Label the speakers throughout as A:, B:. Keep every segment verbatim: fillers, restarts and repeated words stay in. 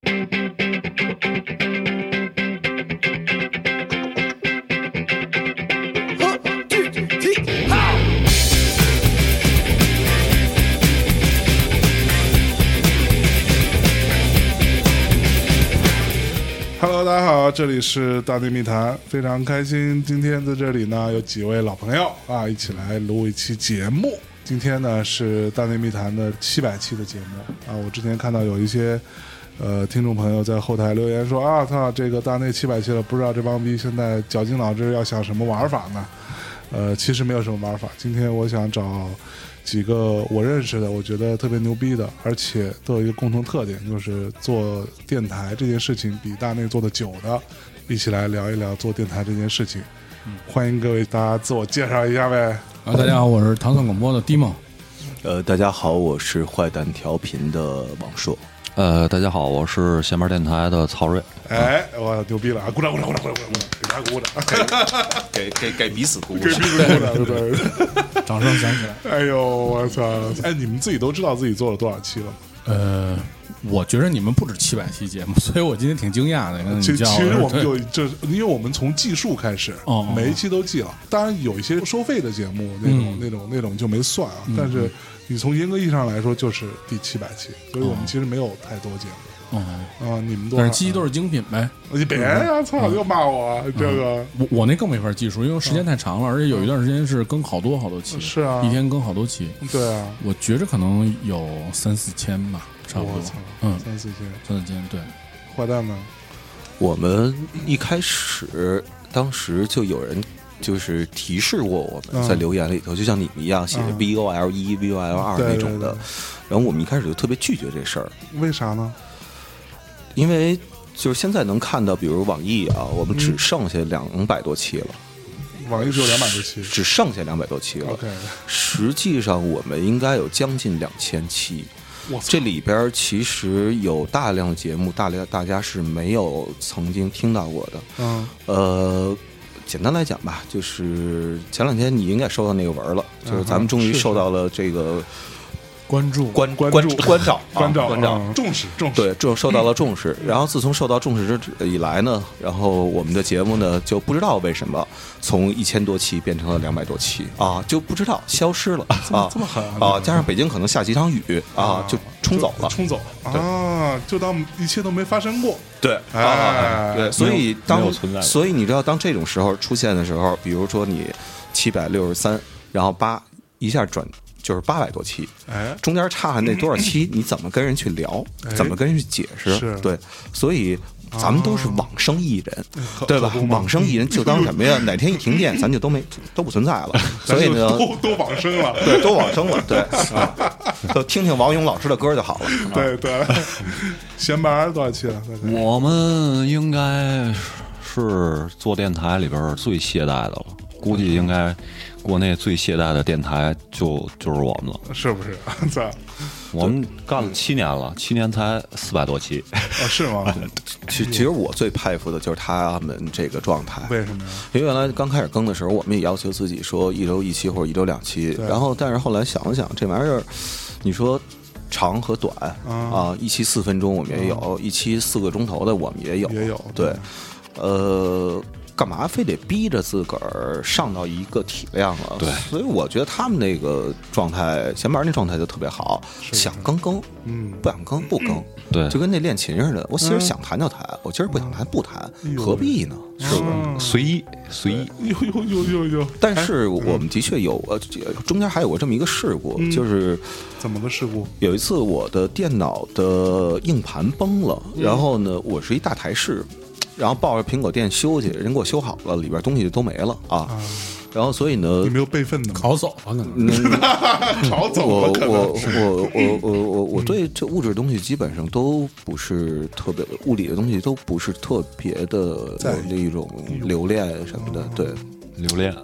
A: Hello， 大家好，这里是大内密谈，非常开心，今天在这里呢有几位老朋友啊，一起来录一期节目。今天呢是大内密谈的七百期的节目啊，我之前看到有一些呃听众朋友在后台留言说啊，操，这个大内七百期了，不知道这帮逼现在绞尽脑汁要想什么玩法呢？呃，其实没有什么玩法。今天我想找几个我认识的，我觉得特别牛逼的，而且都有一个共同特点，就是做电台这件事情比大内做的久的，一起来聊一聊做电台这件事情。嗯、欢迎各位大家自我介绍一下呗。
B: 啊，大家好，我是唐宋广播的 D 梦。
C: 呃，大家好，我是坏蛋调频的王硕。
D: 呃，大家好，我是闲班电台的曹睿。
A: 哎，我牛逼了啊！鼓掌鼓掌鼓掌鼓掌鼓掌，给大家鼓掌，
C: 给给给彼此鼓掌，
A: 给彼此鼓掌，对，
B: 掌声响起来。
A: 哎呦，我操！哎，你们自己都知道自己做了多少期了吗？
B: 呃，我觉得你们不止七百期节目，所以我今天挺惊讶的。
A: 其其实我们有这，因为我们从计数开始，
B: 哦、
A: 每一期都记了。当然有一些收费的节目，那种、嗯、那种那种就没算啊。嗯、但是你从严格意义上来说，就是第七百期，所以我们其实没有太多节目。
B: 哦
A: 啊，你们多，
B: 但是期都是精品呗。
A: 你别呀，操！又骂我这个。
B: 我我那更没法计数，因为时间太长了，而且有一段时间是更好多好多期。
A: 是啊，
B: 一天更好多期。
A: 对啊，
B: 我觉着可能有三四千吧，差不多。
A: 嗯，三四千，
B: 三四千，对。
A: 坏蛋呢？
C: 我们一开始当时就有人就是提示过我们，在留言里头，就像你们一样写 V O L 一、V O L 二那种的。然后我们一开始就特别拒绝这事儿，
A: 为啥呢？
C: 因为就是现在能看到，比如网易啊，我们只剩下两百多期了。
A: 嗯、网易只有两百多期，
C: 只剩下两百多期了。
A: Okay.
C: 实际上我们应该有将近两千期。这里边其实有大量的节目，大量大家是没有曾经听到过的。
A: 嗯，
C: 呃。简单来讲吧，就是前两天你应该收到那个文了，就是咱们终于受到了这个
B: 关注、
C: 关
A: 关
C: 关关照、
A: 关照、
C: 关照、
A: 嗯、重视、重视。
C: 对，这受到了重视。然后自从受到重视之以来呢，然后我们的节目呢就不知道为什么从一千多期变成了两百多期啊，就不知道消失了啊，
A: 这么狠
C: 啊！加上北京可能下几场雨啊，就冲走了，
A: 冲走啊，就当一切都没发生过。
C: 对，
A: 哎，
C: 啊、对，所以当所以你知道，当这种时候出现的时候，比如说你七百六十三，然后八一下转就是八百多期，
A: 哎，
C: 中间差那多少期，你怎么跟人去聊，
A: 哎、
C: 怎么跟人去解释？对，所以。咱们都是往生艺人，啊、对吧？往生艺人就当什么呀？哪天一停电，咱就都没都不存在了。所以呢，
A: 都都往生了，
C: 对，都往生了，对，啊、都听听王勇老师的歌就好了。
A: 对对，闲班多少期了？
D: 我们应该是做电台里边最懈怠的了，估计应该国内最懈怠的电台就就是我们了，
A: 是不是？在。
D: 我们干了七年了，七年才四百多期，
A: 啊，是吗？
C: 其其实我最佩服的就是他们这个状态。
A: 为什么呀？
C: 因为原来刚开始更的时候，我们也要求自己说一周一期或者一周两期，然后但是后来想了想，这玩意儿，你说长和短啊，啊一期四分钟我们也有，嗯、一期四个钟头的我们也有，
A: 也有。
C: 对，呃。干嘛非得逼着自个儿上到一个体量了？
D: 对，
C: 所以我觉得他们那个状态，前面那状态就特别好，想更更，
A: 嗯，
C: 不想更不更，
D: 对，
C: 就跟那练琴似的。我今儿想弹就弹，嗯、我今儿不想弹不弹，
A: 嗯、
C: 何必呢？是不是？
D: 随意随意。
A: 有有有有有。
C: 但是我们的确有呃，中间还有过这么一个事故，
A: 嗯、
C: 就是
A: 怎么个事故？
C: 有一次我的电脑的硬盘崩了，然后呢，我是一大台式。然后抱着苹果店修去，人给我修好了，里边东西都没了啊。啊然后所以呢，
A: 你没有备份的吗？
B: 拷走了可能，
A: 嗯、拷走了可能。
C: 我我我我我我对这物质的东西基本上都不是特别，物理的东西都不是特别的有那种留恋什么的，对，
D: 留恋。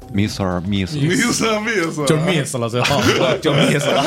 D: Mister Miss
A: Miss Miss
B: 就 miss 了，最后
C: 就 miss 了。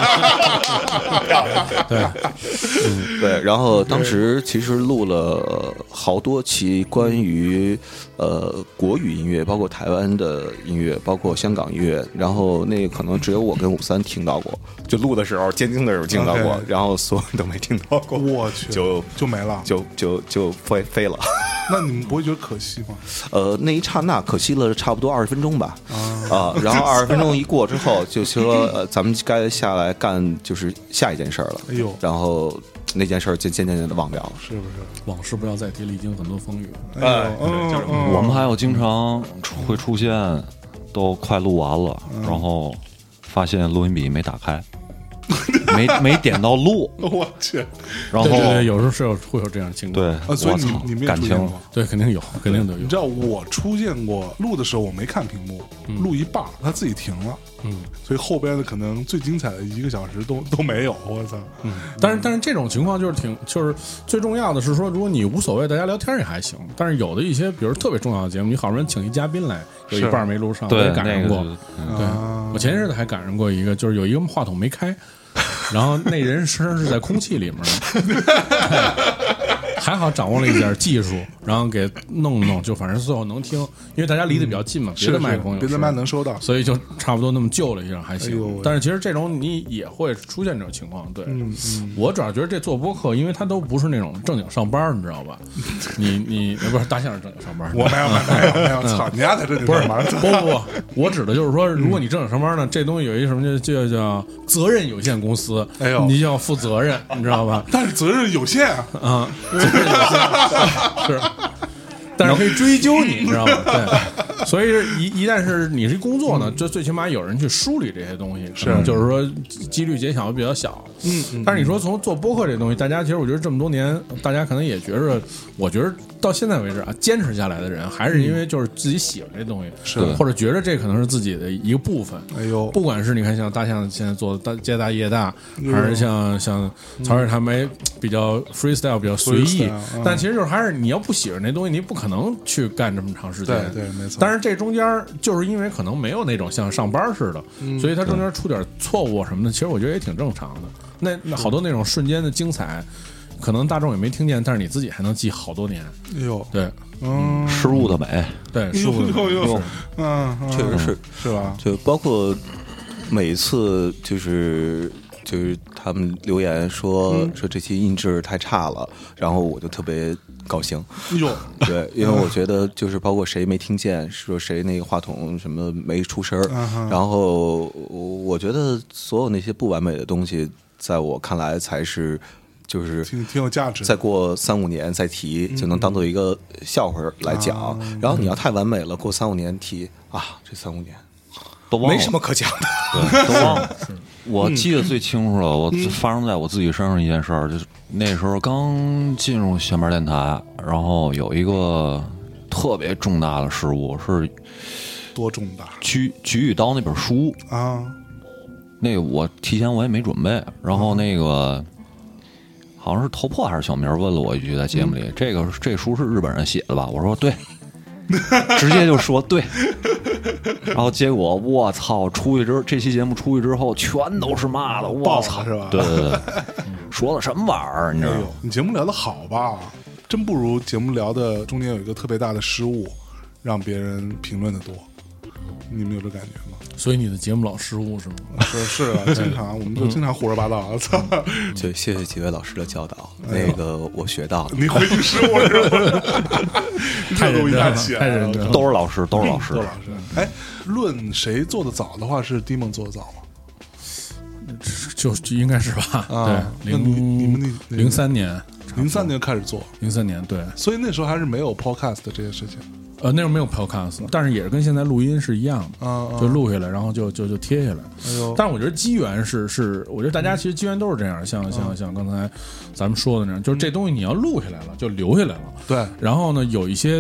B: 对
C: 对，然后当时其实录了好多期关于呃国语音乐，包括台湾的音乐，包括香港音乐，然后那个可能只有我跟五三听到过，就录的时候监听的时候听到过，
A: Okay.
C: 然后所有人都没听到过，
A: 我去，
C: 就
A: 就没了，
C: 就就就飞飞了。
A: 那你们不会觉得可惜吗？
C: 呃，那一刹那可惜了差不多二十分钟吧，啊，然后二十分钟一过之后，就说呃，咱们该下来干就是下一件事儿了。
A: 哎呦，
C: 然后那件事儿就渐渐渐的忘掉了。
A: 是不是？
B: 往事不要再提，历经很多风雨。
A: 哎呦，嗯嗯
D: 我们还有经常会出现，都快录完了，
A: 嗯
D: 然后发现录音笔没打开，没没点到录，
A: 我去，
D: 然后
B: 对对对，有时候是有会有这样的情况。
D: 对，
A: 啊，所以
D: 我操
A: 你你们也
D: 感情
A: 出现过。
B: 对，肯定有，肯定都有
A: 你。知道我出现过录的时候，我没看屏幕，录一半它自己停了，
B: 嗯，
A: 所以后边的可能最精彩的一个小时都都没有。我操，
B: 嗯，但是但是这种情况就是挺就是最重要的是说，如果你无所谓，大家聊天也还行。但是有的一些，比如特别重要的节目，你好不容易请一嘉宾来，有一半没录上，我
D: 对
B: 也赶上过。
D: 那个就嗯
B: 对，我前些日子还赶上过一个，就是有一个话筒没开，然后那人实际上是在空气里面的。还好掌握了一点技术，然后给弄弄，就反正最后能听，因为大家离得比较近嘛，别的麦克风有
A: 别的麦能收到，
B: 所以就差不多那么救了一下，还行。
A: 哎呦
B: 但是其实这种你也会出现这种情况，对。
A: 嗯嗯，
B: 我主要觉得这做播客，因为他都不是那种正经上班，你知道吧？你你不是大象是正经上班，
A: 我没有没有没有，操，你丫才正经
B: 不是
A: 上班
B: 不不不，我指的就是说，如果你正经上班呢，这东西有一什么叫就叫责任有限公司，
A: 哎呦
B: 你就要负责任，你知道吧？
A: 但是责任有限啊。
B: 啊，责任有限是，但是可以追究你，你知道吗？对，所以一一旦是你是工作呢，就最起码有人去梳理这些东西，
A: 是
B: 就是说几率减小比较小。
A: 嗯嗯，
B: 但是你说从做播客这东西，大家其实我觉得这么多年，大家可能也觉着，我觉得到现在为止啊，坚持下来的人还是因为就是自己喜欢这东西，
A: 是
B: 或者觉得这可能是自己的一个部分。
A: 哎呦，
B: 不管是你看像大象现在做的大家大业大，还是像像曹睿他们比较 freestyle 比较随意
A: freestyle，嗯，
B: 但其实就是还是你要不喜欢那东西，你不可能去干这么长时间。
A: 对对没错
B: 但是这中间就是因为可能没有那种像上班似的，所以它中间出点错误什么的，其实我觉得也挺正常的。那那好多那种瞬间的精彩，可能大众也没听见，但是你自己还能记好多年。
A: 哎呦，
B: 对
A: 嗯，
D: 失误的美，
B: 对，是
A: 呦
B: 不是？
A: 呦呦，嗯，嗯
C: 确实是，
A: 是吧？
C: 就包括每次就是就是他们留言说、
A: 嗯
C: 说这期音质太差了，然后我就特别高兴。
A: 哎呦，
C: 对，因为我觉得就是包括谁没听见，说谁那个话筒什么没出声儿，
A: 嗯哼
C: 然后我觉得所有那些不完美的东西，在我看来才是就是
A: 挺挺有价值的。
C: 再过三五年再提，就能当做一个笑话来讲。
A: 嗯
C: 然后你要太完美了，过三五年提啊，这三五年
D: 都忘了，
C: 没什么可讲的。
D: 对，都忘了。我记得最清楚了，我发生在我自己身上一件事儿，就是那时候刚进入闲班电台，然后有一个特别重大的失误，是
A: 多重大
D: 《菊菊与刀》那本书，
A: 啊！
D: 那个我提前我也没准备，然后那个好像是头破还是小明问了我一句，在节目里，这个这书是日本人写的吧？我说对，直接就说对。然后结果我操，出去之这期节目出去之后，全都是骂的，
A: 爆了
D: 我操，
A: 是吧
D: 对对对，说的什么玩意儿？你知道吗？
A: 哎呦，你节目聊得好吧？真不如节目聊的中间有一个特别大的失误，让别人评论的多。你们有这感觉吗？
B: 所以你的节目老失误是吗？
A: 是是啊，经常我们就经常胡说八道。操！
C: 就谢谢几位老师的教导，
A: 哎呦
C: 那个我学到了。
A: 你回去失误是吧？
B: 太
A: 热度一
B: 认真了
A: 下起来
B: 太认真了
D: 都是老师，都是老师
A: 窦。老师，哎，论谁做的早的话，是迪梦做的早吗？
B: 就就应该是吧？
A: 啊
B: 对，
A: 那你你们
B: 零
A: 那
B: 零三年，
A: 零三年开始做，
B: 零三年对，
A: 所以那时候还是没有 podcast 的这些事情。
B: 呃，那时候没有 podcast，但是也是跟现在录音是一样的，
A: 啊啊
B: 就录下来，然后就就就贴下来。
A: 哎呦，
B: 但是我觉得机缘是是，我觉得大家其实机缘都是这样，像像像刚才咱们说的那样，就是这东西你要录下来了，就留下来了。
A: 对，
B: 然后呢，有一些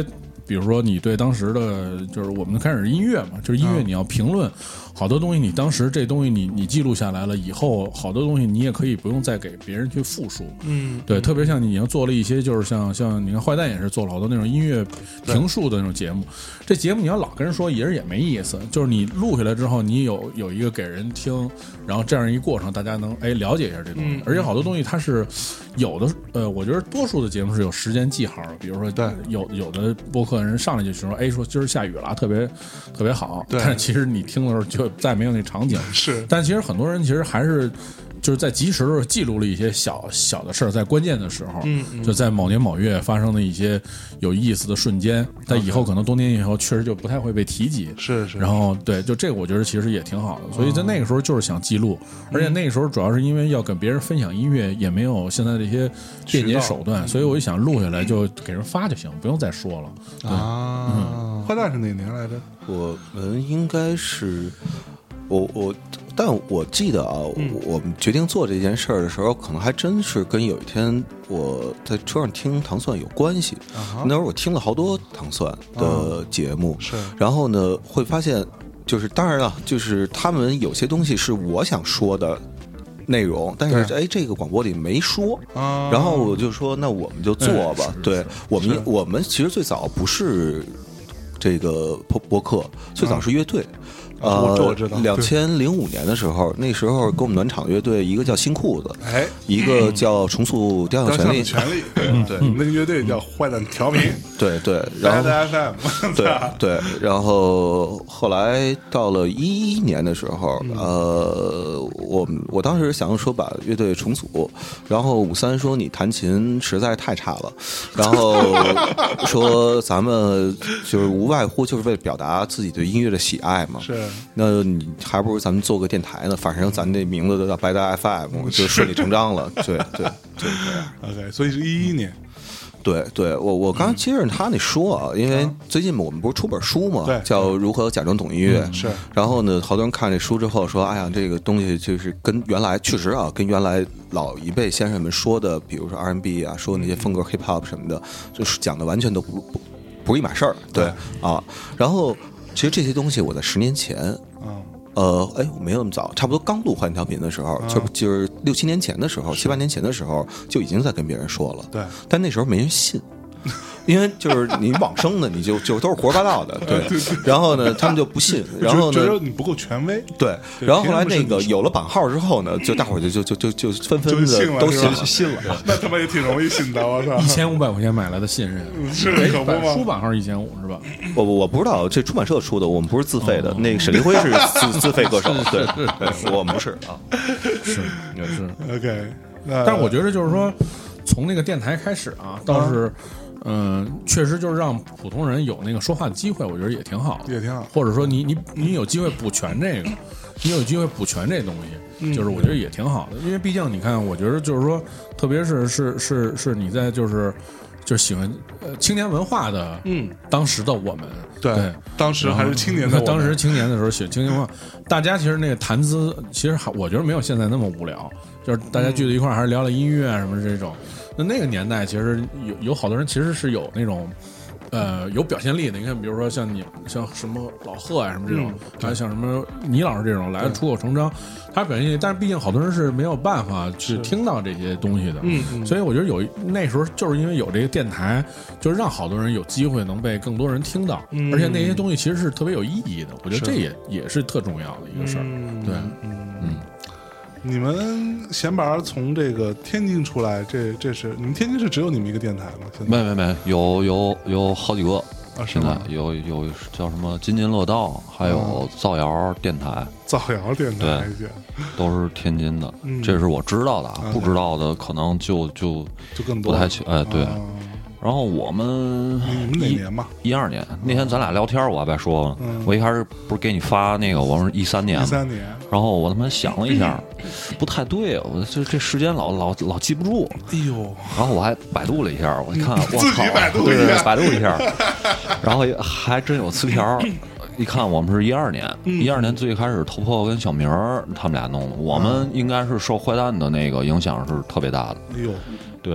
B: 比如说你对当时的，就是我们开始音乐嘛，就是音乐你要评论。好多东西，你当时这东西你你记录下来了，以后好多东西你也可以不用再给别人去复述。嗯，对，特别像你要做了一些，就是像像你看坏蛋也是做了好多那种音乐评述的那种节目。这节目你要老跟人说，也是也没意思。就是你录下来之后，你有有一个给人听，然后这样一过程，大家能哎了解一下这东西。嗯、而且好多东西它是有的，呃，我觉得多数的节目是有时间记号的。比如说，对，有有的播客人上来就说，哎，说今儿下雨了，特别特别好。但是其实你听的时候就再没有那场景
A: 是，
B: 但其实很多人其实还是就是在及时的时候记录了一些小小的事儿，在关键的时候，嗯嗯，就在某年某月发生的一些有意思的瞬间，但以后可能多年以后确实就不太会被提及，
A: 是是。
B: 然后对，就这个我觉得其实也挺好的，所以在那个时候就是想记录，而且那个时候主要是因为要跟别人分享音乐，也没有现在这些便捷手段，所以我就想录下来就给人发就行，不用再说了。对
A: 啊，嗯，坏蛋是哪年来着？
C: 我们应该是。我我，但我记得啊，嗯、我们决定做这件事儿的时候，可能还真是跟有一天我在车上听糖蒜有关系。Uh-huh. 那会儿我听了好多糖蒜的节目， uh-huh. 是，然后呢，会发现，就是当然了，就是他们有些东西是我想说的内容，但是哎，这个广播里没说，啊、然后我就说，那我们就做吧。对我们，我们其实最早不是这个播播客，最早是乐队。啊呃，
A: 我知道，
C: 两千零五年的时候，那时候跟我们暖场乐队，一个叫新裤子，哎，一个叫重塑雕像权利，
A: 权利，对，那个乐队叫坏蛋调频，
C: 对对，然后
A: F M，
C: 对对，然后后来到了一一年的时候，呃，我我当时想说把乐队重组，然后五三说你弹琴实在太差了，然后说咱们就是无外乎就是为了表达自己对音乐的喜爱嘛，
A: 是。
C: 那你还不如咱们做个电台呢，反正咱这名字都叫白搭 F M， 就顺理成章了。对对对
A: ，OK， 所以是一一年。
C: 对对，我我刚接着他那说啊，因为最近我们不是出本书嘛，叫《如何假装懂音乐》。
A: 是。
C: 然后呢，好多人看这书之后说：“哎呀，这个东西就是跟原来确实啊，跟原来老一辈先生们说的，比如说 R and B 啊，说那些风格 Hip Hop 什么的，就是讲的完全都不不不是一码事儿。”对啊，然后。其实这些东西我在十年前，嗯，呃，哎，我没有那么早，差不多刚录换调频的时候，就就是六七年前的时候，七八年前的时候，就已经在跟别人说了，
A: 对，
C: 但那时候没人信。因为就是你往生的，你就就都是胡说八道的，对。然后呢，他们就不信，然后呢，
A: 觉得你不够权威，
C: 对。然后后来那个有了版号之后呢，就大伙儿就就就就就纷纷的都信了，信了。
A: 那他妈也挺容易信的，我操！
B: 一千五百块钱买来的信任，
A: 是可不吗？
B: 出版号一千五是吧？
C: 我我不知道，这出版社出的，我们不是自费的。那个沈立辉是自自费歌手，对，我们不是啊，
B: 是也是
A: OK。
B: 但是我觉得就是说，从那个电台开始啊，倒是。嗯，确实就是让普通人有那个说话的机会，我觉得也挺好的，
A: 也挺好。
B: 或者说你你你有机会补全这个，你有机会补全这东西，嗯、就是我觉得也挺好的。因为毕竟你看，我觉得就是说，特别是是是是你在就是就喜欢呃青年文化的，嗯，当时的我们，
A: 对，
B: 对
A: 当时还是青年的，
B: 当时青年的时候写青年文化，大家其实那个谈资，其实还我觉得没有现在那么无聊，就是大家聚在一块儿还是聊聊音乐啊什么这种。那那个年代，其实有有好多人其实是有那种，呃，有表现力的。你看，比如说像你，像什么老贺啊，什么这种，还有、嗯、像什么倪老师这种来出口成章，他表现力。但是毕竟好多人是没有办法去听到这些东西的。嗯嗯。所以我觉得有那时候就是因为有这个电台，就是让好多人有机会能被更多人听到，嗯、而且那些东西其实是特别有意义的。我觉得这也也是特重要的一个事儿。
A: 嗯、
B: 对，
A: 嗯。嗯你们闲拔从这个天津出来，这这是你们天津是只有你们一个电台吗？
D: 没没没，有有有好几个
A: 啊！
D: 现在有有叫什么津津乐道，还有造谣电台。
A: 造谣电台
D: 对，都是天津的，嗯、这是我知道的，啊、不知道的可能就就
A: 就更多
D: 不太清。哎，对。
A: 啊
D: 然后我们
A: 你们哪年吧？
D: 一二年那天咱俩聊天，我还别说了，嗯、我一开始不是给你发那个，我说一三年，
A: 一三年。
D: 然后我他妈想了一下，不太对，我这这时间老老老记不住。
A: 哎呦！
D: 然后我还百度了一下，我一看，我操，
A: 百度
D: 对对，百度一下，然后还真有词条。一看我们是一二年，一二年最开始头破跟小明儿他们俩弄的，我们应该是受坏蛋的那个影响是特别大的。
A: 哎呦，
D: 对。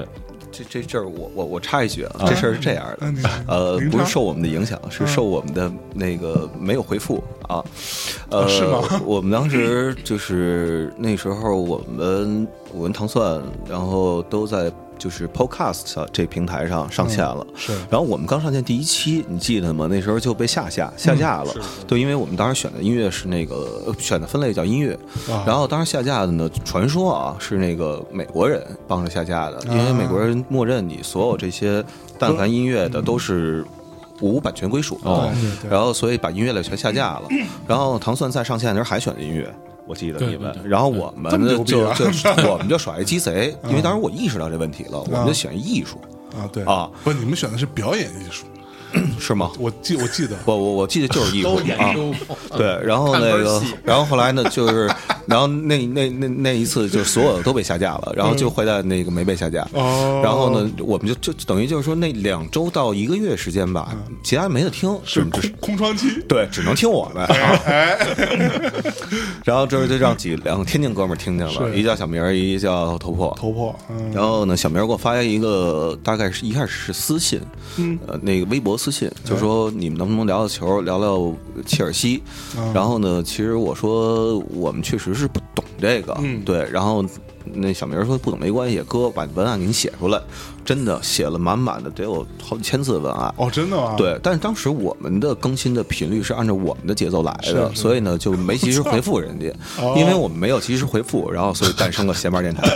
C: 这这这儿我我我插一句啊，这事儿是这样的，呃，不是受我们的影响，是受我们的那个没有回复啊，呃，
A: 是吗？
C: 我们当时就是那时候我们我跟糖蒜，然后都在。就是 Podcast 这平台上上线了，
A: 嗯、是。
C: 然后我们刚上线第一期，你记得吗？那时候就被下下下架了。嗯、对，因为我们当时选的音乐是那个选的分类叫音乐，啊、然后当时下架的呢，传说啊是那个美国人帮着下架的，因为美国人默认你所有这些但凡音乐的都是无版权归属的，
A: 哦、
C: 然后所以把音乐类全下架了。然后糖蒜在上线的时候还选的音乐。我记得你们，然后我们呢就就我们就耍一鸡贼，因为当时我意识到这问题了，我们就选艺术
A: 啊，对
C: 啊，
A: 不，你们选的是表演艺术。
C: 是吗？
A: 我记我记得，
C: 我我我记得就是艺术啊，对，然后那个，然后后来呢，就是，然后那那那那一次，就是所有的都被下架了，然后就坏蛋那个没被下架，
A: 哦，
C: 然后呢，我们就就等于就是说那两周到一个月时间吧，其他人没得听，
A: 是空空窗期，
C: 对，只能听我们，然后这就让几两个天津哥们儿听见了，一叫小明，一叫头破，
A: 头破，
C: 然后呢，小明给我发一个，大概是一开始是私信，
A: 嗯，
C: 呃，那个微博。私信就说你们能不能聊聊球，聊聊切尔西？
A: 嗯、
C: 然后呢，其实我说我们确实是不懂这个，
A: 嗯、
C: 对。然后那小明说不懂没关系，哥把文案给你写出来。真的写了满满的，得有好几千字的文案。
A: 哦，真的吗？
C: 对，但是当时我们的更新的频率是按照我们的节奏来的，所以呢就没及时回复人家，
A: 哦、
C: 因为我们没有及时回复，然后所以诞生了闲班电台。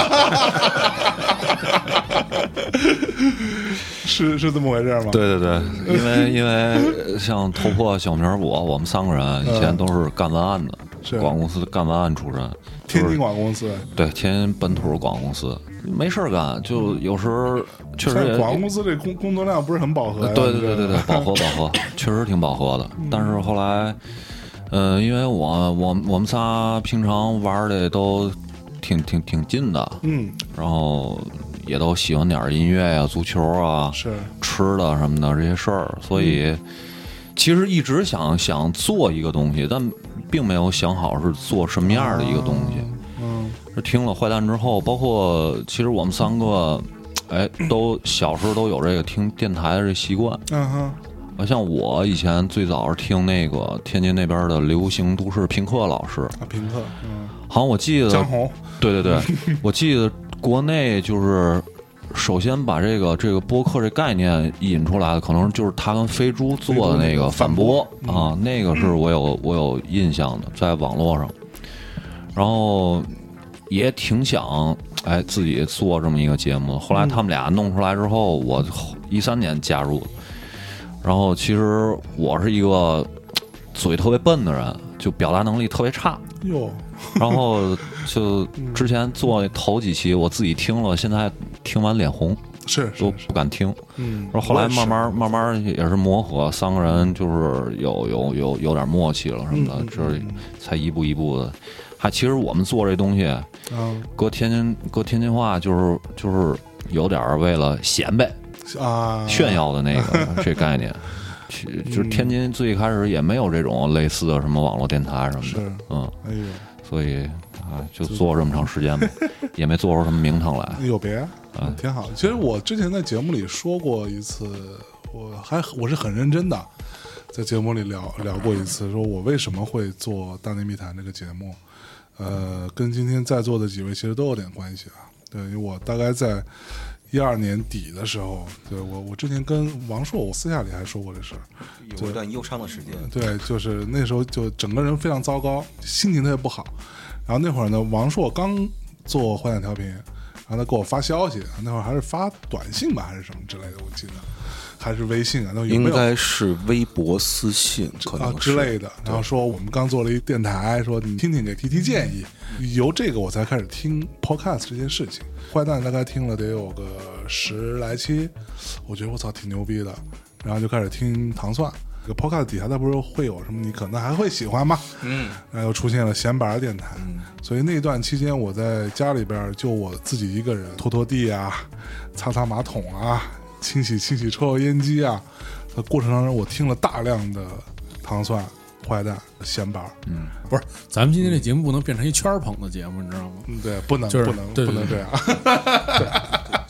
A: 是是这么回事吗？
D: 对对对，因为因为像头破、小明我，我们三个人以前都是干文案的，
A: 是
D: 广告公司干文案出身。
A: 天津广告公司，
D: 对，天津本土广告公司，没事干，就有时候确实也
A: 广告公司这工工作量不是很饱和。
D: 对对对对对，饱和饱和，确实挺饱和的。但是后来，呃，因为我我我们仨平常玩的都挺挺挺近的，
A: 嗯，
D: 然后也都喜欢点音乐啊、足球啊、
A: 是
D: 吃的什么的这些事儿，所以。嗯其实一直想想做一个东西，但并没有想好是做什么样的一个东西。
A: 嗯，
D: 是听了坏蛋之后，包括其实我们三个，哎，都小时候都有这个听电台的这习惯。
A: 嗯
D: 哼，像我以前最早是听那个天津那边的流行都市平克老师。
A: 啊，平克，嗯，
D: 好像我记得
A: 江红，
D: 对对对，我记得国内就是。首先把这个这个播客这概念引出来的，可能就是他跟飞猪做的那个反播啊，那个是我有我有印象的，在网络上，然后也挺想哎自己做这么一个节目。后来他们俩弄出来之后，我一三年加入的。然后其实我是一个嘴特别笨的人，就表达能力特别差。
A: 哟。
D: 然后就之前做头几期，我自己听了，现在听完脸红，
A: 是
D: 都不敢听。
A: 嗯，
D: 然后后来慢慢慢慢也是磨合，三个人就是有有有有点默契了什么的，
A: 嗯、
D: 这才一步一步的。还其实我们做这东西，
A: 嗯，
D: 搁天津搁天津话就是就是有点为了显摆
A: 啊
D: 炫耀的那个这概念。就是天津最开始也没有这种类似的什么网络电台什么的，
A: 是
D: 嗯，
A: 哎呦。
D: 所以啊，就做这么长时间吧，也没做出什么名堂来。
A: 有别啊，挺好。其实我之前在节目里说过一次，我还我是很认真的，在节目里聊聊过一次，说我为什么会做《大内密谈》这个节目，呃，跟今天在座的几位其实都有点关系啊。对，因为我大概在一二年底的时候，对我我之前跟王朔，我私下里还说过这事儿，
C: 有一段忧伤的时间。
A: 对，就是那时候就整个人非常糟糕，心情特别不好。然后那会儿呢，王朔刚做坏蛋调频，然后他给我发消息，那会儿还是发短信吧，还是什么之类的，我记得还是微信啊，那
C: 应该是微博私信可能
A: 啊之类的。然后说我们刚做了一电台，说你听听给提提建议。由这个我才开始听 podcast 这件事情。坏蛋大概听了得有个十来期，我觉得我操挺牛逼的，然后就开始听糖蒜。这个 podcast 底下它不是会有什么你可能还会喜欢吗？
C: 嗯，
A: 然后又出现了闲板电台，
C: 嗯，
A: 所以那段期间我在家里边就我自己一个人拖拖地啊，擦擦马桶啊，清洗清洗抽油烟机啊，在过程当中我听了大量的糖蒜、坏蛋、闲板。
B: 嗯，不是，咱们今天这节目不能变成一圈捧的节目，你知道吗？
A: 嗯，对，不能，
B: 就是
A: 不能，
B: 对
A: 不能这样。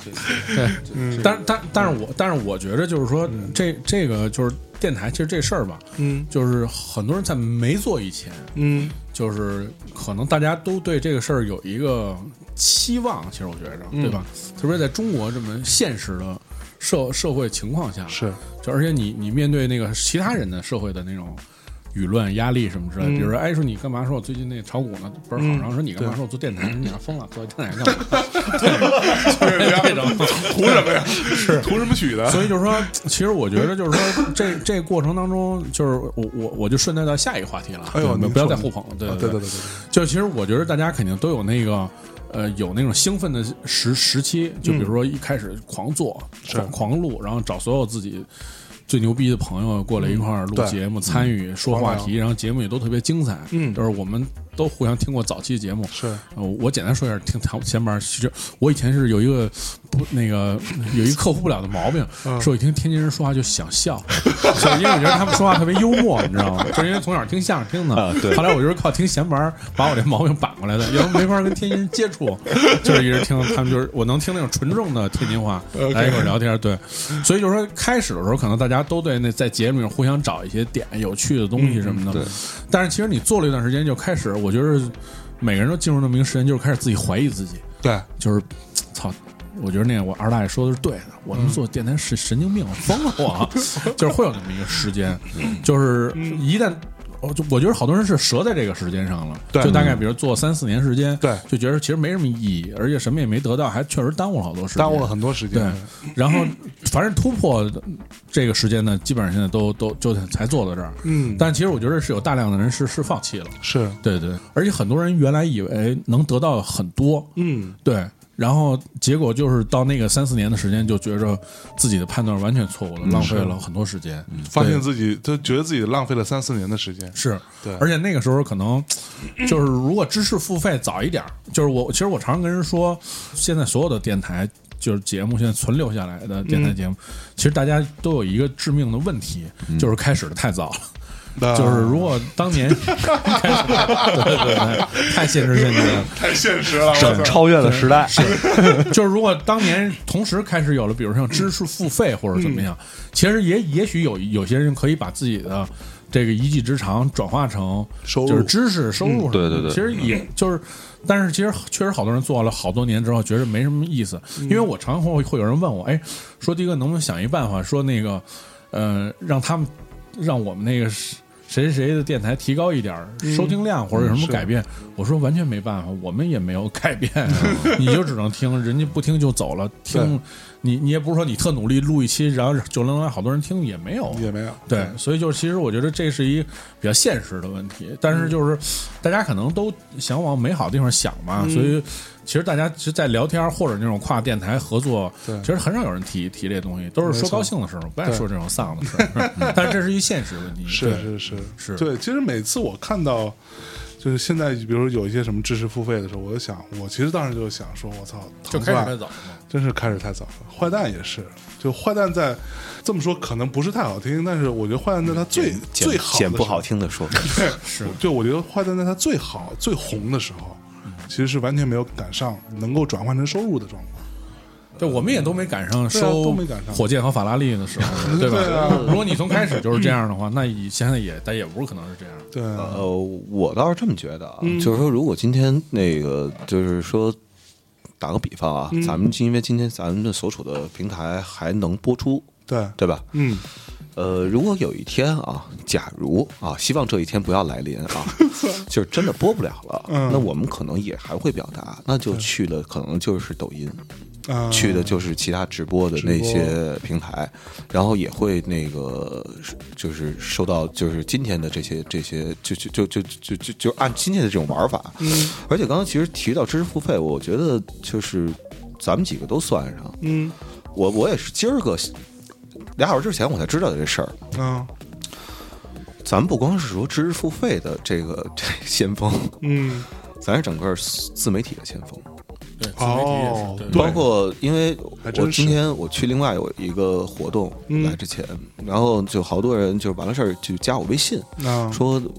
B: 对，嗯，但但但是我但是我觉得就是说，这这个就是电台，其实这事儿吧，
A: 嗯，就是
B: 很多人在没做以前，
A: 嗯，
B: 就是可能大家都对这个事儿有一个期望，其实我觉着，对吧？特别在中国这么现实的社社会情况下，
A: 是，
B: 就而且你你面对那个其他人的社会的那种舆论压力什么之类的，比如说，哎，说你干嘛？说我最近那炒股呢倍儿好，然后说你干嘛？说我做电台，你俩疯了，做电台干嘛？对，这种
A: 图什么呀？是图什么取的？
B: 所以就是说，其实我觉得就是说，这这过程当中，就是我我我就顺带到下一个话题了。
A: 哎呦，
B: 不要再互捧了。对
A: 对对对对，
B: 就其实我觉得大家肯定都有那个。呃，有那种兴奋的时时期，就比如说一开始狂做、狂狂录，然后找所有自己最牛逼的朋友过来一块儿录节目、参与说话题，然后节目也都特别精彩。嗯，就是我们都互相听过早期节目。
A: 是，
B: 呃，我简单说一下，听前面其实我以前是有一个不那个有一个克服不了的毛病，
A: 嗯、
B: 是我一听天津人说话就想笑，就是因为我觉得他们说话特别幽默，你知道吗？就是因为从小听相声听的，
D: 啊、对。
B: 后来我就是靠听闲玩把我这毛病扳过来的，要不没法跟天津人接触，就是一直听他们，就是我能听那种纯正的天津话来一块聊天。对，所以就是说开始的时候，可能大家都对那在节目里互相找一些点有趣的东西什么的，
C: 嗯、对。
B: 但是其实你做了一段时间，就开始，我觉得每个人都进入那么一个时间，就是开始自己怀疑自己。
A: 对，
B: 就是操。我觉得那个我二大爷说的是对的，我他妈做电台是神经病，疯了我，就是会有那么一个时间，就是一旦我就我觉得好多人是折在这个时间上了，
A: 对，
B: 就大概比如做三四年时间，
A: 对，
B: 就觉得其实没什么意义，而且什么也没得到，还确实耽误了好多时间，
A: 耽误了很多时间。
B: 对，然后反正突破这个时间呢，基本上现在都都就才做到这儿，嗯，但其实我觉得是有大量的人是是放弃了，
A: 是对
B: 对，而且很多人原来以为能得到很多，
A: 嗯，
B: 对。然后结果就是到那个三四年的时间，就觉着自己的判断完全错误了，浪费了很多时间，
A: 嗯、发现自己就觉得自己浪费了三四年的时间。
B: 是，
A: 对，
B: 而且那个时候可能就是如果知识付费早一点，就是我其实我常常跟人说，现在所有的电台就是节目现在存留下来的电台节目，嗯、其实大家都有一个致命的问题，嗯、就是开始的太早了。就是如果当年开始，对对对，太现实现实了，
A: 太现实了，
D: 超越了时代。
B: 是，就是如果当年同时开始有了，比如像知识付费或者怎么样，嗯、其实也也许有有些人可以把自己的这个一技之长转化成
A: 收入，
B: 就是知识收入。
D: 嗯、对对对，
B: 其实也就是，但是其实确实好多人做了好多年之后，觉得没什么意思。因为我常会会有人问我，哎，说迪哥能不能想一办法，说那个呃，让他们让我们那个。谁谁的电台提高一点收听量或者有什么改变，嗯、我说完全没办法，我们也没有改变，啊，你就只能听，人家不听就走了。听你你也不是说你特努力录一期，然后就能让好多人听，也没有，
A: 也没有。
B: 对，所以就其实我觉得这是一比较现实的问题，但是就是大家可能都想往美好的地方想嘛，嗯、所以。其实大家其实，在聊天或者那种跨电台合作，其实很少有人提提这东西，都是说高兴的时候，不爱说这种丧的事儿。但是这是一现实问题。
A: 是是是
B: 是，
A: 对。其实每次我看到，就是现在，比如有一些什么知识付费的时候，我就想，我其实当时就想说，我操，
B: 就开始太早了，
A: 真是开始太早了。坏蛋也是，就坏蛋在这么说可能不是太好听，但是我觉得坏蛋在他最最好
C: 捡不好听的说，
A: 对，
B: 是，
A: 就我觉得坏蛋在他最好最红的时候。其实是完全没有赶上能够转换成收入的状况，
B: 对，我们也都没赶上收火箭和法拉利的时候，对吧？
A: 对啊，
B: 如果你从开始就是这样的话，那现在也但也不是可能是这样。
A: 对，
C: 呃，我倒是这么觉得啊，嗯、就是说，如果今天那个，就是说，打个比方啊，嗯、咱们因为今天咱们的所处的平台还能播出，
A: 对
C: 对吧？
A: 嗯。
C: 呃，如果有一天啊，假如啊，希望这一天不要来临啊，就是真的播不了了，
A: 嗯、
C: 那我们可能也还会表达，那就去了，可能就是抖音，
A: 嗯、
C: 去的就是其他直播的那些平台，然后也会那个就是收到就是今天的这些这些就就就就就就就按今天的这种玩法，
A: 嗯，
C: 而且刚刚其实提到知识付费，我觉得就是咱们几个都算上，
A: 嗯，
C: 我我也是今儿个。俩小时之前我才知道的这事儿，
A: 嗯，
C: 咱们不光是说知识付费的这个这个先锋，
A: 嗯，
C: 咱是整个自媒体的先锋，
B: 对，自媒体也是，
C: 对，包括因为我今天我去另外有一个活动来之前，嗯、然后就好多人就完了事儿就加我微信，
A: 嗯、
C: 说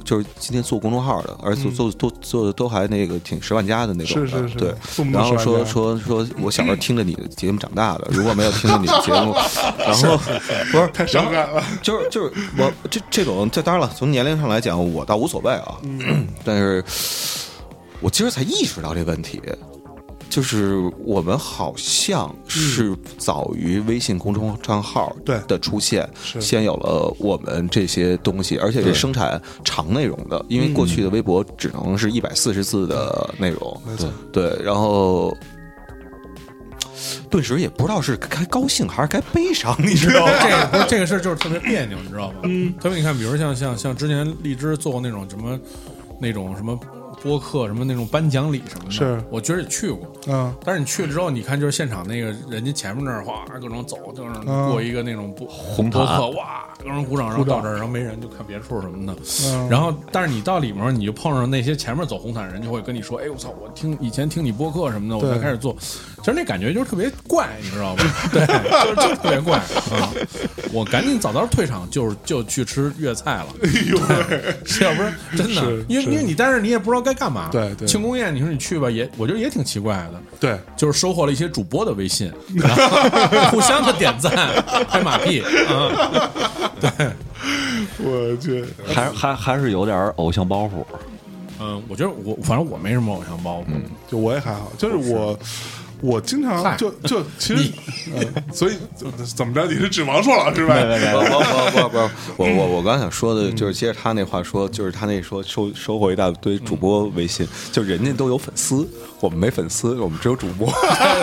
C: 就是今天做公众号的，而且做做做的都还那个挺十万加的那种的，
A: 是是是，
C: 对。然后说说说，我小时候听着你的节目长大的，如果没有听着你的节目，然后不是
A: 太伤感了，
C: 就是就是我这这种，这当然了，从年龄上来讲，我倒无所谓啊，嗯、但是我今儿才意识到这问题。就是我们好像是早于微信公众账号的出现，
A: 嗯、
C: 先有了我们这些东西，而且是生产长内容的，因为过去的微博只能是一百四十字的内容，
A: 对
C: 对，然后顿时也不知道是该高兴还是该悲伤，你知道吗？
B: 这个不是这个事儿就是特别别扭，你知道吗？嗯，特别你看，比如像像像之前荔枝做过那种什么那种什么。播客什么那种颁奖礼什么的，
A: 是
B: 我觉得也去过，
A: 嗯，
B: 但是你去了之后，你看就是现场那个人家前面那儿哗各种走，就是过一个那种播
D: 红
B: 播客，哇，各种鼓掌，然后到这儿，然后没人就看别处什么的，
A: 嗯，
B: 然后但是你到里面你就碰上那些前面走红毯人，就会跟你说，哎我操，我听以前听你播客什么的，我才开始做，其实那感觉就是特别怪，你知道吗？对，就是就特别怪啊！我赶紧早早退场，就是就去吃粤菜了，
A: 哎呦，
B: 是要不是真的，因为因为你但是你也不知道该干嘛，
A: 对对。
B: 庆功宴，你说你去吧，也我觉得也挺奇怪的。
A: 对，
B: 就是收获了一些主播的微信，然后互相的点赞、拍马屁啊。对，
A: 我去，
D: 还还还是有点偶像包袱。
B: 嗯，我觉得我反正我没什么偶像包袱，
A: 嗯，就我也还好，就是我。我经常就就其实，呃，所以怎么着？你是指王硕老师吧？
C: 不不不不不，我我我刚想说的就是接着他那话说，就是他那说收收获一大堆主播微信，就人家都有粉丝，我们没粉丝，我们只有主播。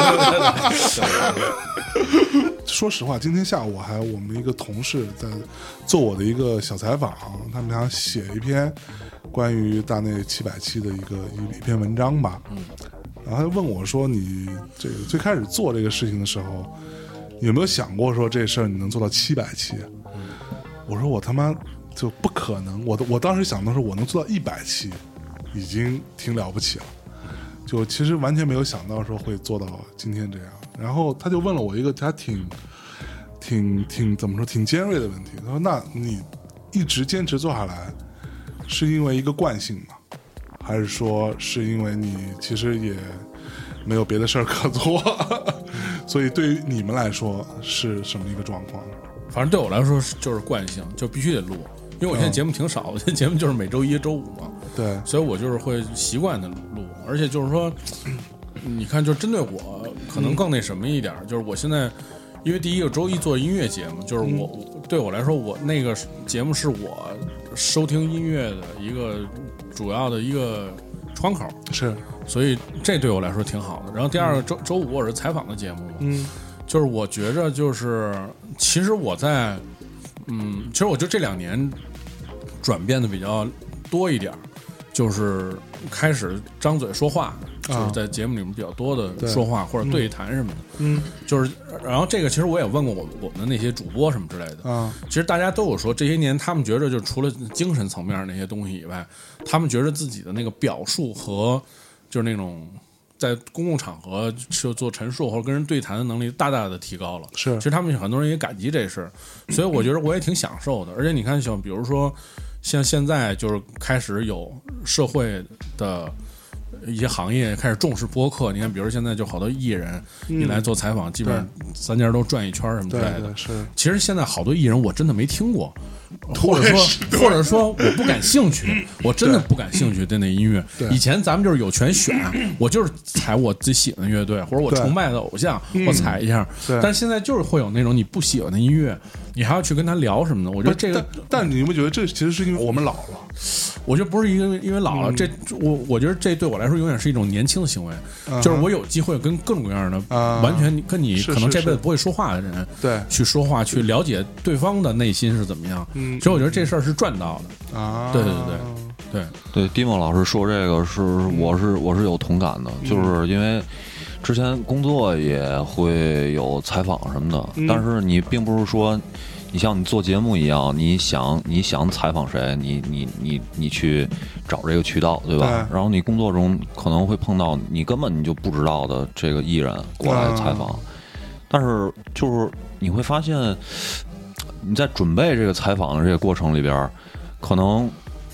A: 说实话，今天下午还我们一个同事在做我的一个小采访，他们想写一篇关于大内七百期的一个一一篇文章吧。嗯。然后他就问我说：“你这个最开始做这个事情的时候，有没有想过说这事儿你能做到七百期？”嗯、我说：“我他妈就不可能！我我当时想的是我能做到一百期，已经挺了不起了。就其实完全没有想到说会做到今天这样。”然后他就问了我一个他挺挺挺怎么说挺尖锐的问题。他说：“那你一直坚持做下来，是因为一个惯性吗？还是说是因为你其实也没有别的事儿可做，所以对于你们来说是什么一个状况？”
B: 反正对我来说就是惯性，就必须得录，因为我现在节目挺少的，嗯、节目就是每周一、周五嘛，
A: 对，
B: 所以我就是会习惯的录，而且就是说，你看，就针对我可能更那什么一点，嗯、就是我现在。因为第一个周一做音乐节目，就是我、嗯、对我来说，我那个节目是我收听音乐的一个主要的一个窗口，
A: 是，
B: 所以这对我来说挺好的。然后第二个周、嗯、周五我是采访的节目嘛，
A: 嗯，
B: 就是我觉着就是其实我在嗯，其实我就这两年转变的比较多一点，就是开始张嘴说话。就是在节目里面比较多的说话或者对谈什么的，
A: 嗯，
B: 就是，然后这个其实我也问过我我们的那些主播什么之类的，
A: 啊，
B: 其实大家都有说这些年他们觉着就除了精神层面那些东西以外，他们觉着自己的那个表述和就是那种在公共场合就做陈述或者跟人对谈的能力大大的提高了，
A: 是，
B: 其实他们很多人也感激这事，所以我觉得我也挺享受的，而且你看像比如说像现在就是开始有社会的。一些行业开始重视播客，你看，比如现在就好多艺人，你来做采访，基本上三家都转一圈什么之类的。
A: 是，
B: 其实现在好多艺人我真的没听过，或者说或者说我不感兴趣，我真的不感兴趣对那音乐。以前咱们就是有权选，我就是采我自己喜欢的乐队，或者我崇拜的偶像，我采一下。但是现在就是会有那种你不喜欢的音乐，你还要去跟他聊什么的。我觉得这个，
A: 但你有没有觉得这其实是因为我们老了？
B: 我觉得不是因为因为老了，这我我觉得这对我来说永远是一种年轻的行为，就是我有机会跟各种各样的完全跟你可能这辈子不会说话的人，
A: 对，
B: 去说话，去了解对方的内心是怎么样。嗯，所以我觉得这事儿是赚到的
A: 啊！
B: 对对对对
D: 对，蒂莫老师说这个是我是我是有同感的，就是因为之前工作也会有采访什么的，但是你并不是说。你像你做节目一样，你想你想采访谁，你你你你去找这个渠道，对吧？
A: 对
D: 然后你工作中可能会碰到你根本你就不知道的这个艺人过来采访，但是就是你会发现，你在准备这个采访的这个过程里边，可能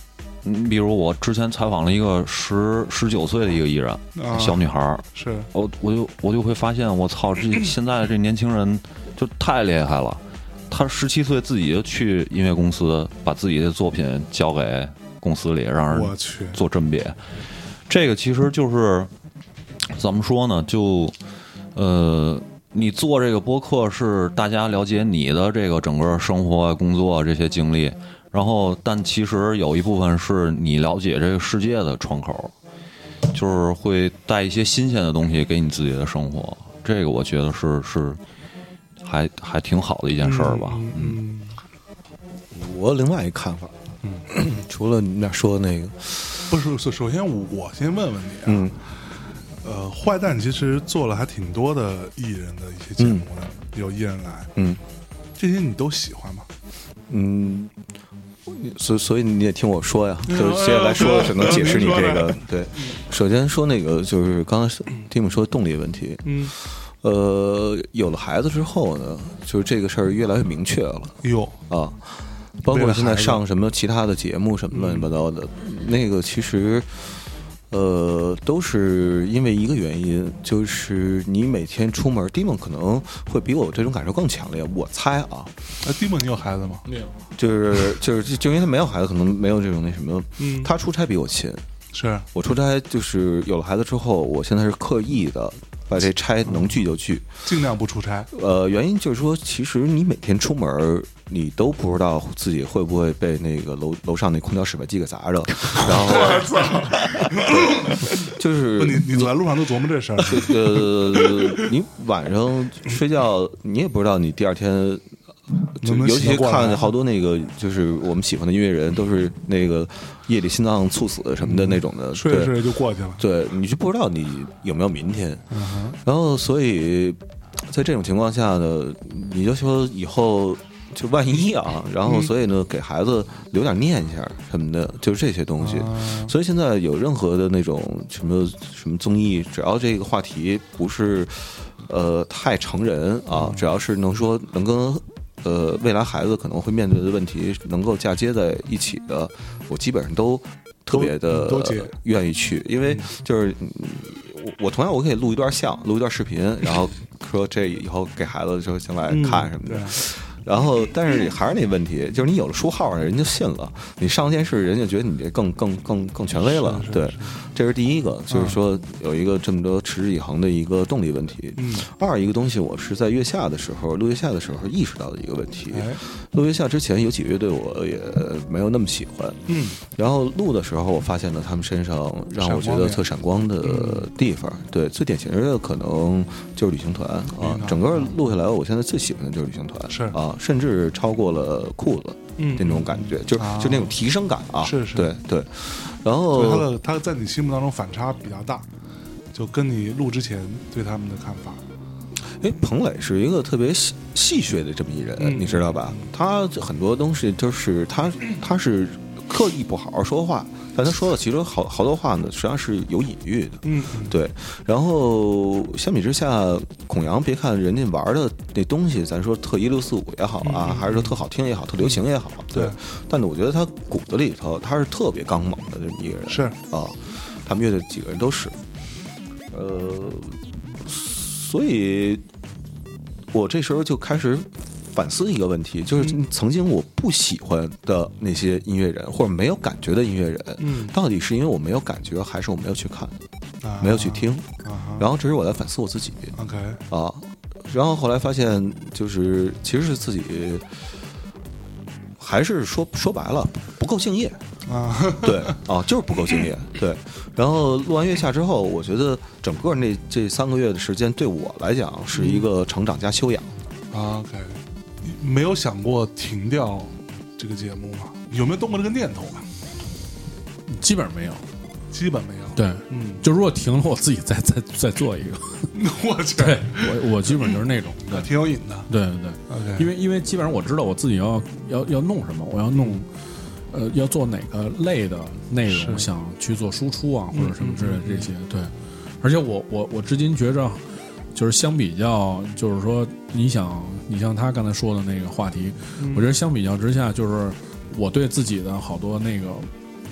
D: 你比如我之前采访了一个十十九岁的一个艺人，
A: 啊、
D: 小女孩，
A: 是，
D: 我我就我就会发现，我操，这现在这年轻人就太厉害了。他十七岁自己就去音乐公司，把自己的作品交给公司里，让人做甄别。这个其实就是怎么说呢？就呃，你做这个播客是大家了解你的这个整个生活、工作这些经历。然后，但其实有一部分是你了解这个世界的窗口，就是会带一些新鲜的东西给你自己的生活。这个我觉得是是还还挺好的一件事儿吧。
A: 嗯，嗯
C: 我另外一个看法，嗯，除了你们俩说的那个，
A: 不是，首先我先问问你啊，
C: 嗯，
A: 呃，坏蛋其实做了还挺多的艺人的一些节目的，嗯、有艺人来，
C: 嗯，
A: 这些你都喜欢吗？
C: 嗯。所所以你也听我说呀，就是接下来说的只能解释你这个。对，首先说那个就是刚才听你们说动力问题，
A: 嗯，
C: 呃，有了孩子之后呢，就是这个事儿越来越明确了。
A: 哟
C: 啊，包括现在上什么其他的节目什么乱七八糟的，那个其实。呃，都是因为一个原因，就是你每天出门，蒂梦可能会比我这种感受更强烈。我猜啊，
A: 那蒂梦你有孩子吗？
B: 没有，
C: 就是就是就因为他没有孩子，可能没有这种那什么。
A: 嗯，
C: 他出差比我勤，
A: 是
C: 我出差就是有了孩子之后，我现在是刻意的把这差能聚就聚，
A: 尽量不出差。
C: 呃，原因就是说，其实你每天出门。你都不知道自己会不会被那个楼楼上那空调室外机给砸着，然后
A: 我操，
C: 就是
A: 你你走在路上都琢磨这事儿。
C: 这个你晚上睡觉，你也不知道你第二天，就尤其看好多那个就是我们喜欢的音乐人，都是那个夜里心脏猝死什么的那种的，
A: 睡着睡着就过去了。
C: 对，你就不知道你有没有明天。
A: 嗯、
C: 然后所以在这种情况下呢，你就说以后。就万一啊，然后所以呢，给孩子留点念想什么的，就是这些东西。所以现在有任何的那种什么什么综艺，只要这个话题不是呃太成人啊，只要是能说能跟呃未来孩子可能会面对的问题能够嫁接在一起的，我基本上都特别的愿意去，因为就是我我同样我可以录一段像，录一段视频，然后说这以后给孩子就将来看什么的。然后，但是还是那问题，就是你有了书号，人就信了。你上电视，人家觉得你这更更更更权威了。对，这是第一个，就是说有一个这么多持之以恒的一个动力问题。
A: 嗯。
C: 二一个东西，我是在月下的时候，录月下的时候意识到的一个问题。录月下之前有几个乐队我也没有那么喜欢。
A: 嗯。
C: 然后录的时候，我发现了他们身上让我觉得特闪光的地方。对，最典型的可能就是旅行团啊。整个录下来，我现在最喜欢的就是旅行团。
A: 是
C: 啊。甚至超过了裤子，
A: 嗯，
C: 那种感觉，就就那种提升感啊，
A: 是是，
C: 对对。然后
A: 他的他在你心目当中反差比较大，就跟你录之前对他们的看法。
C: 哎，彭磊是一个特别戏戏谑的这么一人，
A: 嗯、
C: 你知道吧？他很多东西就是他他是刻意不好好说话。但他说的其实好好多话呢，实际上是有隐喻的。
A: 嗯，
C: 对。然后相比之下，孔阳别看人家玩的那东西，咱说特一六四五也好啊，
A: 嗯、
C: 还是说特好听也好，特流行也好，对。对但是我觉得他骨子里头，他是特别刚猛的这么一个人。
A: 是
C: 啊，他们乐队几个人都是。呃，所以我这时候就开始。反思一个问题，就是曾经我不喜欢的那些音乐人，或者没有感觉的音乐人，
A: 嗯，
C: 到底是因为我没有感觉，还是我没有去看，
A: 啊、
C: 没有去听？
A: 啊、
C: 然后这是我在反思我自己。
A: OK
C: 啊，然后后来发现，就是其实是自己还是说说白了不够敬业
A: 啊，
C: 对啊，就是不够敬业。对，然后录完月下之后，我觉得整个那这三个月的时间对我来讲是一个成长加修养。
A: 啊、OK。没有想过停掉这个节目吗？有没有动过这个念头啊？
B: 基本上没有，
A: 基本没有。
B: 对，
A: 嗯，
B: 就如果停了，我自己再再再做一个。
A: 我去，
B: 对我我基本就是那种，对，
A: 挺有瘾的。
B: 对对对
A: ，OK，
B: 因为因为基本上我知道我自己要要要弄什么，我要弄，呃，要做哪个类的内容，想去做输出啊，或者什么之类的这些。对，而且我我我至今觉着。就是相比较，就是说，你想，你像他刚才说的那个话题，嗯、我觉得相比较之下，就是我对自己的好多那个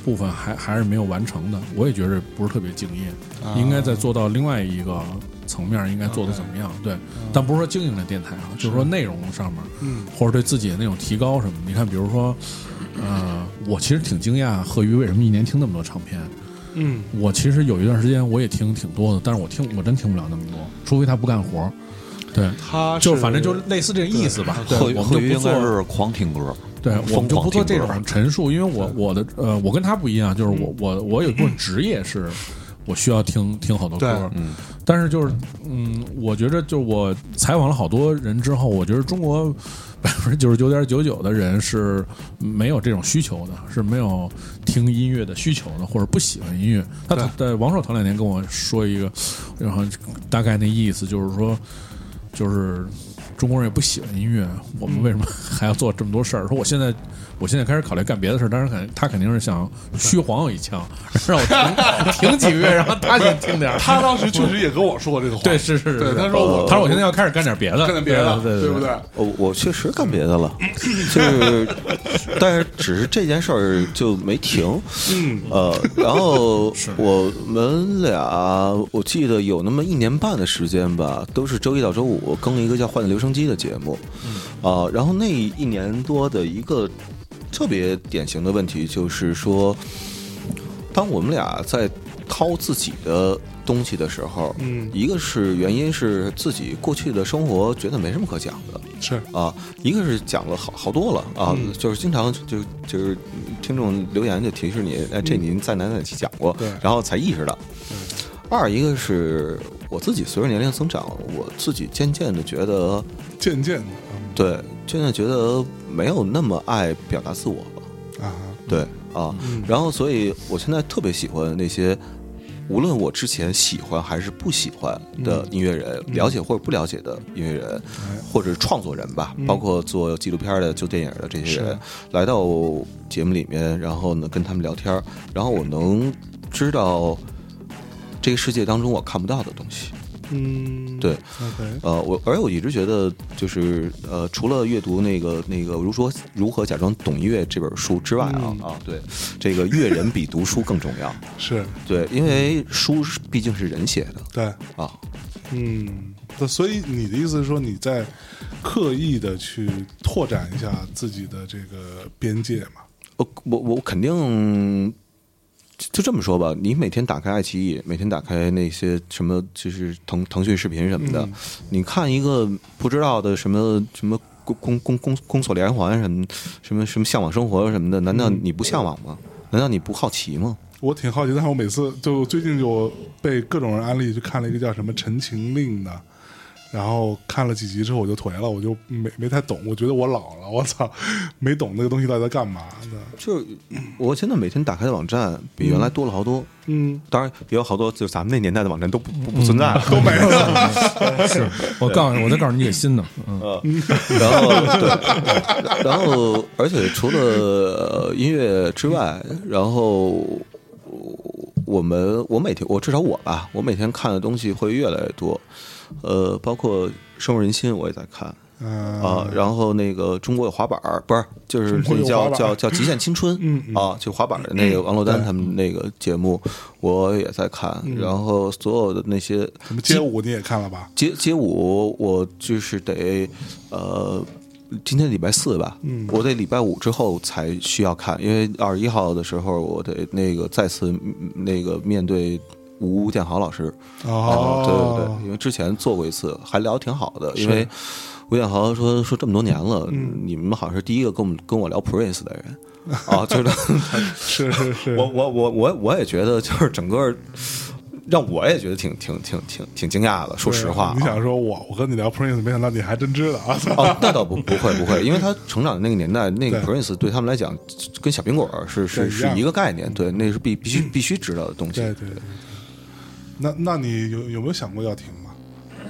B: 部分还还是没有完成的，我也觉得不是特别敬业，
A: 啊
B: 应该再做到另外一个层面，应该做的怎么样？对，但不是说经营的电台啊，就是说内容上面，
A: 嗯，
B: 或者对自己的那种提高什么。你看，比如说，呃，我其实挺惊讶，贺宇为什么一年听那么多唱片。
A: 嗯，
B: 我其实有一段时间我也听挺多的，但是我听我真听不了那么多，除非他不干活。对，
A: 他
B: 就反正就类似这个意思吧。对，
D: 贺
B: 我们
D: 贺宇应该
B: 就不做。
D: 是狂听歌，
B: 对，我们就不做这
D: 疯狂听歌
B: 种陈述，因为我我的呃，我跟他不一样，就是我我我有一部分职业是，我需要听听好多歌
A: 对，
D: 嗯，
B: 但是就是嗯，我觉得就我采访了好多人之后，我觉得中国百分之九十九点九九的人是没有这种需求的，是没有听音乐的需求的，或者不喜欢音乐。他在王朔头两年跟我说一个，然后大概那意思就是说，就是中国人也不喜欢音乐，我们为什么还要做这么多事儿？说我现在，我现在开始考虑干别的事儿，当然肯他肯定是想虚晃我一枪，让我停停几个月，然后他先听点儿。
A: 他当时确实也跟我说过这个话，
B: 对，是是是，
A: 对，他说我，
B: 他说我现在要开始干点别的，
A: 干点别的，
B: 对
A: 对不对？
C: 我我确实干别的了，就是，但是只是这件事儿就没停，
A: 嗯，
C: 呃，然后我们俩，我记得有那么一年半的时间吧，都是周一到周五更一个叫《换留声机》的节目，啊、呃，然后那一年多的一个特别典型的问题就是说，当我们俩在掏自己的东西的时候，
A: 嗯，
C: 一个是原因是自己过去的生活觉得没什么可讲的，
A: 是
C: 啊，一个是讲了好好多了啊，
A: 嗯、
C: 就是经常就就是听众留言就提示你，哎，这您在哪哪期讲过，
A: 对，
C: 然后才意识到。二一个是我自己随着年龄增长，我自己渐渐的觉得，
A: 渐渐的，
C: 对，渐渐觉得没有那么爱表达自我了
A: 啊，
C: 对啊，
A: 嗯、
C: 然后所以我现在特别喜欢那些。无论我之前喜欢还是不喜欢的音乐人，嗯、了解或者不了解的音乐人，嗯、或者创作人吧，嗯、包括做纪录片的、做电影的这些人，来到节目里面，然后呢跟他们聊天，然后我能知道这个世界当中我看不到的东西。
A: 嗯，
C: 对
A: ，OK，
C: 呃，我而我一直觉得，就是呃，除了阅读那个那个如说如何假装懂音乐这本书之外啊、嗯、啊，对，这个阅人比读书更重要，
A: 是
C: 对，因为书毕竟是人写的，
A: 对
C: 啊，
A: 嗯，所以你的意思是说你在刻意的去拓展一下自己的这个边界嘛？
C: 我我我肯定。就这么说吧，你每天打开爱奇艺，每天打开那些什么，就是腾腾讯视频什么的，嗯、你看一个不知道的什么什么公公公公公锁连环什么什么什么向往生活什么的，难道你不向往吗？难道你不好奇吗？
A: 我挺好奇，但是我每次就最近就被各种人安利去看了一个叫什么《陈情令》的。然后看了几集之后我就颓了，我就没没太懂，我觉得我老了，我操，没懂那个东西到底在干嘛的。
C: 就是我现在每天打开的网站比原来多了好多，
A: 嗯，
C: 当然也有好多就是咱们那年代的网站都不不不存在了，
A: 嗯、都没了。
B: 是我告诉你，我再告诉你个新的，嗯，
C: 然后对，然后而且除了音乐之外，然后我们我每天我至少我吧，我每天看的东西会越来越多。呃，包括深入人心，我也在看啊、
A: 嗯
C: 呃。然后那个中国有滑板，不是，就是那叫叫叫极限青春，
A: 嗯嗯
C: 啊，就滑板的那个王珞丹他们那个节目，我也在看。
A: 嗯、
C: 然后所有的那些
A: 什么街舞你也看了吧？
C: 街街舞我就是得呃，今天礼拜四吧，
A: 嗯，
C: 我得礼拜五之后才需要看，因为二十一号的时候我得那个再次那个面对。吴建豪老师，
A: 哦，
C: 对对对，因为之前做过一次，还聊得挺好的。因为吴建豪说说这么多年了，
A: 嗯、
C: 你们好像是第一个跟我们跟我聊 Prince 的人啊，就是
A: 是是是，
C: 我我我我我也觉得就是整个让我也觉得挺挺挺挺挺惊讶的。说实话、啊，
A: 你想说我我跟你聊 Prince， 没想到你还真知道啊！
C: 哦，那倒不不会不会，因为他成长的那个年代，那个 Prince 对他们来讲跟小苹果是是是一个概念，对，那是必必须必须知道的东西。
A: 对对对。那那你有有没有想过要停吗？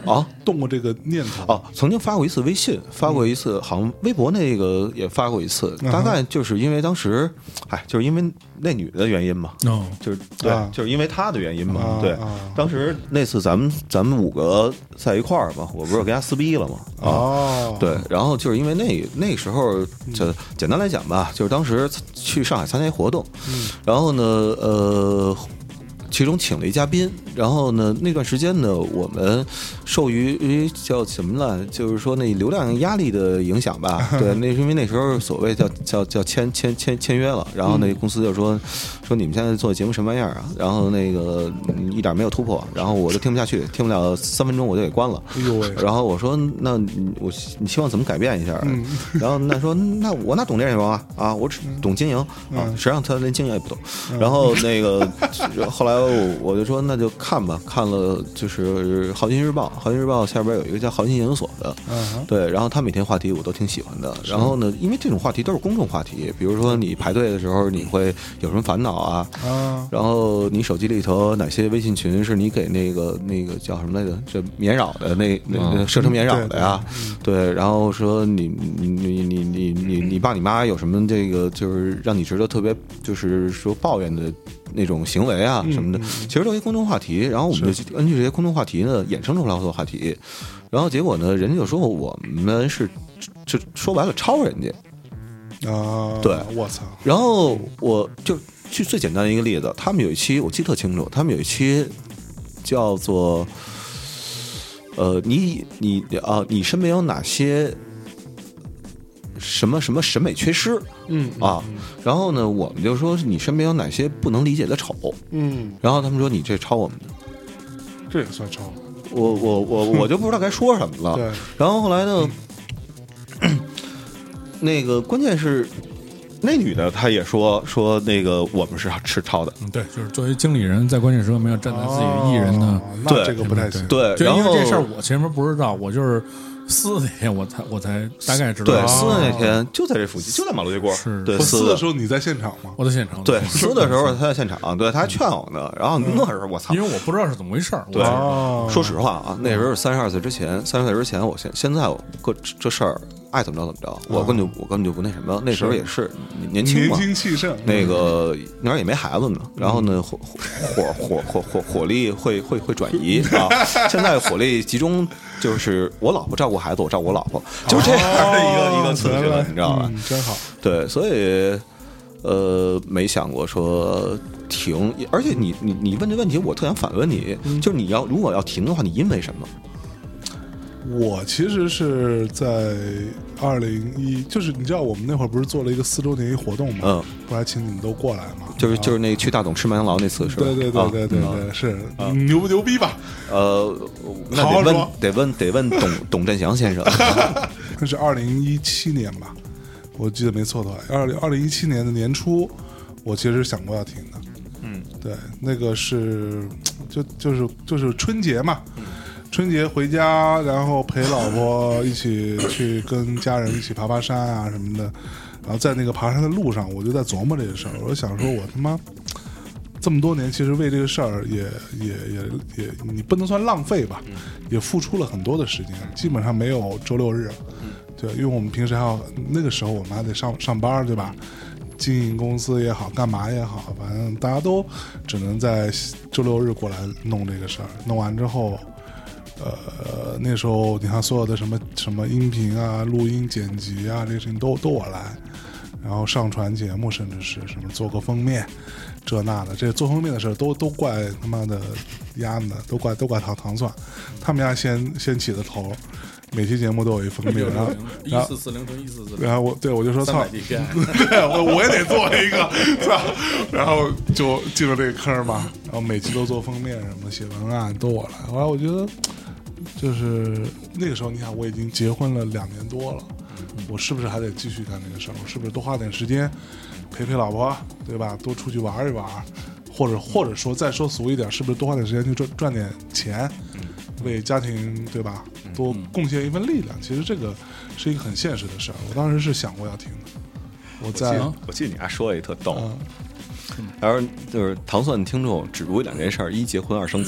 C: 啊，
A: 动过这个念头？
C: 哦，曾经发过一次微信，发过一次，好像微博那个也发过一次，大概就是因为当时，哎，就是因为那女的原因嘛，
B: 哦，
C: 就是对，
A: 啊
C: 就是因为她的原因嘛，
A: 啊
C: 对
A: 啊。
C: 当时那次咱们咱们五个在一块儿嘛，我不是跟他撕逼了嘛，啊，
A: 哦，
C: 对，然后就是因为那那时候，就简单来讲吧，就是当时去上海参加活动，
A: 嗯
C: 然后呢，呃。其中请了一嘉宾，然后呢，那段时间呢，我们受于叫什么呢？就是说那流量压力的影响吧。对，那是因为那时候所谓叫叫叫签签签签约了，然后那公司就说说你们现在做的节目什么玩意儿啊？然后那个一点没有突破，然后我就听不下去，听不了三分钟我就给关了。
A: 哎呦喂！
C: 然后我说那我你希望怎么改变一下？嗯、然后那说那我哪懂这个啊啊，我只懂经营啊，实际上他连经营也不懂。然后那个后来。我就说那就看吧，看了就是《豪金日报》，《豪金日报》下边有一个叫豪金研所的，嗯、对，然后他每天话题我都挺喜欢的。然后呢，因为这种话题都是公众话题，比如说你排队的时候你会有什么烦恼啊，啊然后你手机里头哪些微信群是你给那个那个叫什么来着，这免扰的那那那设成免扰的呀，嗯、对, 对, 对，然后说你你你你你你你爸你妈有什么这个就是让你值得特别就是说抱怨的。那种行为啊什么的，其实都是公众话题，然后我们就根据这些公众话题呢衍生出来好多话题，然后结果呢，人家就说我们是，就说白了抄人家
A: 啊，
C: 对，
A: 我操！
C: 然后我就举最简单的一个例子，他们有一期我记得特清楚，他们有一期叫做，呃，你你啊，你身边有哪些？什么什么审美缺失，
A: 嗯
C: 啊，然后呢，我们就说你身边有哪些不能理解的丑，
A: 嗯，
C: 然后他们说你这抄我们的，
A: 这也算抄，
C: 我我我我就不知道该说什么了。
A: 对，
C: 然后后来呢，嗯、那个关键是那女的她也说说那个我们是吃抄的，
B: 嗯，对，就是作为经理人，在关键时刻没有站在自己艺人的，
A: 哦、那这个不太行，
C: 对，
B: 就
C: 因
B: 为这事儿我前面不知道，我就是。撕那天我才我才大概知道，
C: 对，撕的那天就在这附近，就在马路对过。
B: 是，
C: 对，
A: 撕的时候你在现场吗？
B: 我在现场。
C: 对，撕的时候他在现场，对，他还劝我呢。然后那时候我操，
B: 因为我不知道是怎么回事儿。
C: 对，说实话啊，那时候三十二岁之前，三十岁之前，我现现在我这这事儿爱怎么着怎么着，我根本就我根本就不那什么。那时候也是年轻嘛，
A: 年轻气盛，
C: 那个那时候也没孩子呢。然后呢，火火火火火火力会会会转移啊。现在火力集中，就是我老婆照顾孩子，我照顾我老婆。就是这样的一个、哦、一个次序了，你知道吧、
A: 嗯？真好。
C: 对，所以呃，没想过说停。而且你你你问这问题，我特想反问你，嗯、就是你要如果要停的话，你因为什么？
A: 我其实是在二零一，就是你知道我们那会儿不是做了一个四周年一活动嘛，
C: 嗯，
A: 后来请你们都过来嘛，
C: 就是就是那去大董吃麦当劳那次是吧？
A: 对对对对对对，啊、是、啊、牛不牛逼吧？
C: 呃，那得问得问得问董董振祥先生，
A: 那是二零一七年吧，我记得没错的话，二零二零一七年的年初，我其实想过要停的，
C: 嗯，
A: 对，那个是就就是就是春节嘛。嗯春节回家，然后陪老婆一起去跟家人一起爬爬山啊什么的，然后在那个爬山的路上，我就在琢磨这个事儿。我就想说，我他妈这么多年，其实为这个事儿也也也也，你不能算浪费吧，也付出了很多的时间，基本上没有周六日。对，因为我们平时还要那个时候我们还得上上班，对吧？经营公司也好，干嘛也好，反正大家都只能在周六日过来弄这个事儿。弄完之后。呃，那时候你看所有的什么什么音频啊、录音剪辑啊，这些事情都都我来，然后上传节目，甚至是什么做个封面，这那的，这做封面的事都都怪他妈的丫的，都怪都怪糖糖蒜，他们家先先起的头，每期节目都有一封面，然后
B: 一四四零乘一四四零，
A: 然后我对我就说操，
B: 对，
A: 我我也得做一个，是吧？然后就进了这个坑嘛，然后每期都做封面什么写文案都我来，后来我觉得。就是那个时候，你看我已经结婚了两年多了，我是不是还得继续干这个事儿？我是不是多花点时间陪陪老婆，对吧？多出去玩一玩，或者或者说再说俗一点，是不是多花点时间去赚赚点钱，为家庭，对吧？多贡献一份力量。其实这个是一个很现实的事儿。我当时是想过要停的。我在
C: 我记得，我记得你还说了一特逗。嗯然后就是糖蒜听众只读两件事儿：一结婚，二生子。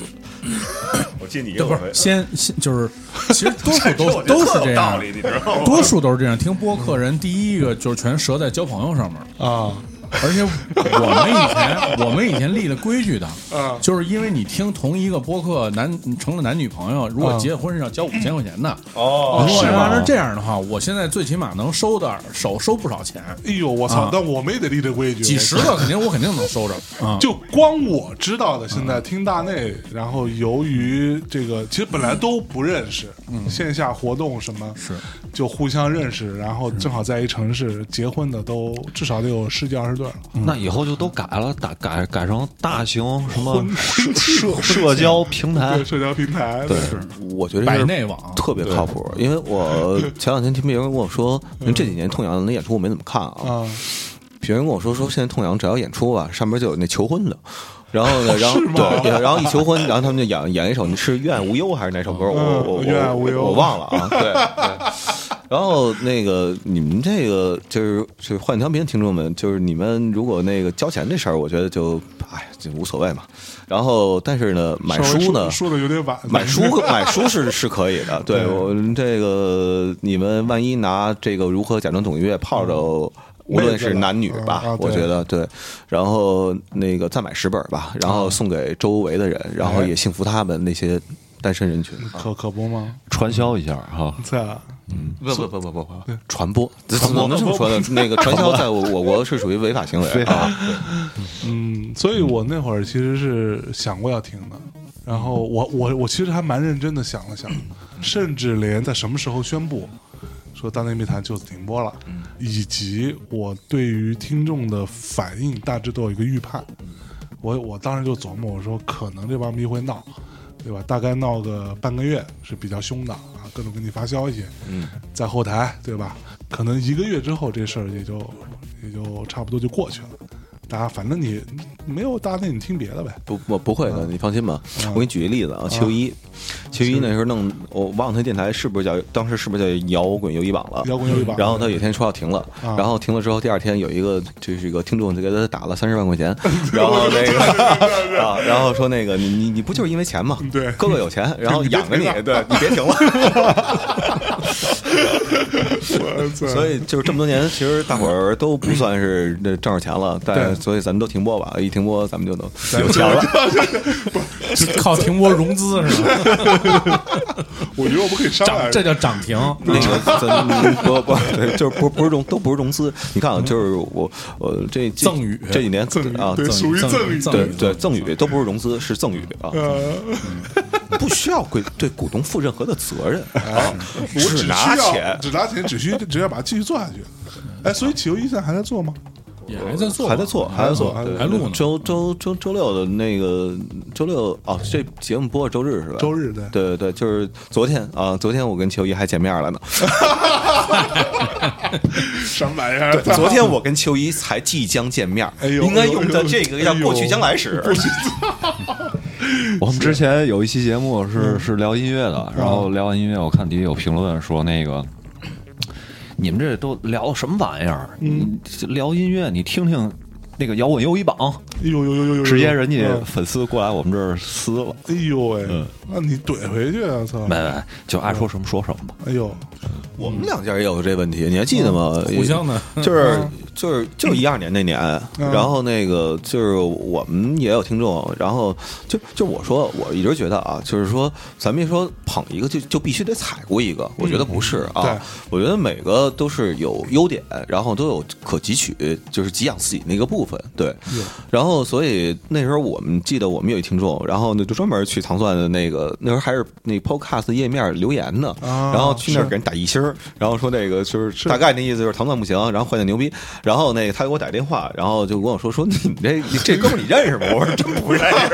C: 我记你
B: 这不是先先就是，其实多数都都是这样，多数都是这样。听播客人第一个就是全折在交朋友上面
A: 啊。
B: 而且我们以前我们以前立了规矩的，
A: 啊，
B: 就是因为你听同一个播客，男成了男女朋友，如果结婚是要交五千块钱的。
C: 哦，
B: 如果要是这样的话，我现在最起码能收点少收不少钱。
A: 哎呦，我操！但我们也得立这规矩，
B: 几十个肯定我肯定能收着。啊，
A: 就光我知道的，现在听大内，然后由于这个其实本来都不认识，嗯，线下活动什么
B: 是
A: 就互相认识，然后正好在一城市结婚的都至少得有十几二十对了。
D: 那以后就都改了，改改改成大型什么社社社交平台，
A: 对社交平台。
C: 对，我觉得
B: 百内网
C: 特别靠谱，因为我前两天听别人跟我说，因为这几年痛痒的演出我没怎么看啊，别人跟我说说现在痛痒只要演出吧，上面就有那求婚的。然后呢，然后对，然后一求婚，然后他们就演演一首，你是愿无忧还是哪首歌？我我我我忘了啊。对对。然后那个你们这个就是就是换调频听众们，就是你们如果那个交钱这事儿，我觉得就哎就无所谓嘛。然后但是呢，买书呢
A: 说的有点晚，
C: 买书买书是是可以的。对我这个你们万一拿这个如何假装懂音乐泡着。无论是男女吧，
A: 啊、
C: 我觉得对，然后那个再买十本吧，然后送给周围的人，
A: 啊、
C: 然后也幸福他们那些单身人群，
A: 可可不吗？
D: 传销一下哈，
A: 对啊，
C: 嗯，不不不不不不，传播，我们这么说的，那个传销在我我国是属于违法行为啊。
A: 嗯，所以我那会儿其实是想过要停的，然后我我我其实还蛮认真的想了想，甚至连在什么时候宣布。说大内密谈就此停播了，嗯、以及我对于听众的反应大致都有一个预判。嗯、我我当时就琢磨，我说可能这帮逼会闹，对吧？大概闹个半个月是比较凶的啊，各种给你发消息，嗯，在后台，对吧？可能一个月之后这事儿也就也就差不多就过去了。大家反正你没有大内，你听别的呗。
C: 不不不会的，嗯、你放心吧。嗯、我给你举个例子啊，七六一，七六一那时候弄，我忘了他电台是不是叫当时是不是叫摇滚游一榜了？
A: 摇滚游一榜。
C: 然后他有一天说要停了，
A: 啊、
C: 然后停了之后，第二天有一个就是一个听众就给他打了三十万块钱，然后那个啊，然后说那个你你你不就是因为钱吗？
A: 对，
C: 哥哥有钱，然后养着你，对你别停了。所以就是这么多年，其实大伙儿都不算是挣着钱了，但所以咱们都停播吧，一停播咱们就能有钱了，
B: 靠停播融资是吧？
A: 我觉得我们可以商量，
B: 这叫涨停。
C: 那个咱不不对，就是不不是融都不是融资。你看啊，就是我我这
B: 赠与
C: 这几年
A: 赠与
C: 啊，
A: 属于赠与，
C: 对对赠与都不是融资，是赠与啊。不需要对对股东负任何的责任啊，
A: 我只
C: 拿钱，
A: 只拿钱，只需只要把它继续做下去。哎，所以企鹅一现在还在做吗？
B: 也还在做，
C: 还在做，还在做，
B: 还录呢。
C: 周周周周六的那个周六哦，这节目播是周日是吧？
A: 周日对，
C: 对对对，就是昨天啊，昨天我跟邱一还见面了呢。
A: 什么玩意儿？
C: 昨天我跟邱一才即将见面，
A: 哎呦，
C: 应该用的这个叫过去将来时。
D: 我们之前有一期节目是是聊音乐的，然后聊完音乐，我看底下有评论说那个。你们这都聊什么玩意儿？嗯，聊音乐，你听听那个摇滚又一榜，
A: 呦呦呦呦呦，
D: 直接人家粉丝过来我们这儿撕了。
A: 哎呦喂，嗯，那你怼回去啊！操，
D: 没没，就爱说什么说什么吧。
A: 哎呦，
C: 我们两家也有这问题，你还记得吗？
B: 互相的，
C: 就是就是就是一二年那年，然后那个就是我们也有听众，然后就就我说，我一直觉得啊，就是说咱们一说捧一个就就必须得踩过一个，我觉得不是啊，我觉得每个都是有优点，然后都有可汲取，就是给养自己那个部分，对。然后所以那时候我们记得我们有一听众，然后呢就专门去糖蒜的那个那时候还是那 Podcast 页面留言呢，然后去那儿给人打一星，然后说那个就是大概那意思就是糖蒜不行，然后换点牛逼。然后那个他给我打电话，然后就跟我说说你这这哥们你认识吗？我说真不认识。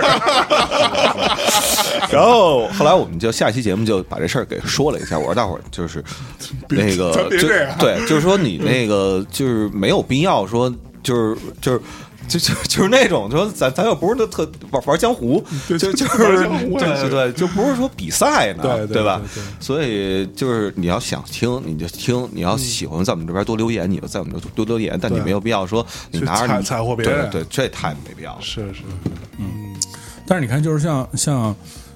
C: 然后后来我们就下一期节目就把这事儿给说了一下，我说大伙儿就是那个就对，就是说你那个就是没有必要说就是就是。就就就是那种，就说咱咱又不是那特玩玩江湖，就就是对对对，就不是说比赛呢，
A: 对
C: 对吧？所以就是你要想听你就听，你要喜欢在我们这边多留言，你就在我们这多留言，但你没有必要说你拿着
A: 踩货别人，
C: 对对，这太没必要了。
A: 是是，
B: 嗯。但是你看，就是像像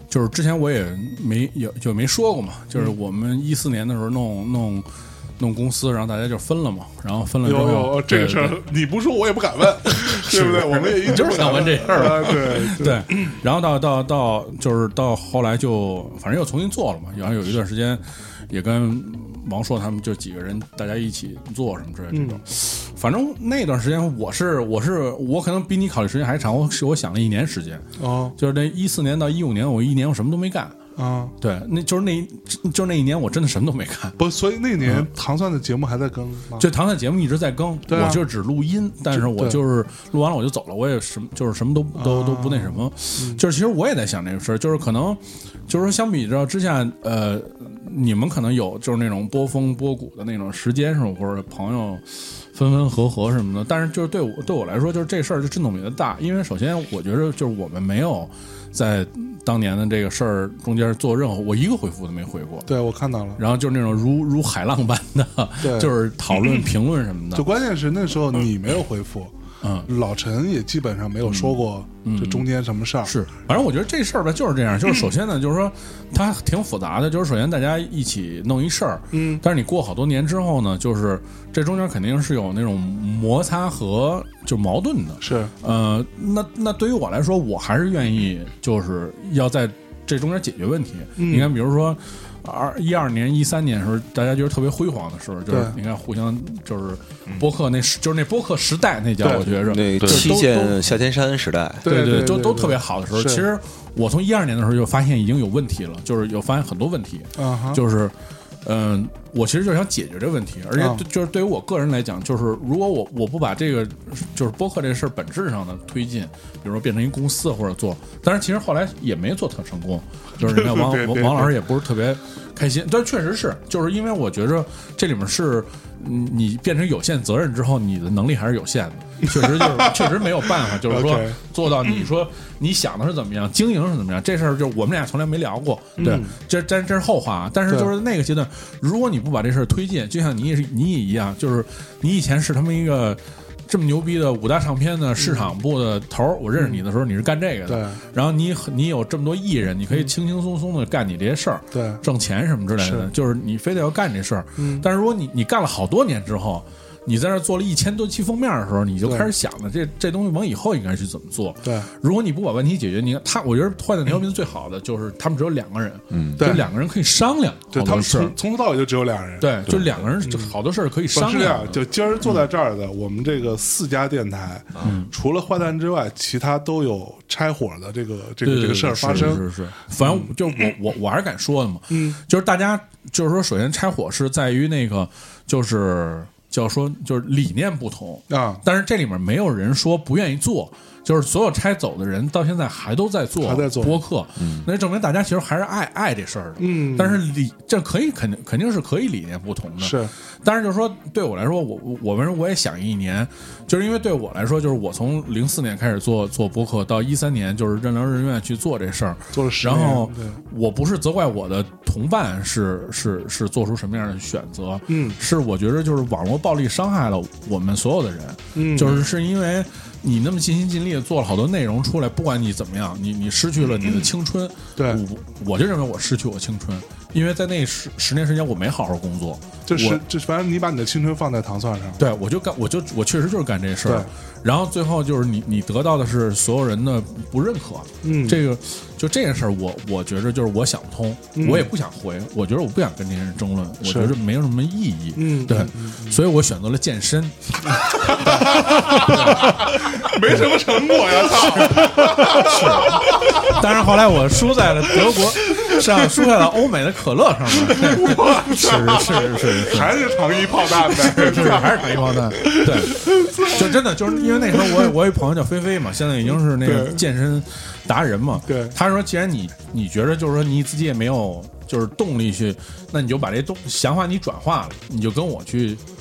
B: 就是之前我也没有就没说过嘛，就是我们一四年的时候弄弄弄公司，然后大家就分了嘛，然后分了之后，
A: 有有这个事儿你不说我也不敢问，对不对？我们也一直
B: 不敢问这事儿，
A: 对
B: 对。然后到到到就是到后来就反正又重新做了嘛，然后有一段时间也跟王硕他们就几个人大家一起做什么之类的这种。反正那段时间我是我是我可能比你考虑时间还长，我是我想了一年时间
A: 哦，
B: 就是那一四年到一五年，我一年我什么都没干。
A: 啊，
B: 对，那就是那，就是那一年我真的什么都没干。
A: 不，所以那年糖蒜的节目还在更吗？
B: 就糖蒜节目一直在更，
A: 对啊、
B: 我就只录音，但是我就是录完了我就走了，我也什么就是什么都都、啊、都不那什么。嗯、就是其实我也在想这个事儿，就是可能就是说相比较之下，呃，你们可能有就是那种波峰波谷的那种时间上，或者朋友分分合合什么的，但是就是对我对我来说，就是这事儿就震动比较大，因为首先我觉得就是我们没有在当年的这个事儿中间做任何，我一个回复都没回过。
A: 对，我看到了。
B: 然后就是那种如如海浪般的，就是讨论、评论什么的。
A: 就关键是那时候你没有回复，
B: 嗯，
A: 老陈也基本上没有说过这中间什么事儿。
B: 是，反正我觉得这事儿吧就是这样，就是首先呢，就是说它挺复杂的，就是首先大家一起弄一事儿，
A: 嗯，
B: 但是你过好多年之后呢，就是这中间肯定是有那种摩擦和就矛盾的。
A: 是，
B: 呃，那那对于我来说，我还是愿意就是要在这中间解决问题。
A: 嗯、
B: 你看，比如说。二一二年、一三年的时候，大家觉得特别辉煌的时候，就是你看互相就是播客那时，就是那播客时代那叫我觉着
C: 那七剑下天山时代，
B: 对
A: 对，
B: 都都特别好的时候。其实我从一二年的时候就发现已经有问题了，就是有发现很多问题，
A: uh-huh.
B: 就是嗯、呃，我其实就想解决这个问题，而且就是对于我个人来讲，就是如果我我不把这个就是播客这事儿本质上的推进，比如说变成一公司或者做，但是其实后来也没做特成功，就是你看王王王老师也不是特别开心，但确实是，就是因为我觉着这里面是你变成有限责任之后，你的能力还是有限的，确实就是确实没有办法，就是说做到你说你想的是怎么样，经营是怎么样，这事儿就我们俩从来没聊过，对，
A: 嗯、
B: 这这这是后话，但是就是那个阶段，如果你不把这事儿推进，就像你也是你也一样，就是你以前是他们一个。这么牛逼的五大唱片的市场部的头儿、嗯，我认识你的时候你是干这个的，
A: 对。
B: 然后你你有这么多艺人，你可以轻轻松松的干你这些事儿，
A: 对，
B: 挣钱什么之类的，是就是你非得要干这事儿。
A: 嗯。
B: 但是如果你你干了好多年之后，你在那做了一千多期封面的时候，你就开始想了，这这东西往以后应该去怎么做？
A: 对。
B: 如果你不把问题解决，你看他，我觉得坏蛋调频最好的就是他们只有两个人，
A: 嗯，
B: 就两个人可以商量，
A: 对，他们从从头到尾就只有俩人，
B: 对，就两个人，就好多事儿可以商量。
A: 就今儿坐在这儿的，我们这个四家电台，
B: 嗯，
A: 除了坏蛋之外，其他都有拆伙的这个这个这个事儿发生。
B: 是是是，反正就我我我还是敢说的嘛，
A: 嗯，
B: 就是大家就是说，首先拆伙是在于那个就是。叫说就是理念不同
A: 啊，
B: 但是这里面没有人说不愿意做，就是所有拆走的人到现在还都在做，
A: 还在做
B: 播客，
D: 嗯，
B: 那证明大家其实还是爱爱这事儿的，
A: 嗯，
B: 但是理这可以肯定肯定是可以理念不同的，
A: 是，
B: 但是就是说对我来说，我我们我也想一年，就是因为对我来说，就是我从零四年开始做做播客，到一三年就是任劳任怨去做这事儿，
A: 做了十年，
B: 然后我不是责怪我的同伴是是是做出什么样的选择，
A: 嗯，
B: 是我觉得就是网络暴力伤害了我们所有的人，
A: 嗯，
B: 就是是因为你那么尽心尽力的做了好多内容出来，不管你怎么样，你你失去了你的青春，
A: 对，
B: 我我就认为我失去我青春，因为在那十十年时间我没好好工作，
A: 就是就反正你把你的青春放在糖蒜上，
B: 对，我就干，我就我确实就是干这事儿，然后最后就是你你得到的是所有人的不认可，
A: 嗯，
B: 这个就这件事儿，我我觉着就是我想不通，
A: 嗯，
B: 我也不想回，我觉得我不想跟这些人争论，我觉得没有什么意义，
A: 嗯，
B: 对，
A: 嗯嗯，
B: 所以我选择了健身，
A: 没什么成果呀，操！
B: 是，但是后来我输在了德国上，输在了欧美的可乐上面，是是是是，
A: 还是糖衣炮弹呗，
B: 是是还是糖衣炮弹，对，就真的就是因为那时候我我有一朋友叫菲菲嘛，现在已经是那个健身达人嘛，
A: 对，
B: 他说既然你你觉得就是说你自己也没有就是动力去，那你就把这动想法你转化了，你就跟我去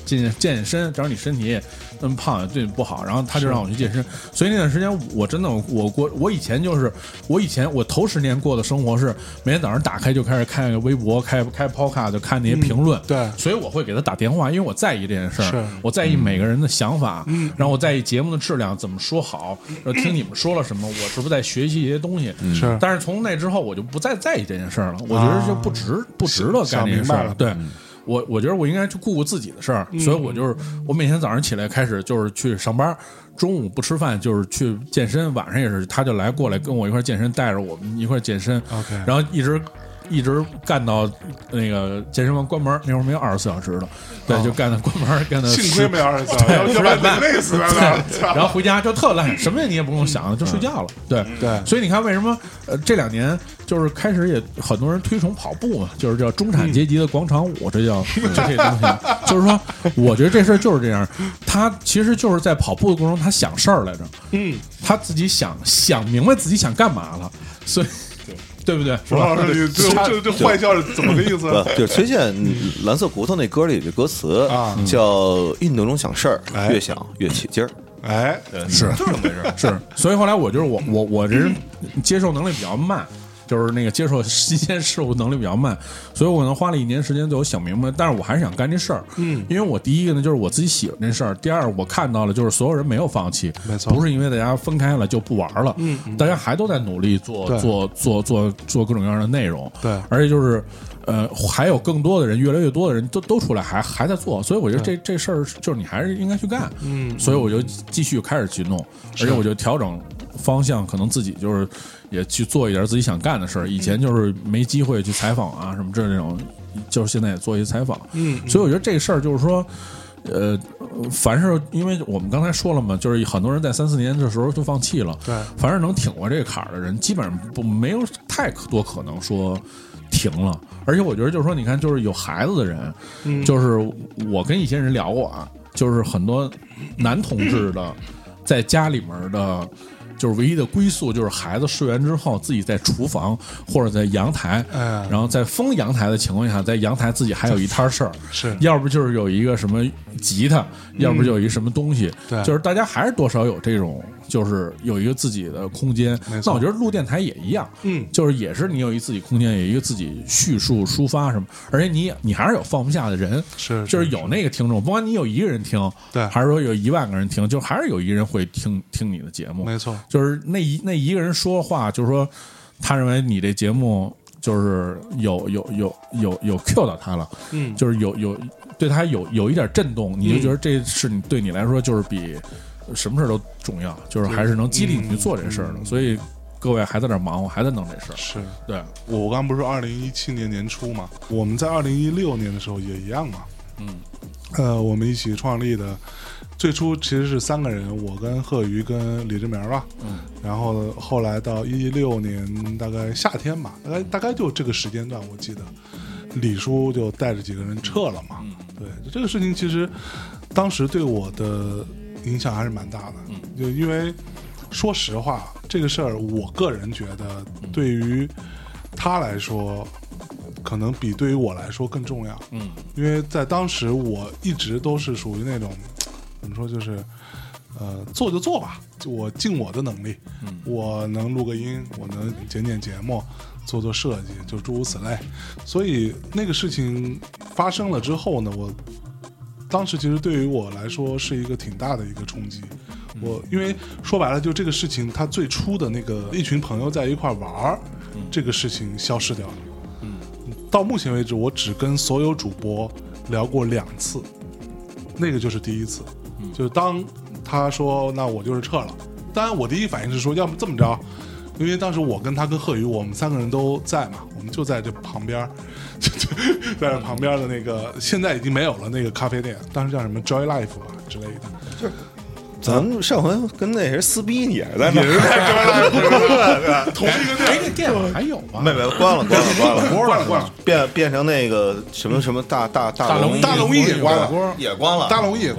B: 健健健身，只要你身体那么胖也对你不好，然后他就让我去健身。所以那段时间我真的我过我以前就是我以前我头十年过的生活是每天早上打开就开始看个微博，开开 podcast 就看那些评论、
A: 嗯，对，
B: 所以我会给他打电话，因为我在意这件事儿，我在意每个人的想法，
A: 嗯，
B: 然后我在意节目的质量怎么说好，然后听你们说了什么，我是不是在学习一些东西？
A: 是、嗯，
B: 但是从那之后我就不再在意这件事儿了，我觉得就不值、啊、不值得干这件事儿了，对。嗯我我觉得我应该去顾顾自己的事儿、嗯，所以我就是我每天早上起来开始就是去上班，中午不吃饭就是去健身，晚上也是他就来过来跟我一块健身，带着我们一块健身
A: ，OK，
B: 然后一直一直干到那个健身房关门，那会儿没有二十四小时的，对，哦、就干到关门，干到
A: 幸亏没有二十四小时，要不然累死了。
B: 然后回家就特烂，什么你也不用想，就睡觉了。对
A: 对，
B: 所以你看为什么呃这两年就是开始也很多人推崇跑步嘛，就是叫中产阶级的广场舞，这叫就这东西。就是说，我觉得这事儿就是这样，他其实就是在跑步的过程中他想事儿来着，
A: 嗯，
B: 他自己想想明白自己想干嘛了，所以。对不对？
A: 冯老师，你这这这坏笑是怎么个意思？
C: 就是崔健《蓝色骨头》那歌里的歌词啊，叫“运动中想事儿，越想越起劲儿”。
A: 哎，
B: 是
C: 就是这么回事。
B: 是，所以后来我就是我我我这人接受能力比较慢。就是那个接受新鲜事物能力比较慢，所以我可能花了一年时间对我想明白，但是我还是想干这事儿。
A: 嗯，
B: 因为我第一个呢就是我自己喜欢这事儿，第二我看到了就是所有人没有放弃，
A: 没错，
B: 不是因为大家分开了就不玩了，
A: 嗯，
B: 大家还都在努力做做做做做各种各样的内容，
A: 对，
B: 而且就是呃还有更多的人，越来越多的人都都出来还还在做，所以我觉得这这事儿就是你还是应该去干，
A: 嗯，
B: 所以我就继续开始去弄，而且我就调整方向，可能自己就是也去做一点自己想干的事儿。以前就是没机会去采访啊什么这种，就是现在也做一些采访。
A: 嗯，
B: 所以我觉得这个事儿就是说，呃，凡是因为我们刚才说了嘛，就是很多人在三四年的时候就放弃了。
A: 对，
B: 凡是能挺过这个坎儿的人，基本上不没有太多可能说停了。而且我觉得就是说，你看，就是有孩子的人，
A: 嗯、
B: 就是我跟一些人聊过啊，就是很多男同志的在家里面的。就是唯一的归宿，就是孩子睡完之后，自己在厨房或者在阳台，
A: 哎、
B: 然后在封阳台的情况下，在阳台自己还有一摊事儿，
A: 是，
B: 要不就是有一个什么吉他，嗯、要不就有一什么东西，
A: 对，
B: 就是大家还是多少有这种，就是有一个自己的空间。那我觉得录电台也一样，
A: 嗯，
B: 就是也是你有一自己空间，有一个自己叙述抒发什么，而且你你还是有放不下的人，
A: 是，
B: 就是有那个听众，不管你有一个人听，
A: 对，
B: 还是说有一万个人听，就还是有一个人会听听你的节目，
A: 没错。
B: 就是那一那一个人说话，就是说，他认为你这节目就是有有有有有 cue 到他了，
A: 嗯，
B: 就是有有对他有有一点震动，你就觉得这是你对你来说就是比什么事都重要，就是还是能激励你去做这事儿的。
A: 嗯、
B: 所以各位还在那忙活，还在弄这事儿。
A: 是，
B: 对
A: 我刚不是二零一七年年初嘛，我们在二零一六年的时候也一样嘛，
B: 嗯，
A: 呃，我们一起创立的。最初其实是三个人，我跟贺宇跟李志明吧，
B: 嗯，
A: 然后后来到一六年大概夏天吧，大概大概就这个时间段，我记得李叔就带着几个人撤了嘛，
B: 嗯，
A: 对，这个事情其实当时对我的影响还是蛮大的，
B: 嗯，
A: 就因为说实话，这个事儿我个人觉得对于他来说。可能比对于我来说更重要，
B: 嗯，
A: 因为在当时我一直都是属于那种怎么说，就是呃做就做吧，就我尽我的能力，
B: 嗯，
A: 我能录个音，我能剪剪节目，做做设计，就诸如此类。所以那个事情发生了之后呢，我当时其实对于我来说是一个挺大的一个冲击。我因为说白了，就这个事情，它最初的那个一群朋友在一块玩，
B: 嗯，
A: 这个事情消失掉了。到目前为止，我只跟所有主播聊过两次，那个就是第一次。
B: 嗯、
A: 就是当他说“那我就是撤了”，当然我第一反应是说，要不这么着，因为当时我跟他跟贺宇，我们三个人都在嘛，我们就在这旁边，就就在这旁边的那个，现在已经没有了那个咖啡店，当时叫什么 Joy Life 吧之类的，
C: 就是。咱们上回跟那谁撕逼，你还在那，
A: 也是在对吧？同一个
B: 店，那个店还有吗？
C: 没没，关了，关了，关了，
A: 关了，关了，
C: 变变成那个什么什么大大大
B: 龙
A: 大龙燚也关了，
C: 也关了，
A: 大龙燚也关了。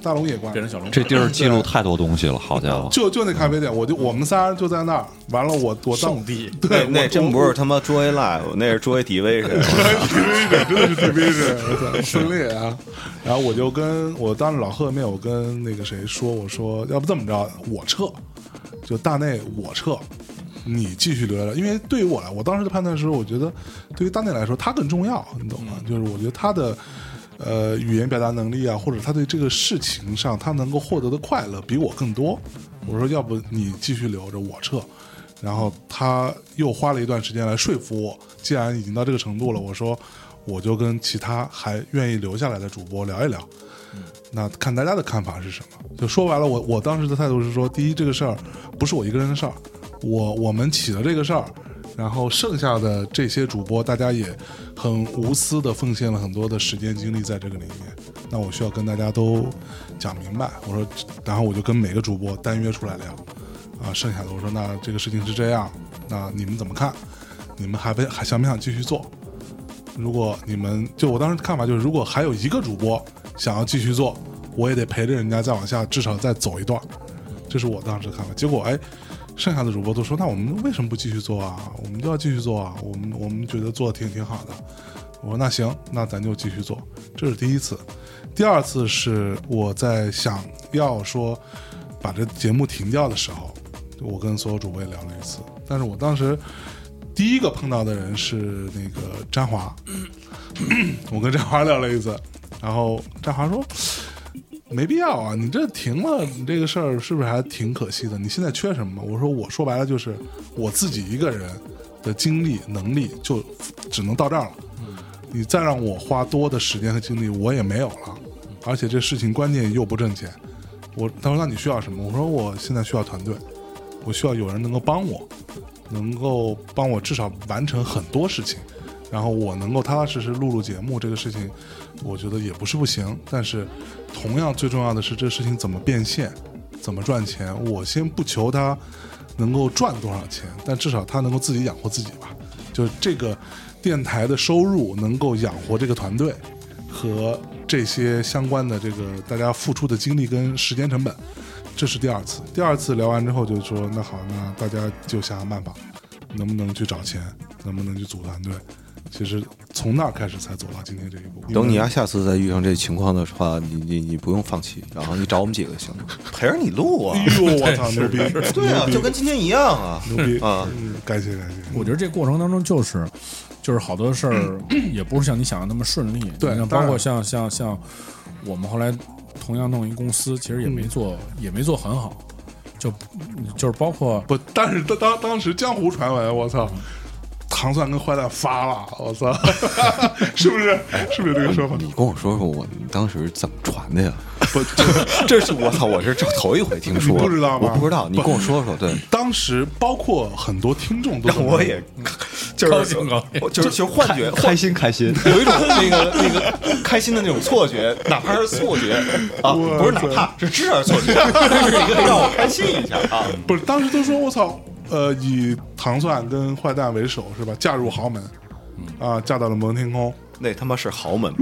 A: 大龙也关了，
B: 变成小龙。
D: 这地儿记录太多东西了，好家伙！
A: 就就那咖啡店，我就我们仨就在那儿，完了我我当
B: 地
A: 对，
C: 那真不是他妈 Joy Live， 那是 Joy Division，
A: Division 真的是 Division 分裂啊！然后我就跟我当着老贺面，我跟那个谁说，我说要不这么着，我撤，就大内我撤。你继续留下来，因为对于我来，我当时的判断是，我觉得对于大内来说，他更重要，你懂吗？就是我觉得他的呃语言表达能力啊，或者他对这个事情上他能够获得的快乐比我更多。我说，要不你继续留着，我撤。然后他又花了一段时间来说服我，既然已经到这个程度了，我说我就跟其他还愿意留下来的主播聊一聊。那看大家的看法是什么？就说白了，我我当时的态度是说，第一，这个事儿不是我一个人的事儿。我我们起了这个事儿，然后剩下的这些主播，大家也很无私的奉献了很多的时间精力在这个里面。那我需要跟大家都讲明白。我说，然后我就跟每个主播单约出来聊，啊，剩下的我说，那这个事情是这样，那你们怎么看？你们还不还想不想继续做？如果你们就我当时看法就是，如果还有一个主播想要继续做，我也得陪着人家再往下，至少再走一段。这是我当时的看法。结果哎。剩下的主播都说：“那我们为什么不继续做啊？我们就要继续做啊！我们我们觉得做的挺挺好的。”我说：“那行，那咱就继续做。”这是第一次。第二次是我在想要说把这节目停掉的时候，我跟所有主播也聊了一次。但是我当时第一个碰到的人是那个詹华，我跟詹华聊了一次，然后詹华说。没必要啊！你这停了，你这个事儿是不是还挺可惜的？你现在缺什么？我说，我说白了就是我自己一个人的精力能力就只能到这儿了。你再让我花多的时间和精力，我也没有了。而且这事情关键又不挣钱。我他说那你需要什么？我说我现在需要团队，我需要有人能够帮我，能够帮我至少完成很多事情。然后我能够踏踏实实录录节目，这个事情我觉得也不是不行，但是同样最重要的是这事情怎么变现，怎么赚钱。我先不求他能够赚多少钱，但至少他能够自己养活自己吧，就这个电台的收入能够养活这个团队和这些相关的这个大家付出的精力跟时间成本。这是第二次。第二次聊完之后就说，那好，那大家就想想办法，能不能去找钱，能不能去组团队。其实从那儿开始才走到今天这一步。
C: 等你呀，下次再遇上这情况的话，你你你不用放弃，然后你找我们几个就行了，陪着你录啊！
A: 哎呦，我操，牛逼！
C: 对啊，就跟今天一样啊，
A: 牛逼
C: 啊！
A: 嗯，感谢感谢。
B: 我觉得这过程当中就是就是好多事儿也不是像你想的那么顺利，
A: 对，
B: 包括像像像我们后来同样弄一公司，其实也没做、嗯、也没做很好，就就是包括
A: 不，但是当当当时江湖传闻，我操。糖蒜跟坏蛋发了，我操，是不是？是不是这个说法？
C: 你跟我说说，我当时怎么传的呀？不，这, 这是我操，我是这头一回听说，
A: 你不知道吗？
C: 我不知道，你跟我说说。对，
A: 当时包括很多听众都，
C: 我也就是
B: 高兴高兴，
C: 就是就幻觉，
D: 开心开心，
C: 有一种那个那个开心的那种错觉，哪怕是错觉啊，不是哪怕是知道错觉，但是一个让我开心一下啊。
A: 不是，当时都说我操。呃，以糖蒜跟坏蛋为首是吧？嫁入豪门，啊，嫁到了摩登天空，
C: 那他妈是豪门。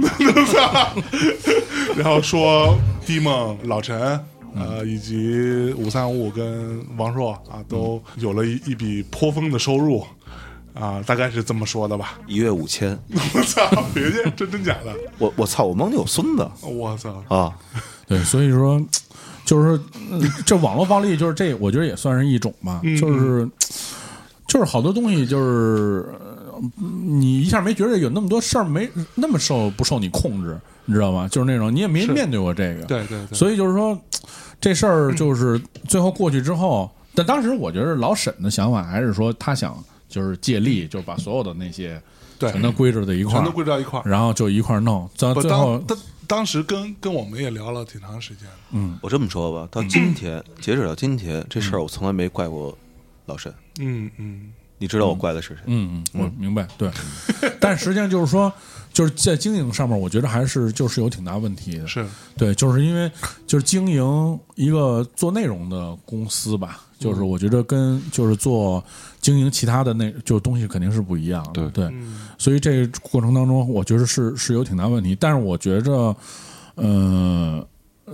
A: 然后说迪梦、老陈，呃，以及五三五跟王朔啊，都有了一一笔颇丰的收入，啊，大概是这么说的吧？
C: 一月五千。
A: 我操，别介，真真假的？
C: 我我操，我梦里有孙子。
A: 我操
C: 啊！
B: 对，所以说。就是这网络暴力，就是这，我觉得也算是一种吧。
A: 嗯、
B: 就是就是好多东西，就是你一下没觉得有那么多事儿没那么受不受你控制，你知道吗？就是那种你也没面对过这个，
A: 对对对。
B: 所以就是说这事儿就是最后过去之后，嗯、但当时我觉得老沈的想法还是说他想就是借力，就把所有的那些全都归置在一块儿，
A: 全都归置到一块儿，
B: 然后就一块儿弄，到最后。
A: 当时跟跟我们也聊了挺长时间，
C: 嗯，我这么说吧，到今天、嗯、截止到今天，这事儿我从来没怪过老沈，
A: 嗯嗯，
C: 你知道我怪的是谁？
B: 嗯嗯，我明白，对，但实际上就是说，就是在经营上面，我觉得还是就是有挺大问题的，
A: 是
B: 对，就是因为就是经营一个做内容的公司吧，就是我觉得跟就是做经营其他的那就东西肯定是不一样的，对对。
A: 嗯
B: 所以这个过程当中，我觉得是是有挺大问题，但是我觉着，呃，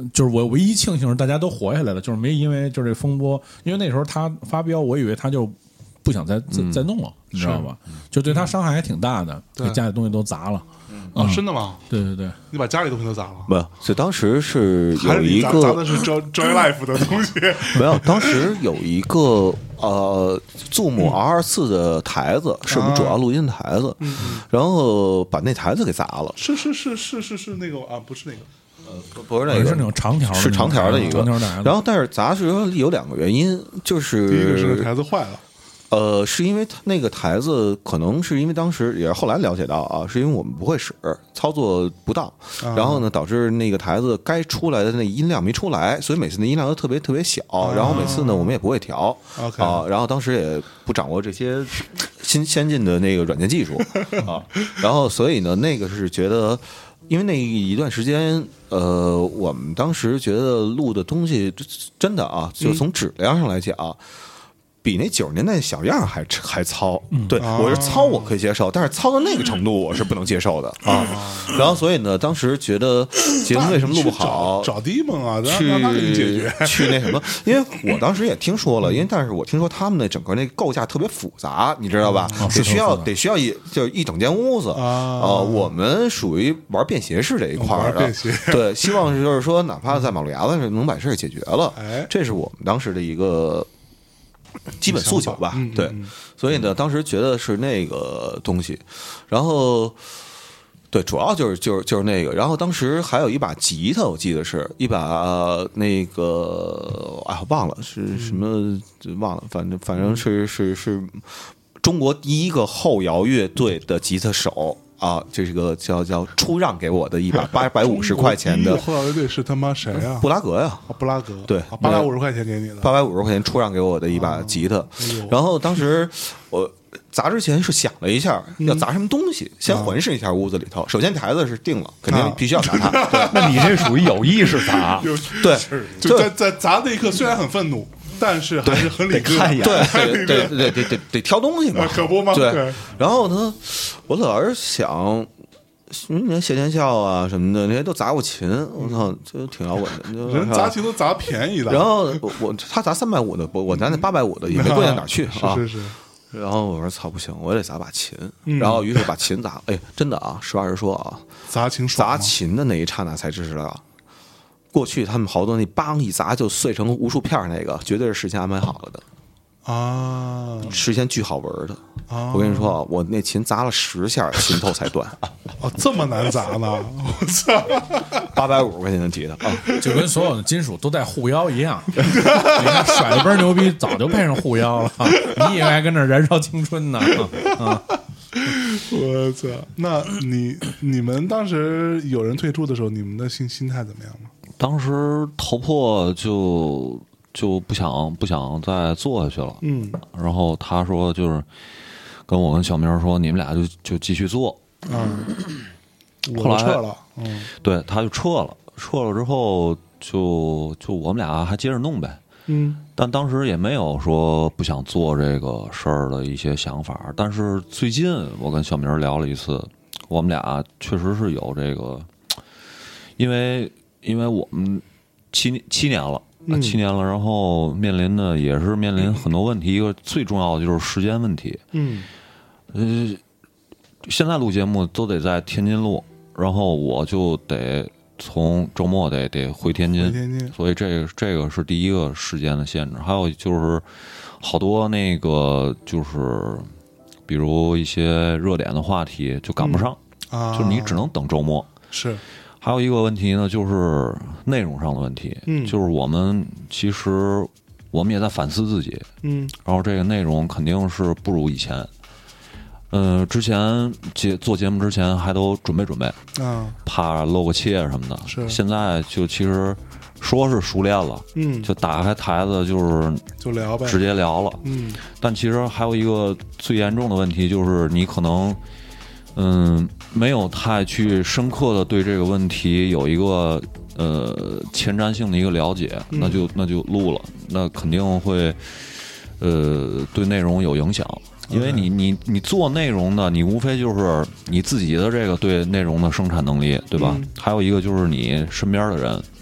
B: 就是我唯一庆幸是大家都活下来了，就是没因为就是这风波，因为那时候他发飙，我以为他就不想再再再弄了，你知道吧？就对他伤害还挺大的，给家里东西都砸了。
A: 哦，真的吗？
B: 对对对，
A: 你把家里东西都砸了？
C: 不，所以当时是
A: 还是
C: 有一个
A: 砸的是 Joy Joy Life 的东西。
C: 没有，当时有一个呃 Zoom R 二四的台子，是我们主要录音的台子，然后把那台子给砸了。
A: 是是是是是是那个啊，不是那个。
C: 不不是那个，
B: 是那种长条的，
C: 是长条的一个
B: 长条台。
C: 然后，但是砸是有两个原因，就是
A: 第一个是台子坏了。
C: 呃，是因为它那个台子，可能是因为当时也是后来了解到啊，是因为我们不会使，操作不当，
A: 啊、
C: 然后呢，导致那个台子该出来的那音量没出来，所以每次那音量都特别特别小，
A: 啊、
C: 然后每次呢我们也不会调
A: 啊、
C: 啊，然后当时也不掌握这些新先进的那个软件技术啊，然后所以呢，那个是觉得。因为那一段时间，呃，我们当时觉得录的东西真的啊，就从质量上来讲。嗯比那九十年代小样还还糙，
B: 嗯、
C: 对、
A: 啊、
C: 我是糙我可以接受，但是糙到那个程度我是不能接受的啊。然后所以呢，当时觉得节目为什么录不好，
A: 找迪蒙啊，
C: 去
A: 让他给你解决，
C: 去那什么？因为我当时也听说了，因为但是我听说他们那整个那构架特别复杂，你知道吧？
B: 哦、
C: 得需要得需要一就一整间屋子
A: 啊、
C: 呃。我们属于玩便携式这一块的，
A: 便携
C: 对，希望就是说，哪怕在马路牙子上能把事儿解决了，
A: 哎，
C: 这是我们当时的一个。基本诉求吧，
A: 嗯、
C: 对，
A: 嗯、
C: 所以呢，当时觉得是那个东西，然后对，主要就是就是就是那个，然后当时还有一把吉他，我记得是一把、呃、那个，哎，我忘了是什么，忘了，反正反正是是是中国第一个后摇乐队的吉他手。啊，这是个叫叫出让给我的一把八百五十块钱的
A: 后摇乐队是他妈谁啊？
C: 布拉格呀，
A: 布拉格
C: 对，
A: 八百五十块钱给你的，
C: 八百五十块钱出让给我的一把吉他。
A: 哎、
C: 然后当时我砸之前是想了一下，要砸什么东西，先环视一下屋子里头。首先台子是定了，肯定必须要砸它。对，
D: 那你这属于有意识砸，
C: 对，
A: 就在在砸那一刻虽然很愤怒。但是还是很理智，
D: 看一眼，
C: 对对对对对对得挑东西嘛，
A: 可不吗？
C: 对。然后呢，我老是想，你看谢天笑啊什么的，那些都砸过琴，我操，这挺摇滚的。
A: 人砸琴都砸便宜的。
C: 然后我我他砸三百五的，我我拿那八百五的也没贵到哪去啊。
A: 是是是。
C: 然后我说操不行，我得砸把琴。然后于是把琴砸，哎，真的啊，实话实说啊，
A: 砸琴
C: 砸琴的那一刹那才知道。过去他们好多那梆一砸就碎成无数片那个，绝对是事先安排好了的
A: 啊，
C: 事先锯好纹的。
A: 啊、
C: 我跟你说啊，我那琴砸了十下，琴头才断。
A: 哦，这么难砸呢！我操，
C: 八百五十块钱的吉他啊，
B: 就跟所有的金属都带护腰一样。你看甩的倍儿牛逼，早就配上护腰了。你以为还跟那燃烧青春呢？啊！
A: 我操！那你你们当时有人退出的时候，你们的心心态怎么样吗？
D: 当时头破就就不想不想再做下去了，
A: 嗯，
D: 然后他说就是跟我跟小明说，你们俩就就继续做，
A: 嗯，
D: 后来
A: 撤了，嗯，
D: 对，他就撤了，撤了之后就就我们俩还接着弄呗，
A: 嗯，
D: 但当时也没有说不想做这个事儿的一些想法，但是最近我跟小明聊了一次，我们俩确实是有这个，因为。因为我们七七年了，
A: 嗯、
D: 七年了，然后面临的也是面临很多问题，一个最重要的就是时间问题。
A: 嗯，
D: 呃，现在录节目都得在天津录，然后我就得从周末得得回天津，
A: 回天津，
D: 所以这个这个是第一个时间的限制。还有就是好多那个就是比如一些热点的话题就赶不上，
A: 嗯、啊，
D: 就你只能等周末。
A: 是。
D: 还有一个问题呢，就是内容上的问题，
A: 嗯，
D: 就是我们其实我们也在反思自己，
A: 嗯，
D: 然后这个内容肯定是不如以前，嗯、呃，之前节做节目之前还都准备准备，
A: 啊，
D: 怕露个怯什么的，
A: 是，
D: 现在就其实说是熟练了，
A: 嗯，
D: 就打开台子就是
A: 就聊呗，
D: 直接聊了，
A: 嗯，
D: 但其实还有一个最严重的问题就是你可能。嗯，没有太去深刻的对这个问题有一个呃前瞻性的一个了解，
A: 嗯、
D: 那就那就录了，那肯定会呃对内容有影响，因为你你你做内容的，你无非就是你自己的这个对内容的生产能力，对吧？
A: 嗯、
D: 还有一个就是你身边的人，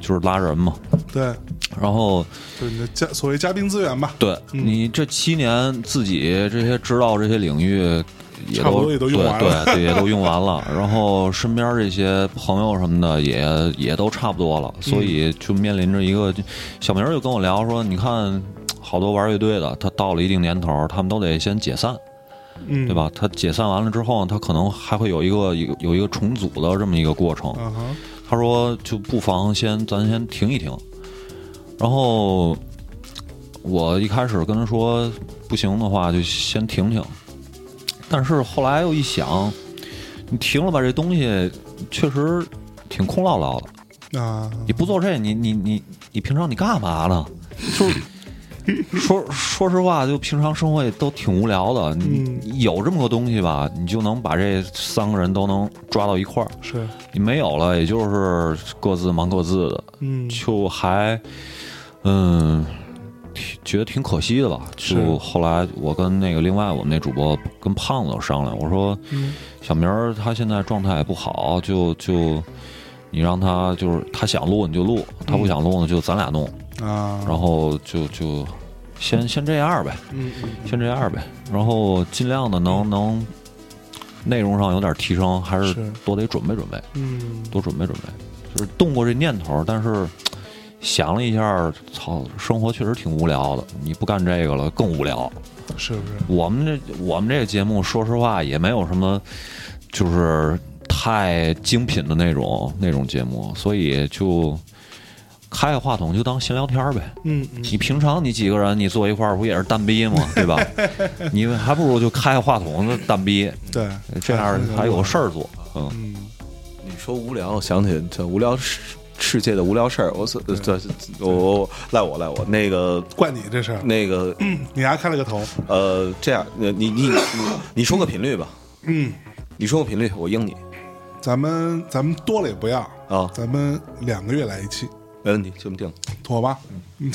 D: 就是拉人嘛。
A: 对，
D: 然后
A: 就是你的嘉所谓嘉宾资源吧。
D: 对、
A: 嗯、
D: 你这七年自己这些知道这些领域也都
A: 差不多也都用完了，
D: 对对，也都用完了。然后身边这些朋友什么的也也都差不多了，所以就面临着一个，小明就跟我聊说，你看好多玩乐队的，他到了一定年头，他们都得先解散。
A: 嗯，
D: 对吧？他解散完了之后，他可能还会有一个有有一个重组的这么一个过程。
A: Uh-huh.
D: 他说，就不妨先咱先停一停。然后我一开始跟他说，不行的话就先停停。但是后来又一想，你停了吧，这东西确实挺空落落的。
A: 啊，
D: 你不做这，你你你你平常你干嘛呢？就是说说实话，就平常生活也都挺无聊的。你有这么个东西吧，你就能把这三个人都能抓到一块儿。
A: 是
D: 你没有了，也就是各自忙各自的。
A: 嗯，
D: 就还嗯，觉得挺可惜的吧。就后来我跟那个另外我们那主播跟胖子商量，我说，
A: 嗯、
D: 小明儿他现在状态也不好，就就你让他就是他想录你就录，他不想录呢就咱俩弄。
A: 啊，
D: 然后就就先先这样呗，
A: 嗯嗯，
D: 先这样呗，然后尽量的能能内容上有点提升，还是多得准备准备，
A: 嗯，
D: 多准备准备。就是动过这念头，但是想了一下，操，生活确实挺无聊的。你不干这个了，更无聊，
A: 是不是？
D: 我们这我们这个节目，说实话也没有什么，就是太精品的那种那种节目，所以就。开个话筒就当闲聊天呗，
A: 嗯嗯，
D: 你平常你几个人你坐一块儿不也是单逼吗？对吧？你还不如就开个话筒单逼，
A: 对，
D: 这样还有事儿做。嗯，
A: 嗯，
C: 你说无聊，想起这无聊世世界的无聊事儿，我这我赖我赖我那个
A: 怪你这事儿，
C: 那个、
A: 嗯、你还开了个头，
C: 呃，这样，你你你你说个频率吧，
A: 嗯，
C: 你说个频率，我应你。
A: 咱们咱们多了也不要
C: 啊，
A: 咱们两个月来一期。
C: 没问题，这么定，
A: 妥吧？嗯、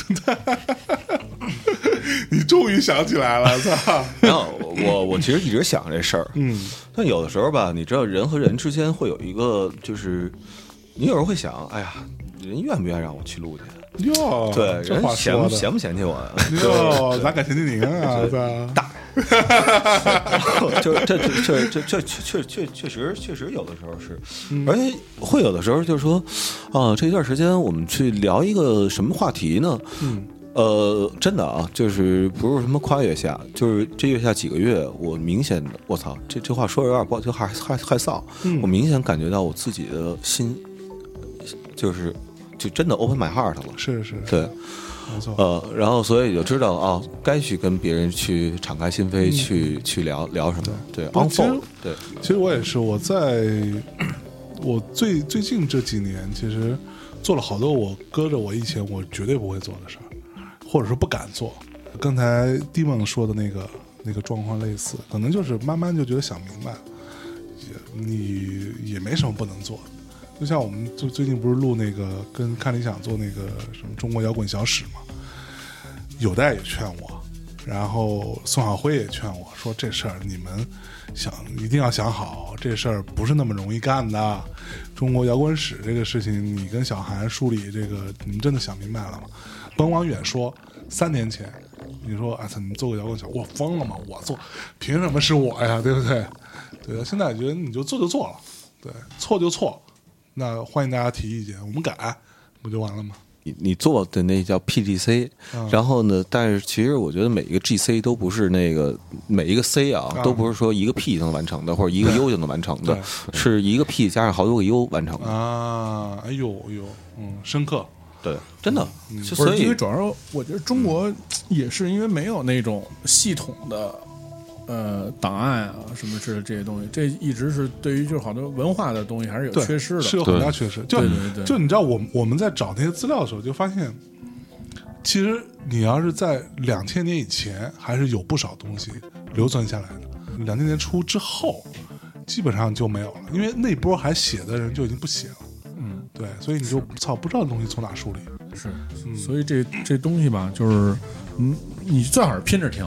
A: 你终于想起来了，操！
C: 然后我我其实一直想这事儿，
A: 嗯，
C: 但有的时候吧，你知道人和人之间会有一个，就是你有时候会想，哎呀，人愿不愿意让我去录去？
A: 哟，
C: 对，人嫌不
A: 嫌
C: 嫌不嫌弃我呀？
A: 哟，哪敢嫌弃您啊？
C: 大，就这这这这这确确确实确实有的时候是，而且会有的时候就是说，啊，这一段时间我们去聊一个什么话题呢？
A: 嗯，
C: 呃，真的啊，就是不是什么跨越下，就是这月下几个月，我明显的，我操，这这话说的有点不好，就害害害臊，
A: 嗯，
C: 我明显感觉到我自己的心，就是就真的 open my heart 了，
A: 是是，
C: 对。
A: 没错，
C: 呃，然后所以就知道啊，该去跟别人去敞开心扉，
A: 嗯、
C: 去去聊聊什么。对
A: ，unfold，
C: 对。
A: 其实我也是，我在我最最近这几年，其实做了好多我搁着我以前我绝对不会做的事儿，或者说不敢做。刚才迪蒙说的那个那个状况类似，可能就是慢慢就觉得想明白了，也你也没什么不能做的。就像我们最最近不是录那个跟看理想做那个什么中国摇滚小史嘛，有代也劝我，然后宋晓辉也劝我说这事儿你们想一定要想好，这事儿不是那么容易干的。中国摇滚史这个事情，你跟小韩梳理这个，你们真的想明白了吗？甭往远说，三年前你说啊，你们做个摇滚小，我疯了吗？我做，凭什么是我呀？对不对？对，现在觉得你就做就做了，对，错就错。那欢迎大家提意见，我们改，不就完了吗？
C: 你你做的那叫 P G C，、嗯、然后呢，但是其实我觉得每一个 G C 都不是那个每一个 C 啊，啊都不是说一个 P 就能完成的，或者一个 U 就能完成的，是一个 P 加上好多个 U 完成的
A: 啊！哎呦哎呦，嗯，深刻，
C: 对，真的，
B: 嗯、
C: 所以
B: 因为主要我觉得中国也是因为没有那种系统的。呃，档案啊，什么之类这些东西，这一直是对于就是好多文化的东西还是有缺失的，
A: 是有很大缺失。就
B: 对对对，
A: 就你知道，我我们在找那些资料的时候，就发现，其实你要是在两千年以前，还是有不少东西留存下来的。两千年初之后，基本上就没有了，因为那波还写的人就已经不写了。嗯，对，所以你就操不知道东西从哪梳理。
B: 是，嗯、所以这这东西吧，就是嗯，你最好是拼着听。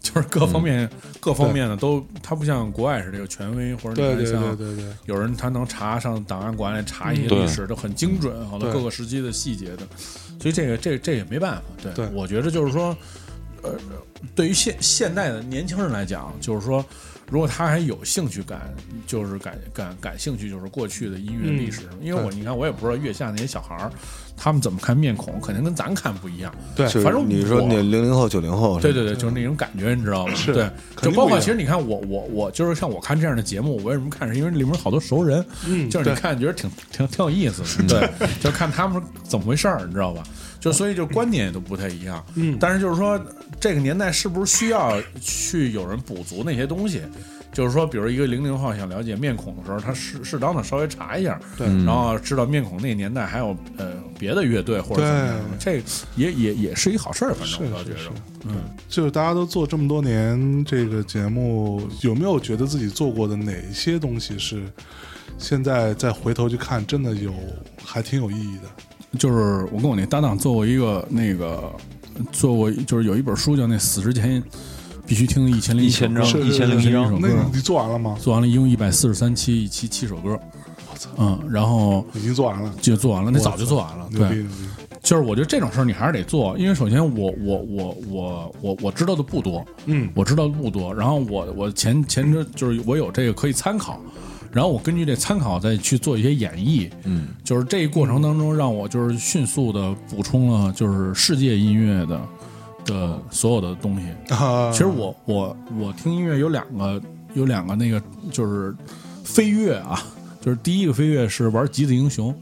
B: 就是各方面、嗯、各方面的都，它不像国外似的有权威，或者你看像有人他能查上档案馆里查一些历史，都很精准，好多各个时期的细节的，所以这个这这也没办法。对，
A: 对
B: 我觉得就是说，呃，对于现现代的年轻人来讲，就是说。如果他还有兴趣感，就是感感感兴趣，就是过去的音乐历史。嗯、因为我你看，我也不知道月下那些小孩儿，他们怎么看面孔，肯定跟咱看不一样。
A: 对，
C: 反
B: 正
C: 你说那零零后、九零后，
B: 对对对，就是那种感觉，你知道吗？对，就包括其实你看我我我就是像我看这样的节目，我为什么看？是因为里面好多熟人，嗯，就是你看觉得挺挺挺有意思的，对，就看他们怎么回事儿，你知道吧？就所以就观点也都不太一样，嗯，但是就是说这个年代是不是需要去有人补足那些东西？就是说，比如一个零零后想了解面孔的时候，他适适当的稍微查一下，
A: 对，
B: 然后知道面孔那个年代还有呃别的乐队或者怎么样，这也也也是一好事儿，反正我倒觉得，嗯，
A: 就是大家都做这么多年这个节目，有没有觉得自己做过的哪些东西是现在再回头去看，真的有还挺有意义的？
B: 就是我跟我那搭档做过一个那个做过，就是有一本书叫《那死之前必须听一千零
D: 一千张一千零一张》，
A: 那你做完了吗？
B: 做完了，一共一百四十三期，一期七首歌。
A: 我操，
B: 嗯，然后
A: 已经做完了，
B: 就做完了，那早就做完了。对，
A: 牛逼牛逼。
B: 就是我觉得这种事儿你还是得做，因为首先我我我我我我知道的不多，
A: 嗯，
B: 我知道的不多。然后我我前前阵就是我有这个可以参考。然后我根据这参考再去做一些演绎，
D: 嗯，
B: 就是这一过程当中让我就是迅速的补充了就是世界音乐的的所有的东西。
A: 啊、
B: 其实我我我听音乐有两个有两个那个就是飞跃啊，就是第一个飞跃是玩极子英雄。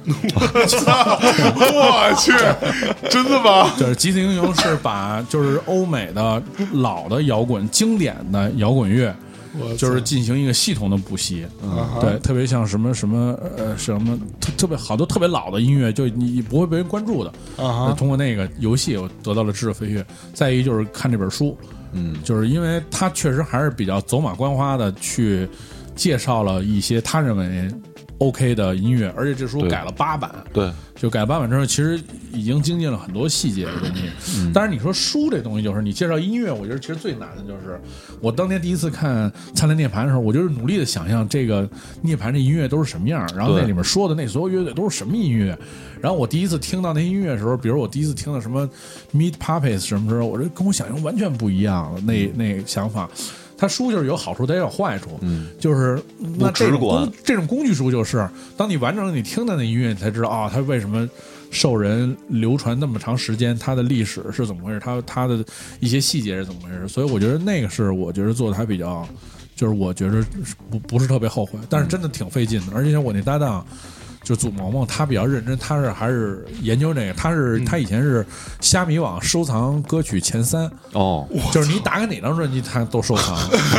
A: 我去，真的吗？
B: 就是极子英雄是把就是欧美的老的摇滚经典的摇滚乐。就是进行一个系统的补习，
A: 嗯、
B: 对，特别像什么什么呃什么特特别好多特别老的音乐，就你不会被人关注的。
A: 啊、
B: 通过那个游戏，我得到了知识飞跃。再一就是看这本书，
D: 嗯，
B: 就是因为他确实还是比较走马观花的去介绍了一些他认为 OK 的音乐，而且这书改了八版，
D: 对，
B: 就改了八版之后，其实已经精进了很多细节的东西。嗯、当然，你说书这东西，就是你介绍音乐，我觉得其实最难的就是我当年第一次看《灿烂涅槃》的时候，我就是努力的想象这个涅槃的音乐都是什么样，然后那里面说的那所有乐队都是什么音乐。然后我第一次听到那音乐的时候，比如我第一次听到什么 Meat Puppets 什么时候，我这跟我想象完全不一样的那那想法。它书就是有好处，它也有坏处，
D: 嗯，
B: 就是那这种
D: 工
B: 这种工具书就是，当你完整的你听到那音乐，你才知道啊，它为什么受人流传那么长时间，它的历史是怎么回事，它它的一些细节是怎么回事。所以我觉得那个是我觉得做的还比较，就是我觉得不不是特别后悔，但是真的挺费劲的。而且像我那搭档。就祖萌萌，他比较认真，他是还是研究这个，他是、嗯、他以前是虾米网收藏歌曲前三
D: 哦，
B: 就是你打开哪张专辑他都收藏，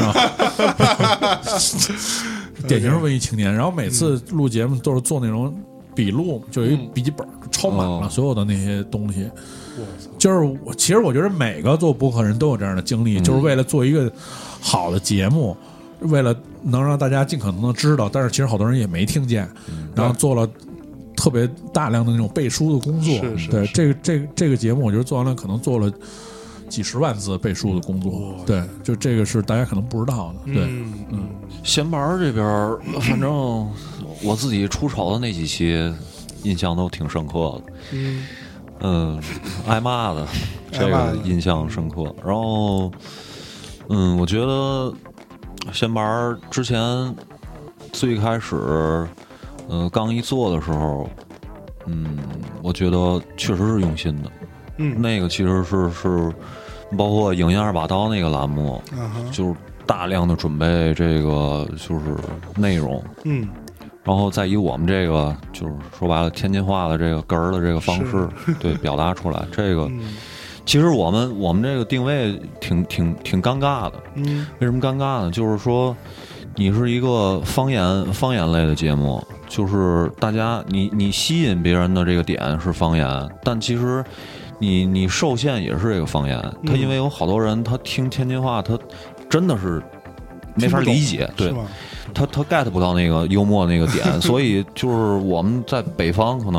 B: 典型文艺青年。然后每次录节目都是做那种笔录，就有一笔记本抄满了所有的那些东西。就是我其实我觉得每个做播客人都有这样的经历，嗯、就是为了做一个好的节目。为了能让大家尽可能的知道，但是其实好多人也没听见，嗯、然后做了特别大量的那种背书的工作。
A: 是是
B: 对这个这个这个节目，我觉得做完了可能做了几十万字背书的工作。嗯、对，就这个是大家可能不知道的。对，
A: 嗯嗯。
D: 闲班这边，反正我自己出丑的那几期，印象都挺深刻的。
A: 嗯。
D: 嗯，挨骂的这个印象深刻。然后，嗯，我觉得。闲班之前最开始，呃，刚一做的时候，嗯，我觉得确实是用心的。
A: 嗯，
D: 那个其实是是包括影音二把刀那个栏目，
A: uh-huh.
D: 就是大量的准备这个就是内容。
A: 嗯，
D: 然后再以我们这个就是说白了天津话的这个哏儿的这个方式，对表达出来这个。
A: 嗯
D: 其实我们我们这个定位挺挺挺尴尬的，
A: 嗯，
D: 为什么尴尬呢？就是说，你是一个方言方言类的节目，就是大家你你吸引别人的这个点是方言，但其实你你受限也是这个方言。他因为有好多人他听天津话，他真的是没法理解，对，他他 get 不到那个幽默那个点，所以就是我们在北方可能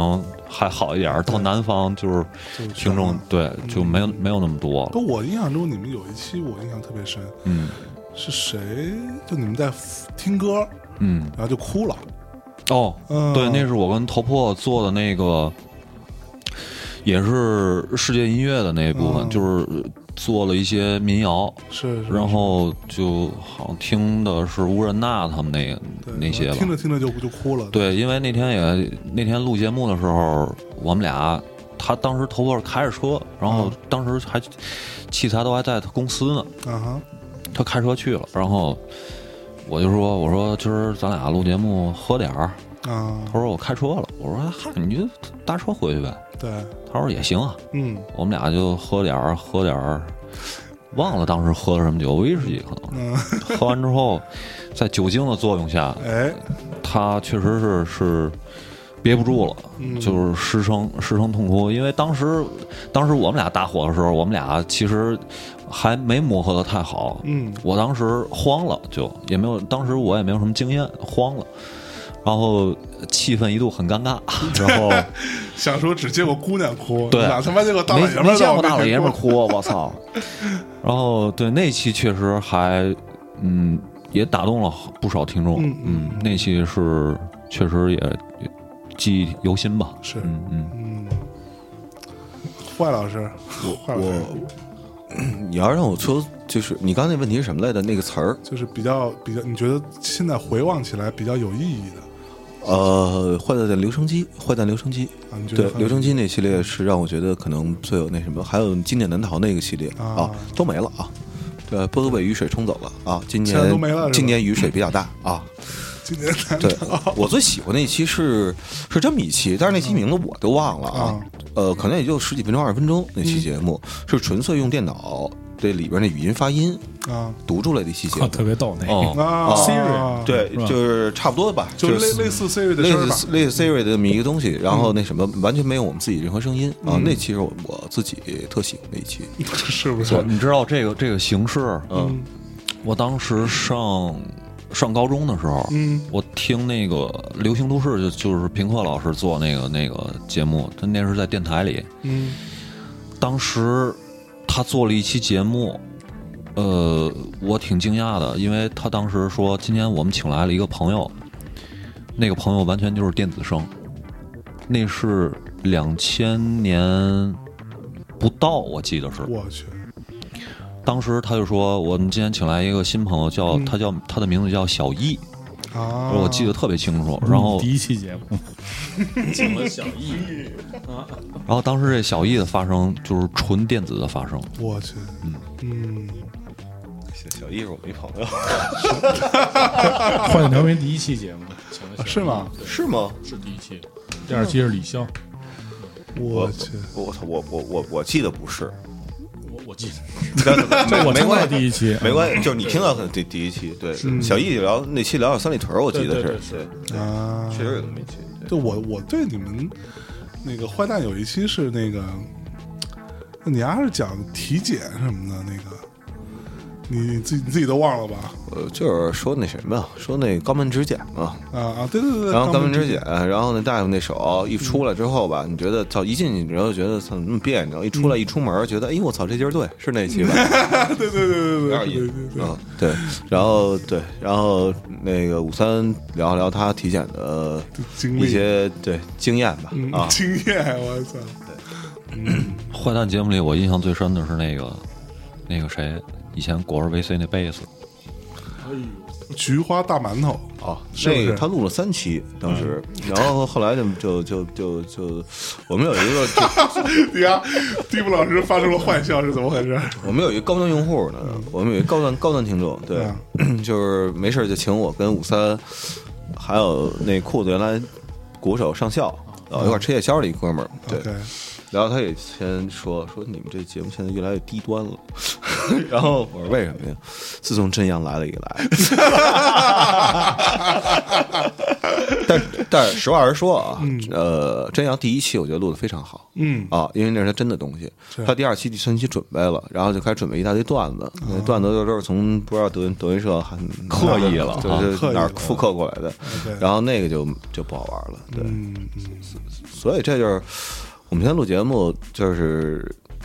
D: 还好一点，到南方就是听众对就没有没有那么多了。
A: 不，我印象中你们有一期我印象特别深，
D: 嗯，
A: 是谁？就你们在听歌，
D: 嗯，
A: 然后就哭了。
D: 哦，
A: 嗯、
D: 对，那是我跟头破做的那个，也是世界音乐的那一部分，
A: 嗯、
D: 就是做了一些民谣，
A: 是，是
D: 然后就好像听的是乌仁娜他们那个那些吧，
A: 听着听着就就哭了。
D: 对，因为那天也那天录节目的时候，我们俩他当时头破开着车，然后当时还器材都还在他公司呢，
A: 啊哈，
D: 他开车去了，然后我就说我说今儿咱俩录节目喝点儿。
A: 啊，
D: 他说我开车了，我说嗨，你就搭车回去呗。
A: 对，
D: 他说也行啊。
A: 嗯，
D: 我们俩就喝点儿，喝点儿，忘了当时喝了什么酒，威士忌可能。
A: 嗯，
D: 喝完之后，在酒精的作用下，
A: 哎，
D: 他确实是是憋不住了，
A: 嗯、
D: 就是失声失声痛哭。因为当时当时我们俩搭伙的时候，我们俩其实还没磨合的太好。
A: 嗯，
D: 我当时慌了，就也没有，当时我也没有什么经验，慌了。然后气氛一度很尴尬，然后
A: 想说只见过姑娘哭，
D: 对，
A: 哪他妈见过大老爷们
D: 没见过大老
A: 爷
D: 们哭，我操！然后对那期确实还嗯也打动了不少听众，
A: 嗯
D: 嗯，那期是确实也也记忆犹新吧，
A: 是，
D: 嗯嗯
A: 嗯。坏老师，坏老师，
C: 你要让我说，就是你刚才那问题是什么来的？那个词儿，
A: 就是比较比较，你觉得现在回望起来比较有意义的。
C: 呃，坏蛋的留声机，坏蛋留声机，
A: 啊、你觉得
C: 对，留声机那系列是让我觉得可能最有那什么，还有经典难逃那个系列啊, 啊，都没了啊，对，波都被雨水冲走了啊，今年
A: 都没了，
C: 今年雨水比较大啊，
A: 今年
C: 对，我最喜欢那一期是是这么一期，但是那期名字我都忘了啊，啊呃，可能也就十几分钟、二十分钟那期节目、嗯、是纯粹用电脑。这里边那语音发音
A: 啊，
C: 读出来的一期节目、
B: 哦、特别逗那个、
C: 哦、
A: 啊
B: ，Siri
C: 对，就是差不多吧，
A: 就类类似 Siri 的
C: 类似类似 Siri 的这么一个东西，然后那什么、嗯、完全没有我们自己任何声音、嗯、啊，那其实我我自己特喜欢那一期，
A: 是不是？
D: 你知道这个这个形式，嗯，我当时上上高中的时候，
A: 嗯，
D: 我听那个《流行都市》就就是平克老师做那个那个节目，他那是在电台里，
A: 嗯，
D: 当时他做了一期节目。呃，我挺惊讶的，因为他当时说今天我们请来了一个朋友，那个朋友完全就是电子声，那是两千年不到，我记得是。
A: 我去，
D: 当时他就说我们今天请来一个新朋友，叫、嗯、他叫他的名字叫小易。
A: 啊，
D: 我记得特别清楚。然后、
B: 嗯、第一期节目请了小易，
D: 然后当时这小易的发声就是纯电子的发声。
A: 我去，嗯嗯，
C: 小易是我一朋友，
B: 坏蛋调频第一期节目请了小易，
A: 是吗？
C: 是吗？
B: 是第一期，第二期是李潇。
A: 我去，
C: 我我我我我记得不是。
B: 我记得，
C: 没
B: 我
C: 没关系，
B: 第一期
C: 没关系，就是你听到可能第第一期，对，小易聊那期聊三里屯，我记得是，
B: 对
A: 啊，
C: 确实有那么一期。
A: 对我我对你们那个坏蛋有一期是那个，你还是讲体检什么的那个，你你自己你自己都忘了吧？
C: 呃，就是说那什么，说那肛门指检嘛，
A: 啊啊，对对对，
C: 然后肛门指检，然后那大夫那手一出来之后吧，你觉得操，一进去然后觉得操那么别扭，一出来一出门觉得，哎我操这劲儿对，是那期吧？
A: 对对对对对，
C: 有点意思啊，对，然后对，然后那个五三聊聊他体检的一些对经验吧，啊，
A: 经验，我操，
C: 对，
D: 嗯，坏蛋节目里我印象最深的是那个那个谁。以前果儿 V C 那贝斯，
A: 哎呦，菊花大馒头
C: 啊，那个他录了三期，当时，嗯、然后后来就就就就就，我们有一个，
A: 你看，蒂姆老师发出了坏笑是怎么回事？
C: 我们有一个高端用户呢，嗯、我们有一个高端高端听众，对，嗯、就是没事就请我跟五三，还有那裤子原来鼓手上校，然后一块吃夜宵的一哥们儿，对。
A: Okay.
C: 然后他也先说说你们这节目现在越来越低端了， 然后我说为什么呀？自从真阳来了以来，但但是实话实说啊，嗯、呃，真阳第一期我觉得录的非常好，
A: 嗯
C: 啊，因为那是他真的东西。他第二期、第三期准备了，然后就开始准备一大堆段子，那、哦、段子都是从不知道德德云社还
D: 刻意了，
C: 就是哪儿复刻过来的，然后那个就就不好玩了，对，
A: 嗯嗯、
C: 所以这就是我们现在录节目就是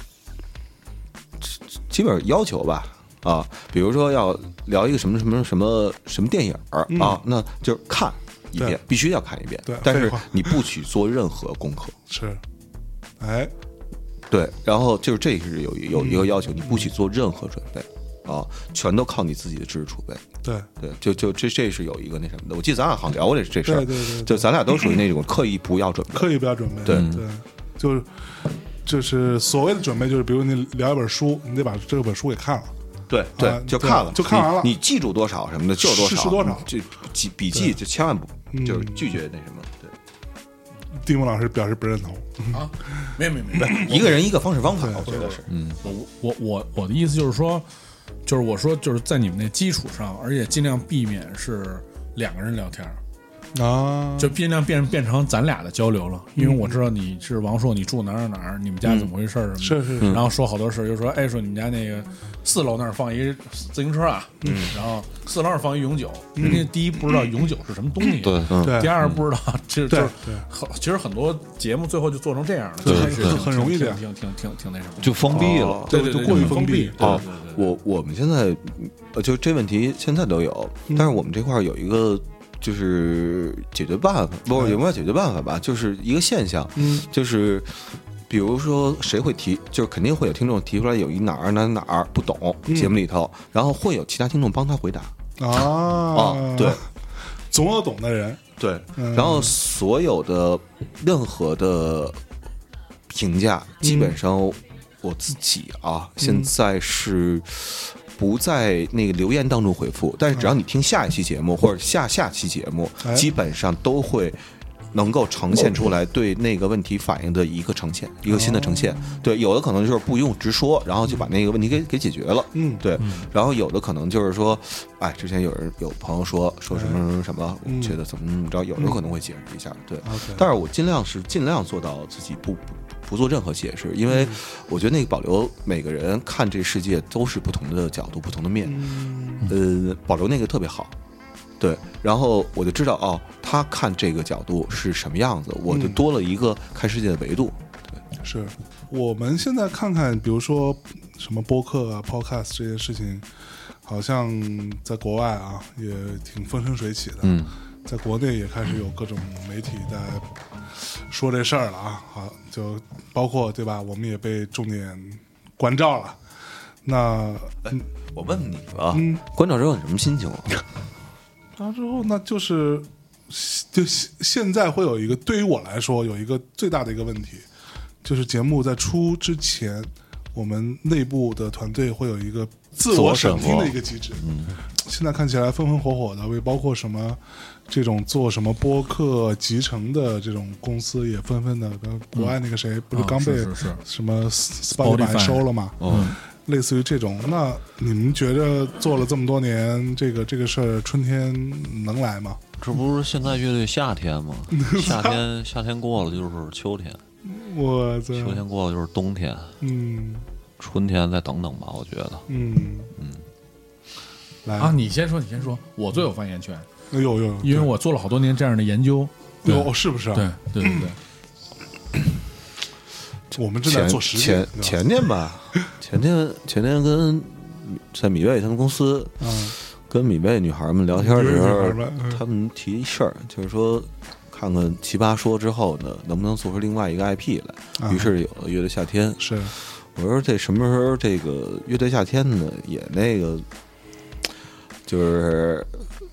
C: 基本要求吧。啊，比如说要聊一个什么什么什么什么电影啊，嗯、那就是看一遍，必须要看一遍。
A: 对，
C: 但是你不许做任何功课。
A: 是，哎，
C: 对，然后就是这是有有一个要求，你不许做任何准备啊，全都靠你自己的知识储备。
A: 对
C: 对，就就这这是有一个那什么的，我记得咱俩好像聊过这这事儿。
A: 对对对，
C: 就咱俩都属于那种刻意不要准备，
A: 刻意不要准备。
C: 对
A: 对，就是就是所谓的准备，就是比如你聊一本书，你得把这本书给看了。
C: 对对、啊，就看了，
A: 就看完了。
C: 你, 你记住多少什么的，就是多少，
A: 是多少，
C: 就记笔记就千万不就是拒绝那什么。对，
A: 蒂姆老师表示不认同
B: 啊，没有没有没有，
C: 一个人一个方式方法，我觉得是。
B: 嗯，我我我我的意思就是说，就是我说就是在你们那基础上，而且尽量避免是两个人聊天。
A: 啊，
B: 就尽量变变成咱俩的交流了，因为我知道你是王硕，你住哪儿哪儿，你们家怎么回事什么的，
A: 是是是，
B: 然后说好多事，就说哎，说你们家那个四楼那儿放一自行车啊，嗯，然后四楼那儿放一永久，人家第一不知道永久是什么东西，
D: 对，
A: 对，
B: 第二不知道，其实就是
A: 对，
B: 其实很多节目最后就做成这样了，
D: 对，
A: 很容易的，
B: 挺挺挺挺那什么，
D: 就封闭了，
B: 对对，
A: 就过于封闭。
C: 哦，我我们现在就这问题现在都有，但是我们这块有一个。就是解决办法，不是有没有解决办法吧？就是一个现象，
A: 嗯，
C: 就是比如说谁会提，就是肯定会有听众提出来有一哪儿哪哪儿不懂节目里头，然后会有其他听众帮他回答
A: 啊
C: 啊，对，
A: 总有懂的人，
C: 对，然后所有的任何的评价，基本上我自己啊，现在是。不在那个留言当中回复，但是只要你听下一期节目或者下下期节目，基本上都会能够呈现出来对那个问题反应的一个呈现，一个新的呈现。对，有的可能就是不用直说，然后就把那个问题给给解决了。嗯，对。然后有的可能就是说，哎，之前有人有朋友说说什么什么什么，我觉得怎么怎么着，有的可能会解释一下。对，但是我尽量是尽量做到自己不不。不做任何解释，因为我觉得那个保留每个人看这世界都是不同的角度、不同的面，呃，保留那个特别好。对，然后我就知道哦，他看这个角度是什么样子，我就多了一个看世界的维度。对，
A: 是我们现在看看，比如说什么播客啊、podcast 这些事情，好像在国外啊也挺风生水起的。嗯。在国内也开始有各种媒体在说这事儿了啊，好，就包括对吧？我们也被重点关照了。那、
C: 嗯、我问你啊，
A: 嗯，
C: 关照之后你什么心情啊？
A: 关照之后，那就是就现在会有一个，对于我来说有一个最大的一个问题，就是节目在出之前，我们内部的团队会有一个自我审听的一个机制。嗯，现在看起来风风火火的，为包括什么。这种做什么播客集成的这种公司也纷纷的，跟国外那个谁、嗯、不是刚被什么 Spotify 收了吗？
B: 嗯，
A: 类似于这种。那你们觉得做了这么多年，这个这个事儿，春天能来吗？
D: 这不是现在乐队夏天吗？夏天夏天过了就是秋天，
A: 我操！
D: 秋天过了就是冬天，
A: 嗯，
D: 春天再等等吧，我觉得。
A: 嗯
D: 嗯，
A: 来
B: 啊，你先说，你先说，我最有发言权。
A: 有有有，
B: 因为我做了好多年这样的研究，
A: 有是不是、啊？
B: 对对对对，
A: 我们正在做实
C: 践。前前天吧，前天前天跟在米贝他们公司，
A: 嗯，
C: 跟米贝女孩们聊天的时候，
A: 嗯、
C: 他们提一事儿，就是说看看奇葩说之后呢，能不能做出另外一个 I P 来？于是有了乐队夏天。
A: 是，
C: 我说这什么时候这个乐队夏天呢？也那个就是。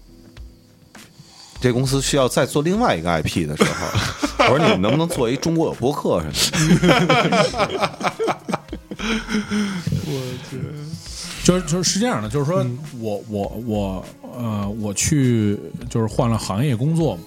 C: 这公司需要再做另外一个 I P 的时候，我说你们能不能做一中国有播客什么的？
A: 我去，
B: 就是就是是这样的，就是说、嗯、我我我呃我去就是换了行业工作嘛，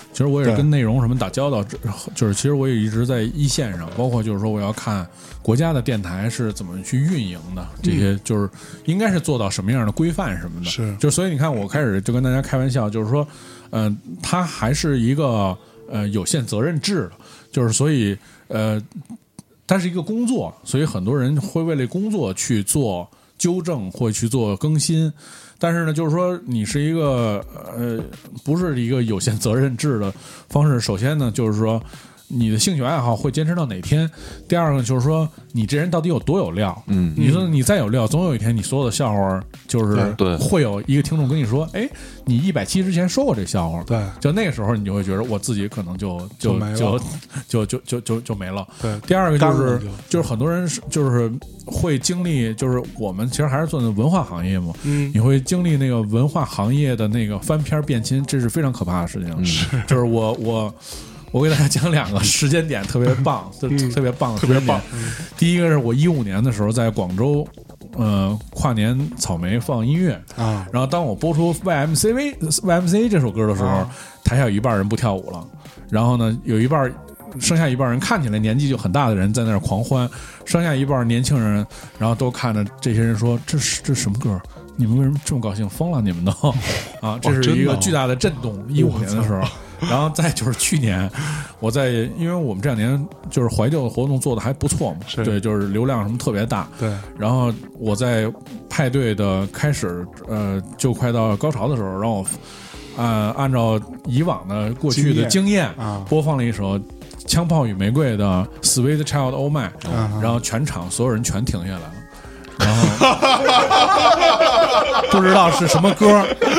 B: 其实我也是跟内容什么打交道，就是其实我也一直在一线上，包括就是说我要看国家的电台是怎么去运营的，这些就是应该是做到什么样的规范什么的。
A: 是，
B: 就所以你看，我开始就跟大家开玩笑，就是说，嗯、呃，它还是一个呃有限责任制的，就是所以呃，它是一个工作，所以很多人会为了工作去做纠正或去做更新。但是呢，就是说你是一个呃，不是一个有限责任制的方式。首先呢，就是说你的兴趣爱好会坚持到哪天？第二个就是说你这人到底有多有料？
D: 嗯，
B: 你说你再有料，总有一天你所有的笑话就是
D: 对
B: 会有一个听众跟你说，哎，你一百期之前说过这笑话，
A: 对，
B: 就那个时候你就会觉得我自己可能就就就就就就就就没了。
A: 对，
B: 第二个就是
A: 就
B: 就是很多人是就是会经历，就是我们其实还是做的文化行业嘛，
A: 嗯，
B: 你会经历那个文化行业的那个翻篇变亲，这是非常可怕的事情。是，就是我我。我给大家讲两个时间点特别棒，就特别棒的时间点。
A: 特别棒。
B: 第一个是我一五年的时候在广州，呃，跨年草莓放音乐
A: 啊，
B: 然后当我播出 Y M C A Y M C A 这首歌的时候，啊、台下有一半人不跳舞了，然后呢，有一半剩下一半人看起来年纪就很大的人在那儿狂欢，剩下一半年轻人，然后都看着这些人说：“这是这是什么歌？你们为什么这么高兴？疯了你们都啊！”这是一个巨大的震动。一五年的时候。然后再就是去年，我在因为我们这两年就是怀旧的活动做的还不错嘛，对，就是流量什么特别大，
A: 对。
B: 然后我在派对的开始，呃，就快到高潮的时候，让我呃按照以往的过去的经验
A: 啊，
B: 播放了一首《枪炮与玫瑰》的《Sweet Child O' Mine》，然后全场所有人全停下来了。然后不知道是什么歌，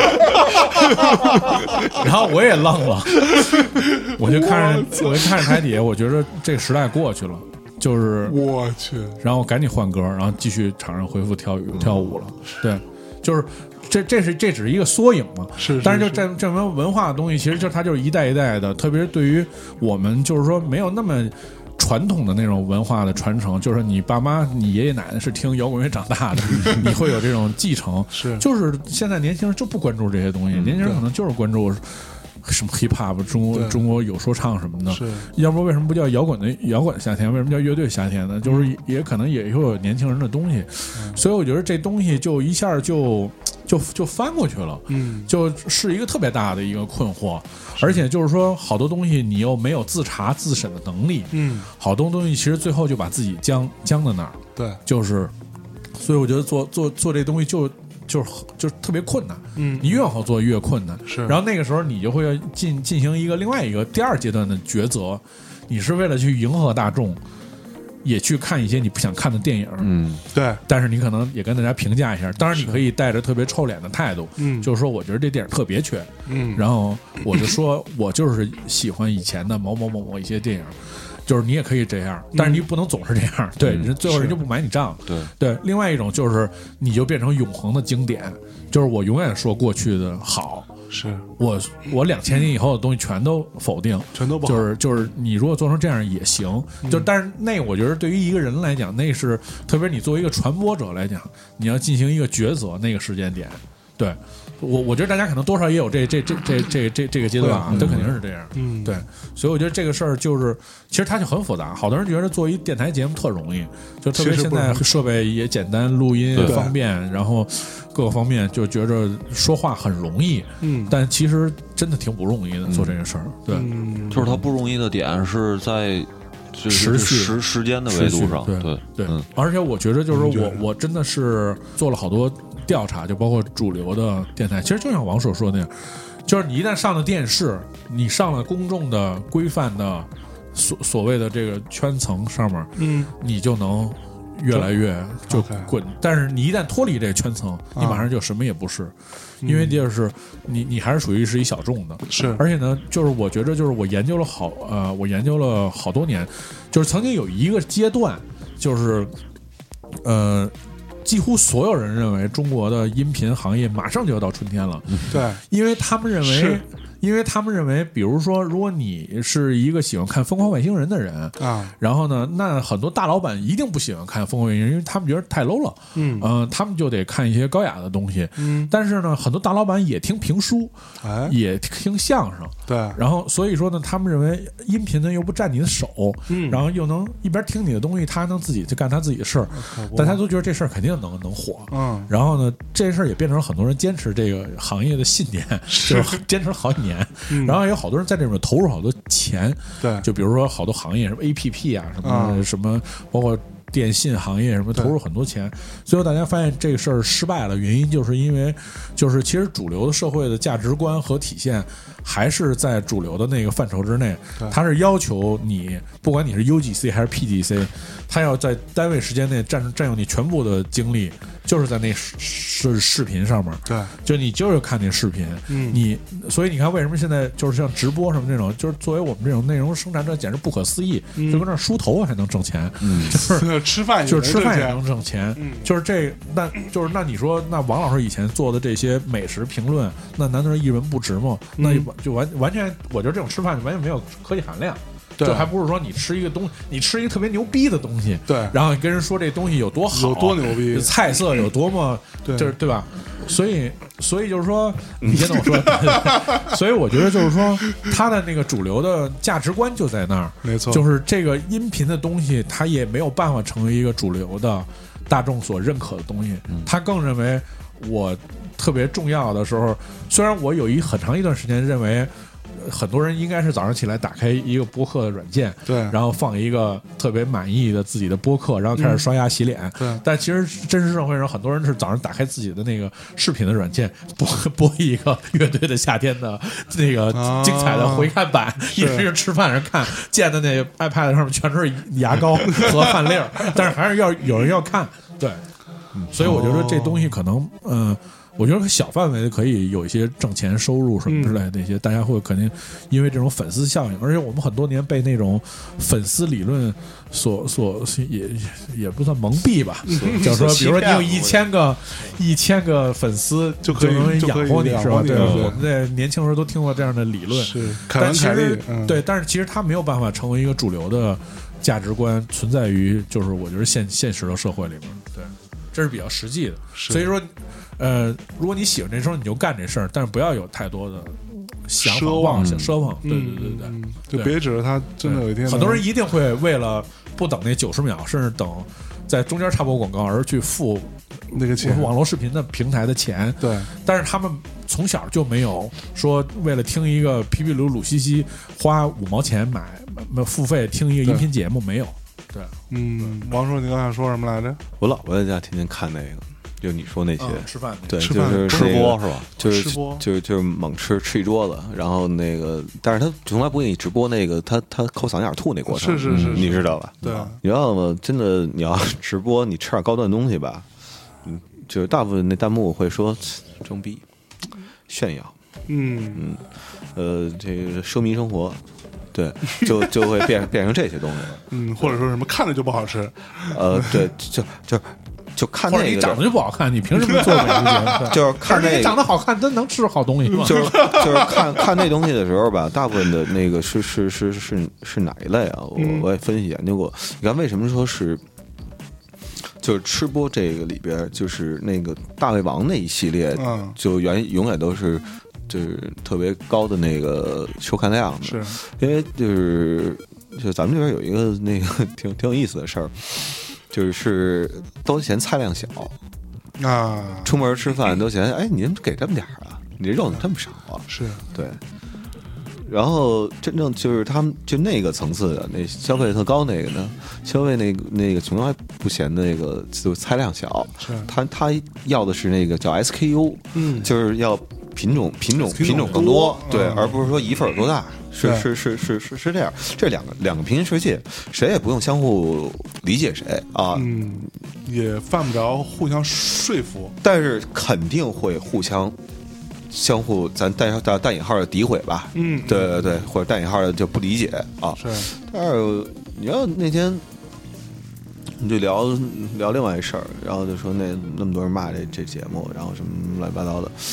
B: 然后我也愣了，我就看着我就看着台底下，我觉得这个时代过去了，就是
A: 我去，
B: 然后赶紧换歌，然后继续场上恢复跳舞跳舞了。对，就是这这是这只是一个缩影嘛，
A: 是，
B: 但是就这这门文化的东西，其实就它就是一代一代的，特别是对于我们就是说没有那么。传统的那种文化的传承，就是你爸妈、你爷爷奶奶是听摇滚乐长大的，你会有这种继承。
A: 是，
B: 就是现在年轻人就不关注这些东西，嗯、年轻人可能就是关注什么 hip hop、中国中国有说唱什么的。
A: 是，
B: 要不为什么不叫摇滚的摇滚夏天？为什么叫乐队夏天呢？就是也可能也会有年轻人的东西，嗯、所以我觉得这东西就一下就。就就翻过去了，
A: 嗯，
B: 就是一个特别大的一个困惑，而且就是说，好多东西你又没有自查自审的能力，
A: 嗯，
B: 好多东西其实最后就把自己僵僵在那儿，
A: 对，
B: 就是，所以我觉得做做做这东西就就是就特别困难，
A: 嗯，
B: 你越好做越困难，
A: 是，
B: 然后那个时候你就会进进行一个另外一个第二阶段的抉择，你是为了去迎合大众。也去看一些你不想看的电影，
A: 嗯，对，
B: 但是你可能也跟大家评价一下，当然你可以带着特别臭脸的态度，
A: 嗯，
B: 就是说我觉得这电影特别缺，
A: 嗯，
B: 然后我就说我就是喜欢以前的某某某某一些电影，就是你也可以这样，但是你不能总是这样，嗯、对，人最后人就不买你账，
D: 对
B: 对。另外一种就是你就变成永恒的经典，就是我永远说过去的好。
A: 是
B: 我我两千年以后的东西全都否定，
A: 全都不好。
B: 就是就是你如果做成这样也行，
A: 嗯、
B: 就但是那我觉得对于一个人来讲，那是特别你作为一个传播者来讲，你要进行一个抉择，那个时间点，对我我觉得大家可能多少也有这这这这这这这个阶段啊，这肯定是这样，
A: 嗯，
B: 对，所以我觉得这个事儿就是其实它就很复杂，好多人觉得做一电台节目特容易，就特别现在设备也简单，录音方便，然后。各个方面就觉着说话很容易，
A: 嗯，
B: 但其实真的挺不容易的、嗯、做这个事儿，对、
A: 嗯，
D: 就是它不容易的点是在
B: 时
D: 时时间的维度上，
B: 对
D: 对
B: 对、
D: 嗯，
B: 而且我觉得就是我我真的是做了好多调查，就包括主流的电台，其实就像王所说的那样，就是你一旦上了电视，你上了公众的规范的所所谓的这个圈层上面，
A: 嗯，
B: 你就能。越来越就滚，
A: okay.
B: 但是你一旦脱离这个圈层，你马上就什么也不是，
A: 啊、
B: 因为就是你你还是属于是一小众的，
A: 是。
B: 而且呢，就是我觉得就是我研究了好呃，我研究了好多年，就是曾经有一个阶段，就是呃，几乎所有人认为中国的音频行业马上就要到春天了，
A: 对，
B: 因为他们认为。 因为他们认为，比如说，如果你是一个喜欢看《疯狂外星人》的人
A: 啊，
B: 然后呢，那很多大老板一定不喜欢看《疯狂外星人》，因为他们觉得太 low 了，
A: 嗯，
B: 呃，他们就得看一些高雅的东西。嗯，但是呢，很多大老板也听评书，
A: 哎，
B: 也听相声，
A: 对，
B: 然后所以说呢，他们认为音频呢又不占你的手，
A: 嗯，
B: 然后又能一边听你的东西，他还能自己去干他自己的事儿，大家都觉得这事儿肯定能能火，
A: 嗯，
B: 然后呢，这事儿也变成了很多人坚持这个行业的信念，就是坚持了好几年，
A: 嗯、
B: 然后有好多人在这里面投入好多钱，
A: 对，
B: 就比如说好多行业什么 A P P 啊，什么、
A: 啊、
B: 什么，包括电信行业什么，投入很多钱，最后大家发现这个事儿失败了，原因就是因为就是其实主流的社会的价值观和体现还是在主流的那个范畴之内，它是要求你不管你是 U G C 还是 P G C， 它要在单位时间内占占用你全部的精力，就是在那视视频上面，
A: 对，
B: 就你就是看那视频，嗯，你所以你看为什么现在就是像直播什么这种，就是作为我们这种内容生产者简直不可思议，嗯、就跟那梳头还能挣钱，嗯，就是
A: 吃饭
B: 就是吃饭也能挣钱，
A: 嗯，
B: 就是这那就是那你说那王老师以前做的这些美食评论，那难道是一文不值吗？那就完完全，我觉得这种吃饭就完全没有科技含量。就还不是说你吃一个东西，你吃一个特别牛逼的东西，
A: 对，
B: 然后你跟人说这东西有多好，
A: 有多牛逼，
B: 菜色有多么，
A: 对，
B: 就是对吧？所以，所以就是说，你先听我说，所以我觉得就是说，他的那个主流的价值观就在那儿，
A: 没错，
B: 就是这个音频的东西，它也没有办法成为一个主流的大众所认可的东西，他更认为我特别重要的时候，虽然我有一很长一段时间认为。很多人应该是早上起来打开一个播客的软件，
A: 对，
B: 然后放一个特别满意的自己的播客，然后开始刷牙洗脸。
A: 对，
B: 但其实真实社会上很多人是早上打开自己的那个视频的软件，播播一个乐队的夏天的那个精彩的回看版，一直是吃饭人看，见的那 iPad 上面全是牙膏和饭粒儿，但是还是要有人要看。对，所以我觉得这东西可能，嗯、呃。我觉得小范围的可以有一些挣钱收入什么之类的那些，大家会肯定因为这种粉丝效应，而且我们很多年被那种粉丝理论所所也也不算蒙蔽吧，就是说，比如说你有一千个一千个粉丝
A: 就可以
B: 能养活你，是吧？对，
A: 我
B: 们在年轻时候都听过这样的理论，
A: 是，
B: 但其实、
A: 嗯、
B: 对，但是其实它没有办法成为一个主流的价值观，存在于就是我觉得现现实的社会里面，对，这是比较实际的，所以说。呃，如果你喜欢这事儿，你就干这事儿，但是不要有太多的想法、妄想、奢望。对对对对，
A: 嗯、就别指着他真的有一天。
B: 很多人一定会为了不等那九十秒，甚至等在中间插播广告而去付
A: 那个钱，
B: 网络视频的平台的钱。
A: 对，
B: 但是他们从小就没有说为了听一个皮皮鲁鲁西西花五毛钱买付费听一个音频节目，没有。对，
A: 嗯，王叔，你刚才说什么来着？
C: 我老婆在家天天看那个。就你说那些、
B: 嗯、吃饭
C: 对，
A: 吃
C: 就是
D: 吃播是吧？
C: 就是
A: 吃播，
C: 就是就是猛吃吃一桌子，然后那个，但是他从来不给你直播那个他他抠嗓子眼吐那过程，
A: 是是是，
C: 你知道吧？
A: 对，
C: 你知道吗？真的，你要直播，你吃点高端东西吧，嗯，就是大部分那弹幕会说装逼、炫耀，
A: 嗯
C: 嗯，呃，这个奢靡生活。对，就就会变变成这些东西了，
A: 嗯，或者说什么看着就不好吃，
C: 呃，对，就就就看那个，
B: 你长得就不好看，你凭什么做美食节目？
C: 就是看那个
B: 你长得好看，真能吃好东西吗？
C: 就是就是看看那东西的时候吧，大部分的那个是是是是是哪一类啊？我我也分析研究过。你看为什么说是，就是吃播这个里边，就是那个大胃王那一系列，就原永远都是。就是特别高的那个收看量的，
A: 是
C: 因为就是就咱们这边有一个那个挺挺有意思的事儿，就是都嫌菜量小
A: 啊，
C: 出门吃饭都嫌哎你怎么给这么点儿啊，你这肉怎么这么少啊？
A: 是
C: 对，然后真正就是他们就那个层次的那消费特高那个呢，消费那个那个从来不嫌那个就菜量小，
A: 是
C: 他他要的是那个叫 S K U，
A: 嗯，
C: 就是要。品种品种品种更多，对，而不是说一份有多大，是是是是是是这样，这两个两个平行世界，谁也不用相互理解谁啊，
A: 嗯，也犯不着互相说服，
C: 但是肯定会互相相互咱带带带引号的诋毁吧，
A: 嗯，
C: 对对对，或者带引号的就不理解啊，
A: 是，
C: 但是你要那天。你就聊聊另外一事儿，然后就说那那么多人骂这这节目，然后什么乱七八糟的，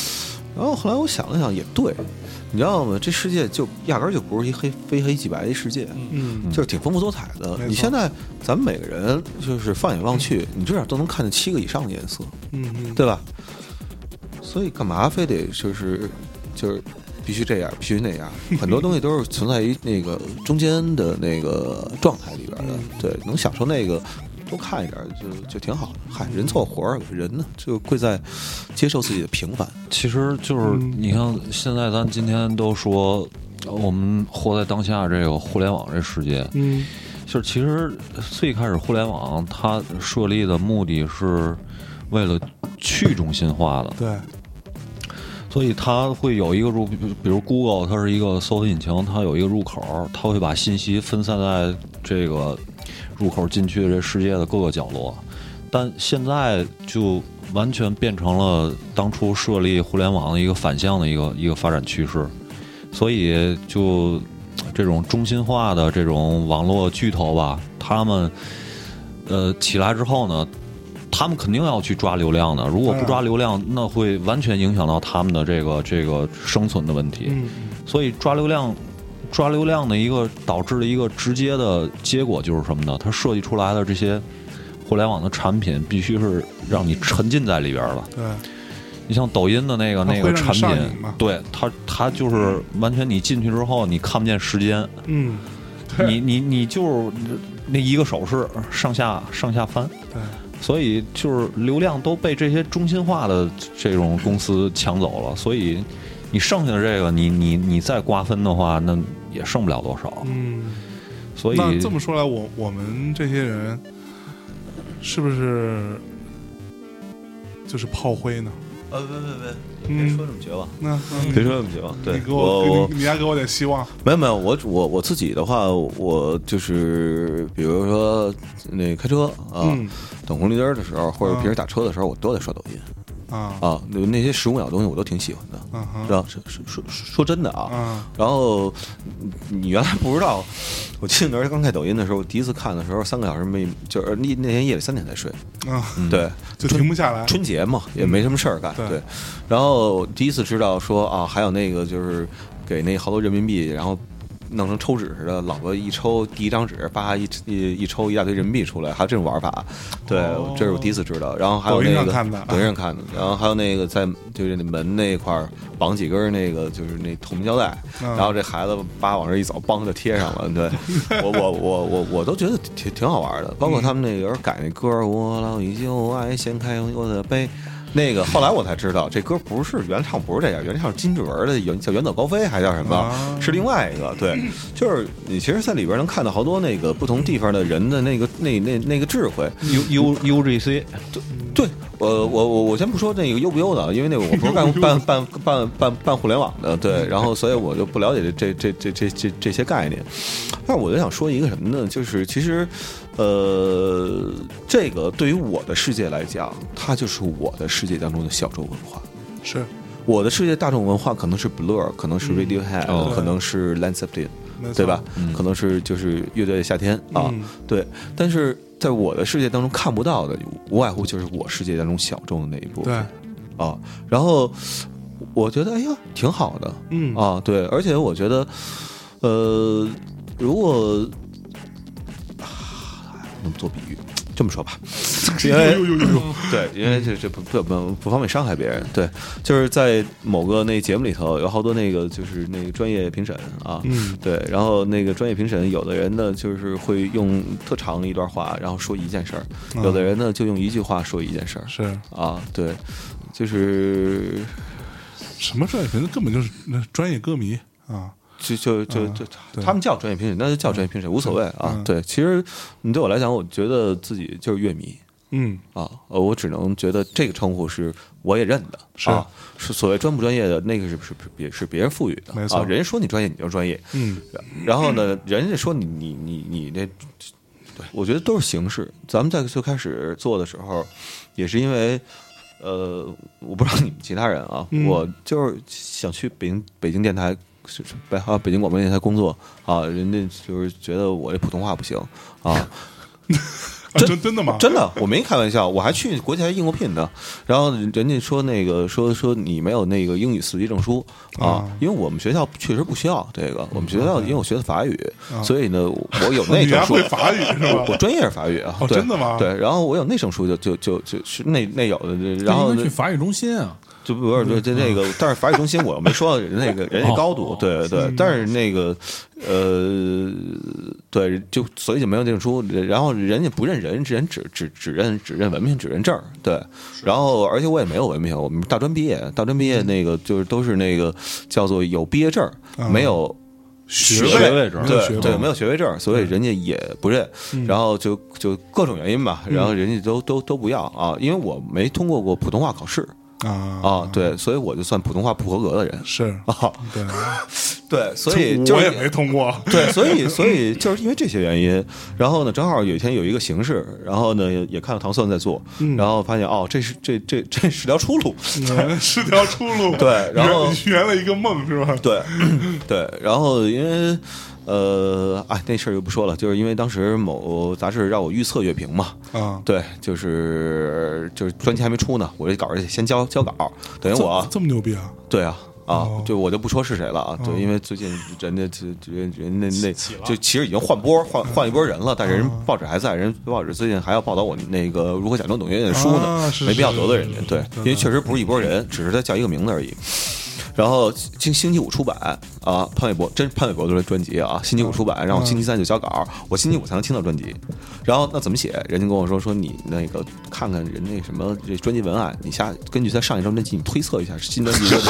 C: 然后后来我想了想，也对，你知道吗？这世界就压根儿就不是一黑非黑即白的世界，
A: 嗯，
C: 就是挺丰富多彩的。你现在咱们每个人就是放眼望去，你至少都能看见七个以上的颜色，
A: 嗯嗯，
C: 对吧？所以干嘛非得就是就是必须这样，必须那样？很多东西都是存在于那个中间的那个状态里边的，对，能享受那个。多看一点就就挺好的，嗨，人凑合儿，人呢就贵在接受自己的平凡。
D: 其实就是你看，现在咱今天都说我们活在当下这个互联网这世界，
A: 嗯，
D: 就是其实最开始互联网它设立的目的是为了去中心化的，
A: 对，
D: 所以它会有一个入，比如 Google 它是一个搜索引擎，它有一个入口，它会把信息分散在这个入口进去这世界的各个角落，但现在就完全变成了当初设立互联网的一个反向的一个一个发展趋势，所以就这种中心化的这种网络巨头吧，他们呃起来之后呢，他们肯定要去抓流量的，如果不抓流量，那会完全影响到他们的这个这个生存的问题，所以抓流量。抓流量的一个导致的一个直接的结果就是什么呢？它设计出来的这些互联网的产品必须是让你沉浸在里边的。
A: 对，
D: 你像抖音的那个那个产品，对它它就是完全你进去之后你看不见时间，
A: 嗯，
D: 你你你就是那一个手势上下上下翻，
A: 对，
D: 所以就是流量都被这些中心化的这种公司抢走了，所以你剩下的这个你你你再瓜分的话，那也剩不了多少，
A: 嗯，
D: 所以
A: 那这么说来，我我们这些人是不是就是炮灰呢？
C: 呃，别别别，别说这么绝望，
A: 那
C: 别说这么绝望。对，
A: 你给我，你你还给我点希望。
C: 没有没有，我我我自己的话，我就是比如说那开车啊，
A: 嗯、
C: 等红绿灯的时候，或者平时打车的时候，我都得刷抖音。
A: 啊
C: 啊，那些十五秒的东西我都挺喜欢的，
A: 啊、
C: 知道？说说说说真的啊，
A: 啊
C: 然后你原来不知道，我记得那时候刚开抖音的时候，我第一次看的时候，三个小时没，就是那那天夜里三点才睡，
A: 啊，
C: 对，
A: 就停不下来。
C: 春节嘛，也没什么事儿干，
A: 对。
C: 对，然后第一次知道说啊，还有那个就是给那好多人民币，然后。弄成抽纸似的，老婆一抽第一张纸，叭一一一抽一大堆人民币出来，还有这种玩法，对，哦、这是我第一次知道。然后还有那个
A: 抖音上看的，
C: 抖音上看的，然后还有那个在就是那门那块绑几根那个就是那透明胶带，嗯、然后这孩子叭往这一走，梆就贴上了。对，我我我我我都觉得挺挺好玩的，包括他们那个人改那歌，我老依旧爱掀开我的杯。那个后来我才知道，这歌不是原唱，不是这样，原唱是金志文的，叫《远走高飞》还叫什么？啊、是另外一个。对，就是你其实在里边能看到好多那个不同地方的人的那个那那那个智慧。
D: U U U G C，
C: 对，对我我我我先不说那个优不优的，因为那个我不是干办办办办办互联网的，对，然后所以我就不了解这这这这这这些概念。但是我就想说一个什么呢？就是其实。呃，这个对于我的世界来讲，它就是我的世界当中的小众文化。
A: 是
C: 我的世界大众文化可能是 Blur， 可能是 Radiohead，、嗯、可能是 Led Zeppelin， 对吧、嗯？可能是就是乐队夏天啊，
A: 嗯、
C: 对。但是在我的世界当中看不到的，无外乎就是我世界当中小众的那一部分。对啊，然后我觉得哎呀挺好的，
A: 嗯
C: 啊对，而且我觉得呃，如果。那么做比喻，这么说吧，因为对，因为这这不不不不方便伤害别人，对，就是在某个那节目里头有好多那个就是那个专业评审啊，
A: 嗯，
C: 对，然后那个专业评审有的人呢就是会用特长一段话，然后说一件事儿，
A: 嗯、
C: 有的人呢就用一句话说一件事儿，
A: 是
C: 啊，对，就是
A: 什么专业评审根本就是那专业歌迷啊。
C: 就就就就、嗯、他们叫专业评审，那就叫专业评审，无所谓啊。嗯、对，其实你对我来讲，我觉得自己就是乐迷，
A: 嗯
C: 啊，我只能觉得这个称呼是我也认的，
A: 是、
C: 啊、是所谓专不专业的那个是是别是别人赋予的，
A: 没错，
C: 啊，人家说你专业你就专业，
A: 嗯，
C: 然后呢，人家说你你你你那，对，我觉得都是形式。咱们在最开始做的时候，也是因为。呃，我不知道你们其他人啊，
A: 嗯、
C: 我就是想去北京北京电台。是北啊，北京广播电台工作啊，人家就是觉得我这普通话不行啊，
A: 真、啊、真真的吗？
C: 真的，我没开玩笑，我还去国际还应过聘的。然后人家说那个说说你没有那个英语四级证书啊，啊因为我们学校确实不需要这个。我们学校因为我学的法语，啊、所以呢，我有那证书。
A: 你还会法语是吧？
C: 我专业是法语啊。
A: 哦，真的吗？
C: 对，然后我有那证书就就就就是那那有的，然后
B: 去法语中心啊。
C: 就不是就那个，但是法语中心我又没说到那个人家高度，对对，但是那个呃，对，就所以就没有那种书，然后人家不认人，人只只只认只认文凭，只认证，对，然后而且我也没有文凭，我们大专毕业，大专毕业那个就是都是那个叫做有毕业证，没有。
B: 学
C: 位
B: 证，
C: 对对，没有学位证，所以人家也不认，然后就就各种原因吧，然后人家都都都不要啊，因为我没通过过普通话考试。
A: 啊
C: 啊，对，所以我就算普通话不合格的人，
A: 是
C: 啊，
A: 对
C: 对，所以就
A: 我也没通过，
C: 对，所以所以就是因为这些原因，然后呢，正好有一天有一个形式，然后呢也看到唐蒜在做，
A: 嗯、
C: 然后发现哦，这是这这这是条出路，
A: 嗯、是条出路，
C: 对，然后
A: 圆了一个梦是吧？
C: 对对，然后因为。呃，哎，那事儿就不说了，就是因为当时某杂志让我预测乐评嘛，
A: 啊，
C: 对，就是就是专辑还没出呢，我这稿儿先交交稿，等于我
A: 这么牛逼啊？
C: 对啊。啊，就我就不说是谁了啊，
A: 哦、
C: 对，因为最近人家就人人那那就其实已经换波换换一波人了，但是人报纸还在，人报纸最近还要报道我那个如何假装懂音乐的书呢，
A: 啊、
C: 没必要得罪人家，对，因为确实不是一拨人，只是他叫一个名字而已。然后星星期五出版啊，潘玮柏真潘玮柏的专辑啊，星期五出版，然后星期三就交稿，我星期五才能听到专辑。然后那怎么写？人家跟我说说你那个看看人那什么这专辑文案，你下根据他上一张专辑你推测一下新专辑的。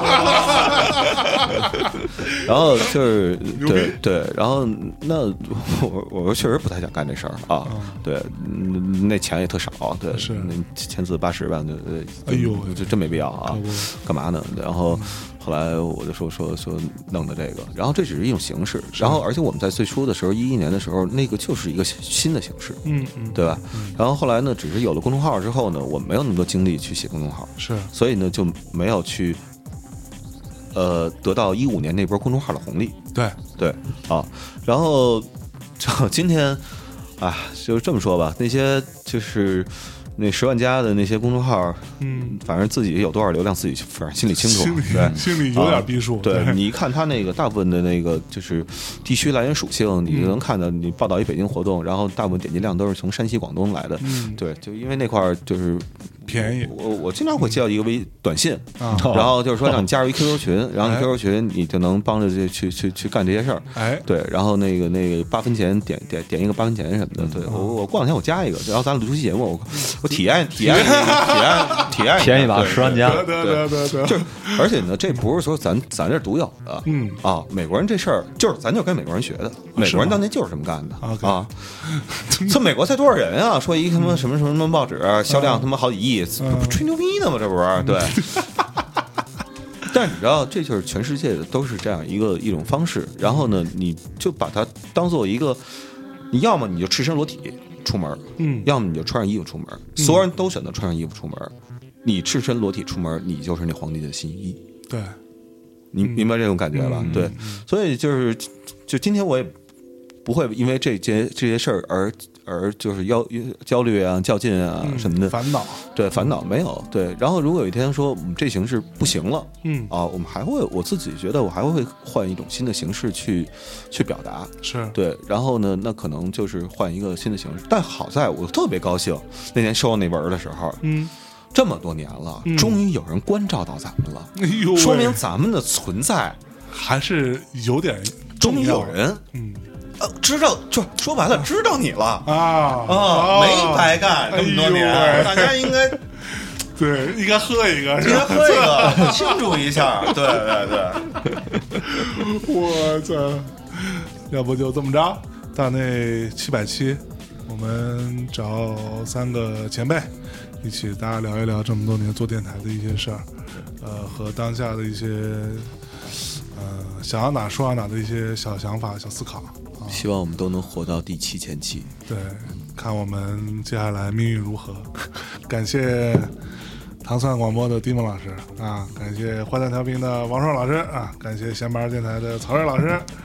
C: 然后就是对对，然后那我我确实不太想干这事儿啊，对，那钱也特少，对，
A: 是
C: 那签字八十万，对对，
A: 哎呦，
C: 就真没必要啊，干嘛呢？然后。后来我就说说说弄的这个，然后这只是一种形式，然后而且我们在最初的时候，一一年的时候，那个就是一个新的形式，
A: 嗯嗯，
C: 对吧？然后后来呢，只是有了公众号之后呢，我没有那么多精力去写公众号，
A: 是，
C: 所以呢就没有去，呃，得到一五年那波公众号的红利，
A: 对
C: 对啊，然后今天啊，就这么说吧，那些就是。那十万加的那些公众号，
A: 嗯，
C: 反正自己有多少流量，自己反正心里清楚，
A: 心里
C: 对，
A: 心里有点逼数。
C: 啊、对, 对你一看他那个大部分的那个就是地区来源属性，你就能看到，你报道一北京活动，然后大部分点击量都是从山西、广东来的，
A: 嗯，
C: 对，就因为那块儿就是
A: 便宜。
C: 我我经常会接到一个微短信，
A: 啊、
C: 然后就是说让你加入一 Q Q 群，然后 Q Q 群你就能帮着去去去去干这些事儿，
A: 哎，
C: 对，然后那个那个八分钱点点点一个八分钱什么的，对我我过两天我加一个，然后咱录期节目，我我体验体验。体验体验
D: 便宜吧，十万加，
A: 对对对对，
C: 就而且呢，这不是说咱咱这独有的，
A: 嗯
C: 啊，美国人这事儿就是咱就跟美国人学的，美国人当年就是这么干的啊。这美国才多少人啊？说一个什么什么什么什么报纸销量他妈好几亿，不吹牛逼呢吗？这不是对。但是你知道，这就是全世界的都是这样一个一种方式。然后呢，你就把它当做一个，你要么你就赤身裸体出门，
A: 嗯，
C: 要么你就穿上衣服出门，所有人都选择穿上衣服出门，你赤身裸体出门，你就是那皇帝的新衣，
A: 对，
C: 你明白这种感觉吧？
A: 嗯、
C: 对，所以就是就今天我也不会因为这些这些事儿而而就是焦焦虑啊、较劲啊什么的、
A: 嗯、烦恼，
C: 对，烦恼没有对。然后如果有一天说我们这形式不行了，
A: 嗯
C: 啊，我们还会我自己觉得我还会换一种新的形式去去表达，
A: 是
C: 对。然后呢，那可能就是换一个新的形式。但好在我特别高兴，那年收到那文的时候，
A: 嗯。
C: 这么多年了，
A: 嗯、
C: 终于有人关照到咱们了，
A: 哎呦，
C: 说明咱们的存在
A: 还是有点
C: 终于有人，
A: 嗯，
C: 呃，知道，就说白了，知道你了
A: 啊
C: 啊，没白干这么多年，
A: 哎、
C: 大家应该
A: 对，应该喝一个，
C: 应该喝一个，庆祝一下，对对对，
A: 我操，要不就这么着，大内七百期，我们找三个前辈。一起大家聊一聊这么多年做电台的一些事儿，呃，和当下的一些呃想要哪说到哪的一些小想法、小思考啊。
C: 希望我们都能活到第七千期。
A: 对，看我们接下来命运如何。感谢糖蒜广播的蒂蒙老师啊，感谢坏蛋调频的王硕老师啊，感谢闲班电台的曹睿老师啊，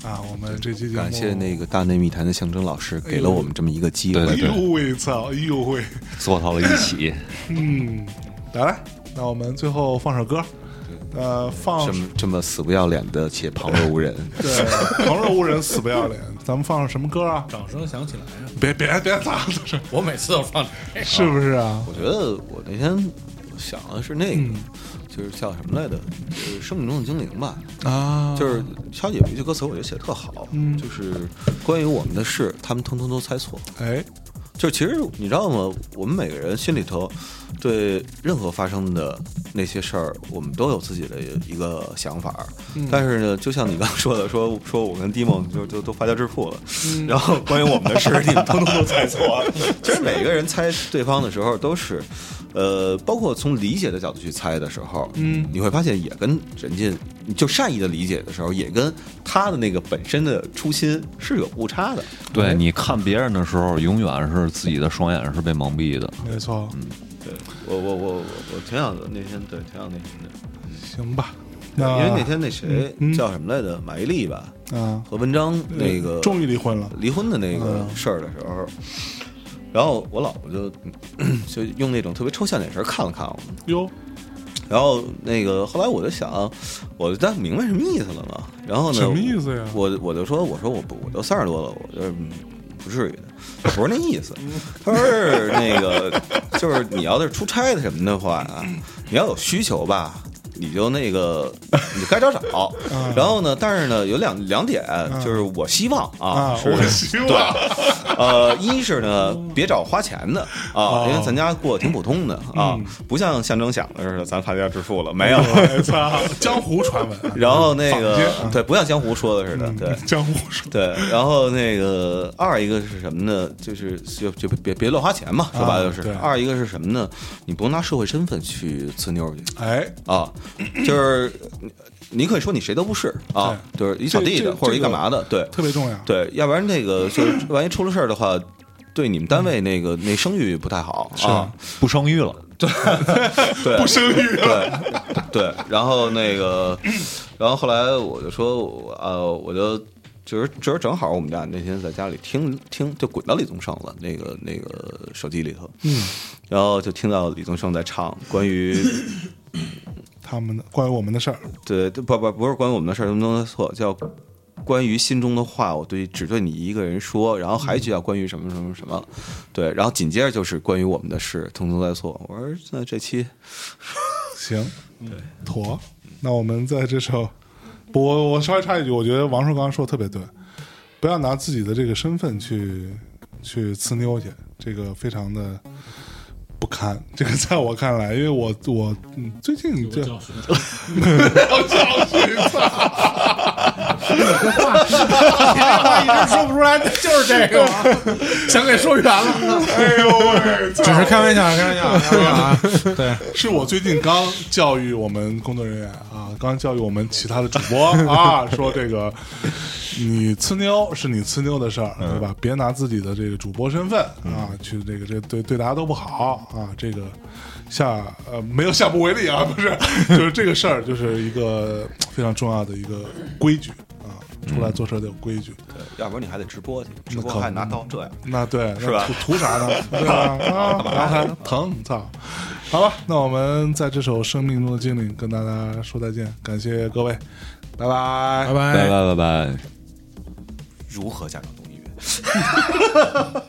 A: 啊，我们这期节目
C: 感谢那个大内密谈的象征老师给了我们这么一个机会。
A: 哎呦喂操，哎呦喂，
D: 坐到了一起。
A: 嗯，来来，那我们最后放首歌。呃，放
C: 这么这么死不要脸的且旁若无人，
A: 对，旁若无人，死不要脸。咱们放什么歌啊？
B: 掌声响起来呀！
A: 别别别砸的是，
B: 我每次都放这个，
A: 是不是啊？
C: 我觉得我那天想的是那个，
A: 嗯、
C: 就是叫什么来着？就是《生命中的精灵》吧。
A: 啊，
C: 就是小姐有一句歌词，我觉得写的特好，
A: 嗯，
C: 就是关于我们的事，他们通通都猜错。
A: 哎，
C: 就是其实你知道吗？我们每个人心里头对任何发生的那些事儿，我们都有自己的一个想法。嗯、但是呢，就像你刚刚说的，说说我跟迪梦就就都发家致富了，嗯、然后关于我们的事，你们通通都猜错了。其实每个人猜对方的时候都是，呃，包括从理解的角度去猜的时候，嗯，你会发现也跟人家就善意的理解的时候，也跟他的那个本身的初心是有误差的。
D: 对，你看别人的时候，永远是自己的双眼是被蒙蔽的。
A: 没错，
C: 嗯，对我我我我我挺想那天对挺想那天的，
A: 嗯、行吧。
C: 因为那天那谁、嗯、叫什么来着，马伊琍吧，啊，和文章那个
A: 终于离婚了，
C: 离婚的那个事儿的时候，嗯、然后我老婆就就用那种特别抽象眼神看了看我，
A: 哟。
C: 然后那个后来我就想，我就明白什么意思了嘛。然后呢，
A: 什么意思呀？
C: 我我就说，我说我不，我都三十多了，我就不至于的，不是那意思。他说是那个，就是你要是出差的什么的话啊，你要有需求吧。你就那个，你该找找。然后呢，但是呢，有两两点，就是我希望啊，是
A: 我希望，
C: 对，呃，一是呢，别找花钱的啊，因为咱家过挺普通的啊，不像象征想的似的，咱发家致富了，没有，
A: 江湖传闻。
C: 然后那个，对，不像江湖说的似的，对，
A: 江湖说，
C: 对。然后那个二一个是什么呢？就是就就别别乱花钱嘛，说白了就是。二一个是什么呢？你不用拿社会身份去呲妞去，
A: 哎
C: 啊。就是你可以说你谁都不是啊，就是一扫地的或者一干嘛的，对，
A: 特别重要。
C: 对，要不然那个就是万一出了事儿的话，对你们单位那个那声誉不太好啊，
D: 不生育了，
C: 对对，
A: 不生育了，
C: 对对。然后那个，然后后来我就说，呃，我就就是就是正好我们家那天在家里听听，就滚到李宗盛了，那个那个手机里头，嗯，然后就听到李宗盛在唱关于。
A: 他们的关于我们的事儿，
C: 对，不不不是关于我们的事儿，什么都错，叫关于心中的话，我对只对你一个人说，然后还一句叫关于什么什么什么，对，然后紧接着就是关于我们的事，通通在错。我说那这期
A: 行，对，妥。那我们在这首，我我稍微插一句，我觉得王叔刚刚说的特别对，不要拿自己的这个身份去去呲妞去，这个非常的。不堪，这个在我看来，因为我我嗯最近就
B: 教训，
A: 要教训
B: 他，这话一直说不出来，就是这个吗？想给说圆了，
A: 哎呦喂，
B: 只是开玩笑，开玩笑，开玩笑啊！对，
A: 是我最近刚教育我们工作人员啊，刚教育我们其他的主播啊，说这个。你呲妞是你呲妞的事儿，对吧？别拿自己的这个主播身份啊，去这个这对对大家都不好啊。这个下呃没有下不为例啊，不是，就是这个事儿就是一个非常重要的一个规矩啊。出来做事得有规矩，
C: 对，要不然你还得直播去，直播还拿刀这样，
A: 那对
C: 是吧？
A: 图图啥呢？对吧？啊，然后还疼，操！好吧，那我们在这首《生命中的精灵》跟大家说再见，感谢各位，拜拜，
B: 拜拜，
D: 拜拜，拜拜。
C: 如何假装懂音乐？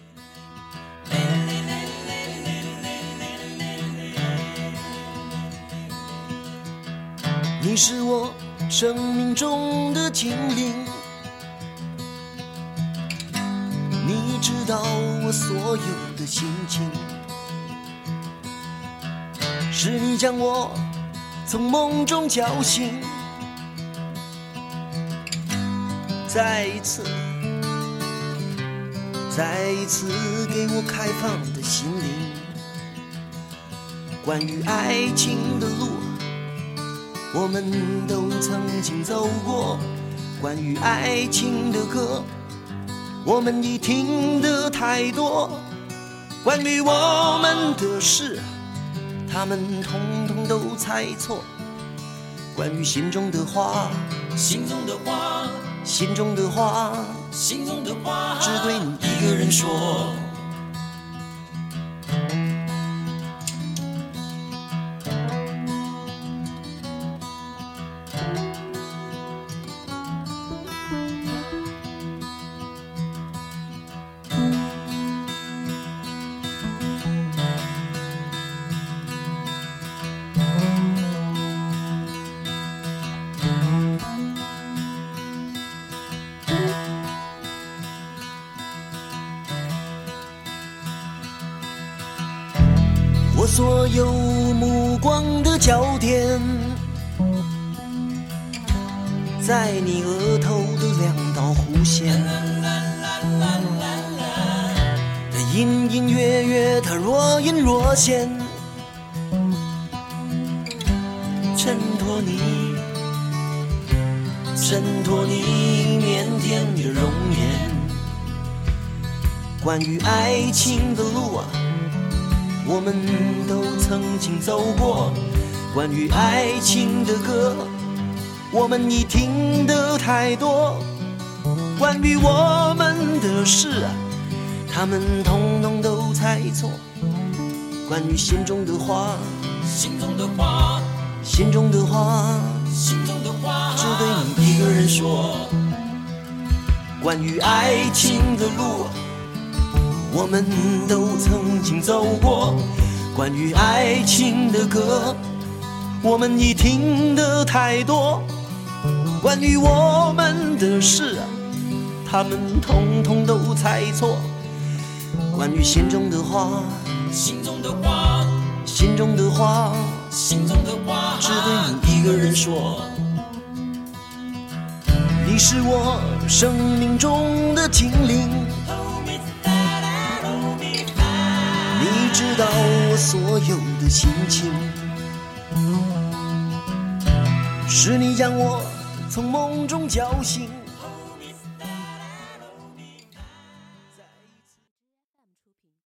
E: 你是我生命中的精灵，你知道我所有的心情，是你将我从梦中叫醒，再一次再一次给我开放的心灵。关于爱情的路我们都曾经走过，关于爱情的歌我们已听得太多，关于我们的事他们统统都猜错，关于心中的话心中的话心中的话，
F: 心中的话，
E: 只对你一个人说。我所有目光的焦点，在你额头的两道弧线，那隐隐约约，它若隐若现，衬托你，衬托你腼腆的容颜。关于爱情的路啊，我们都曾经走过，关于爱情的歌，我们已听得太多。关于我们的事，他们统统都猜错。关于心中的话，
F: 心中的话，
E: 心中的话，
F: 心中的话，
E: 只对你一个人说。关于爱情的路，我们都曾经走过，关于爱情的歌，我们已听得太多。关于我们的事，他们统统都猜错。关于心中的话，
F: 心中的话，
E: 心中的话，
F: 心中的话，
E: 只对你一个人说。你是我生命中的精灵，你知道我所有的心情，是你将我从梦中叫醒。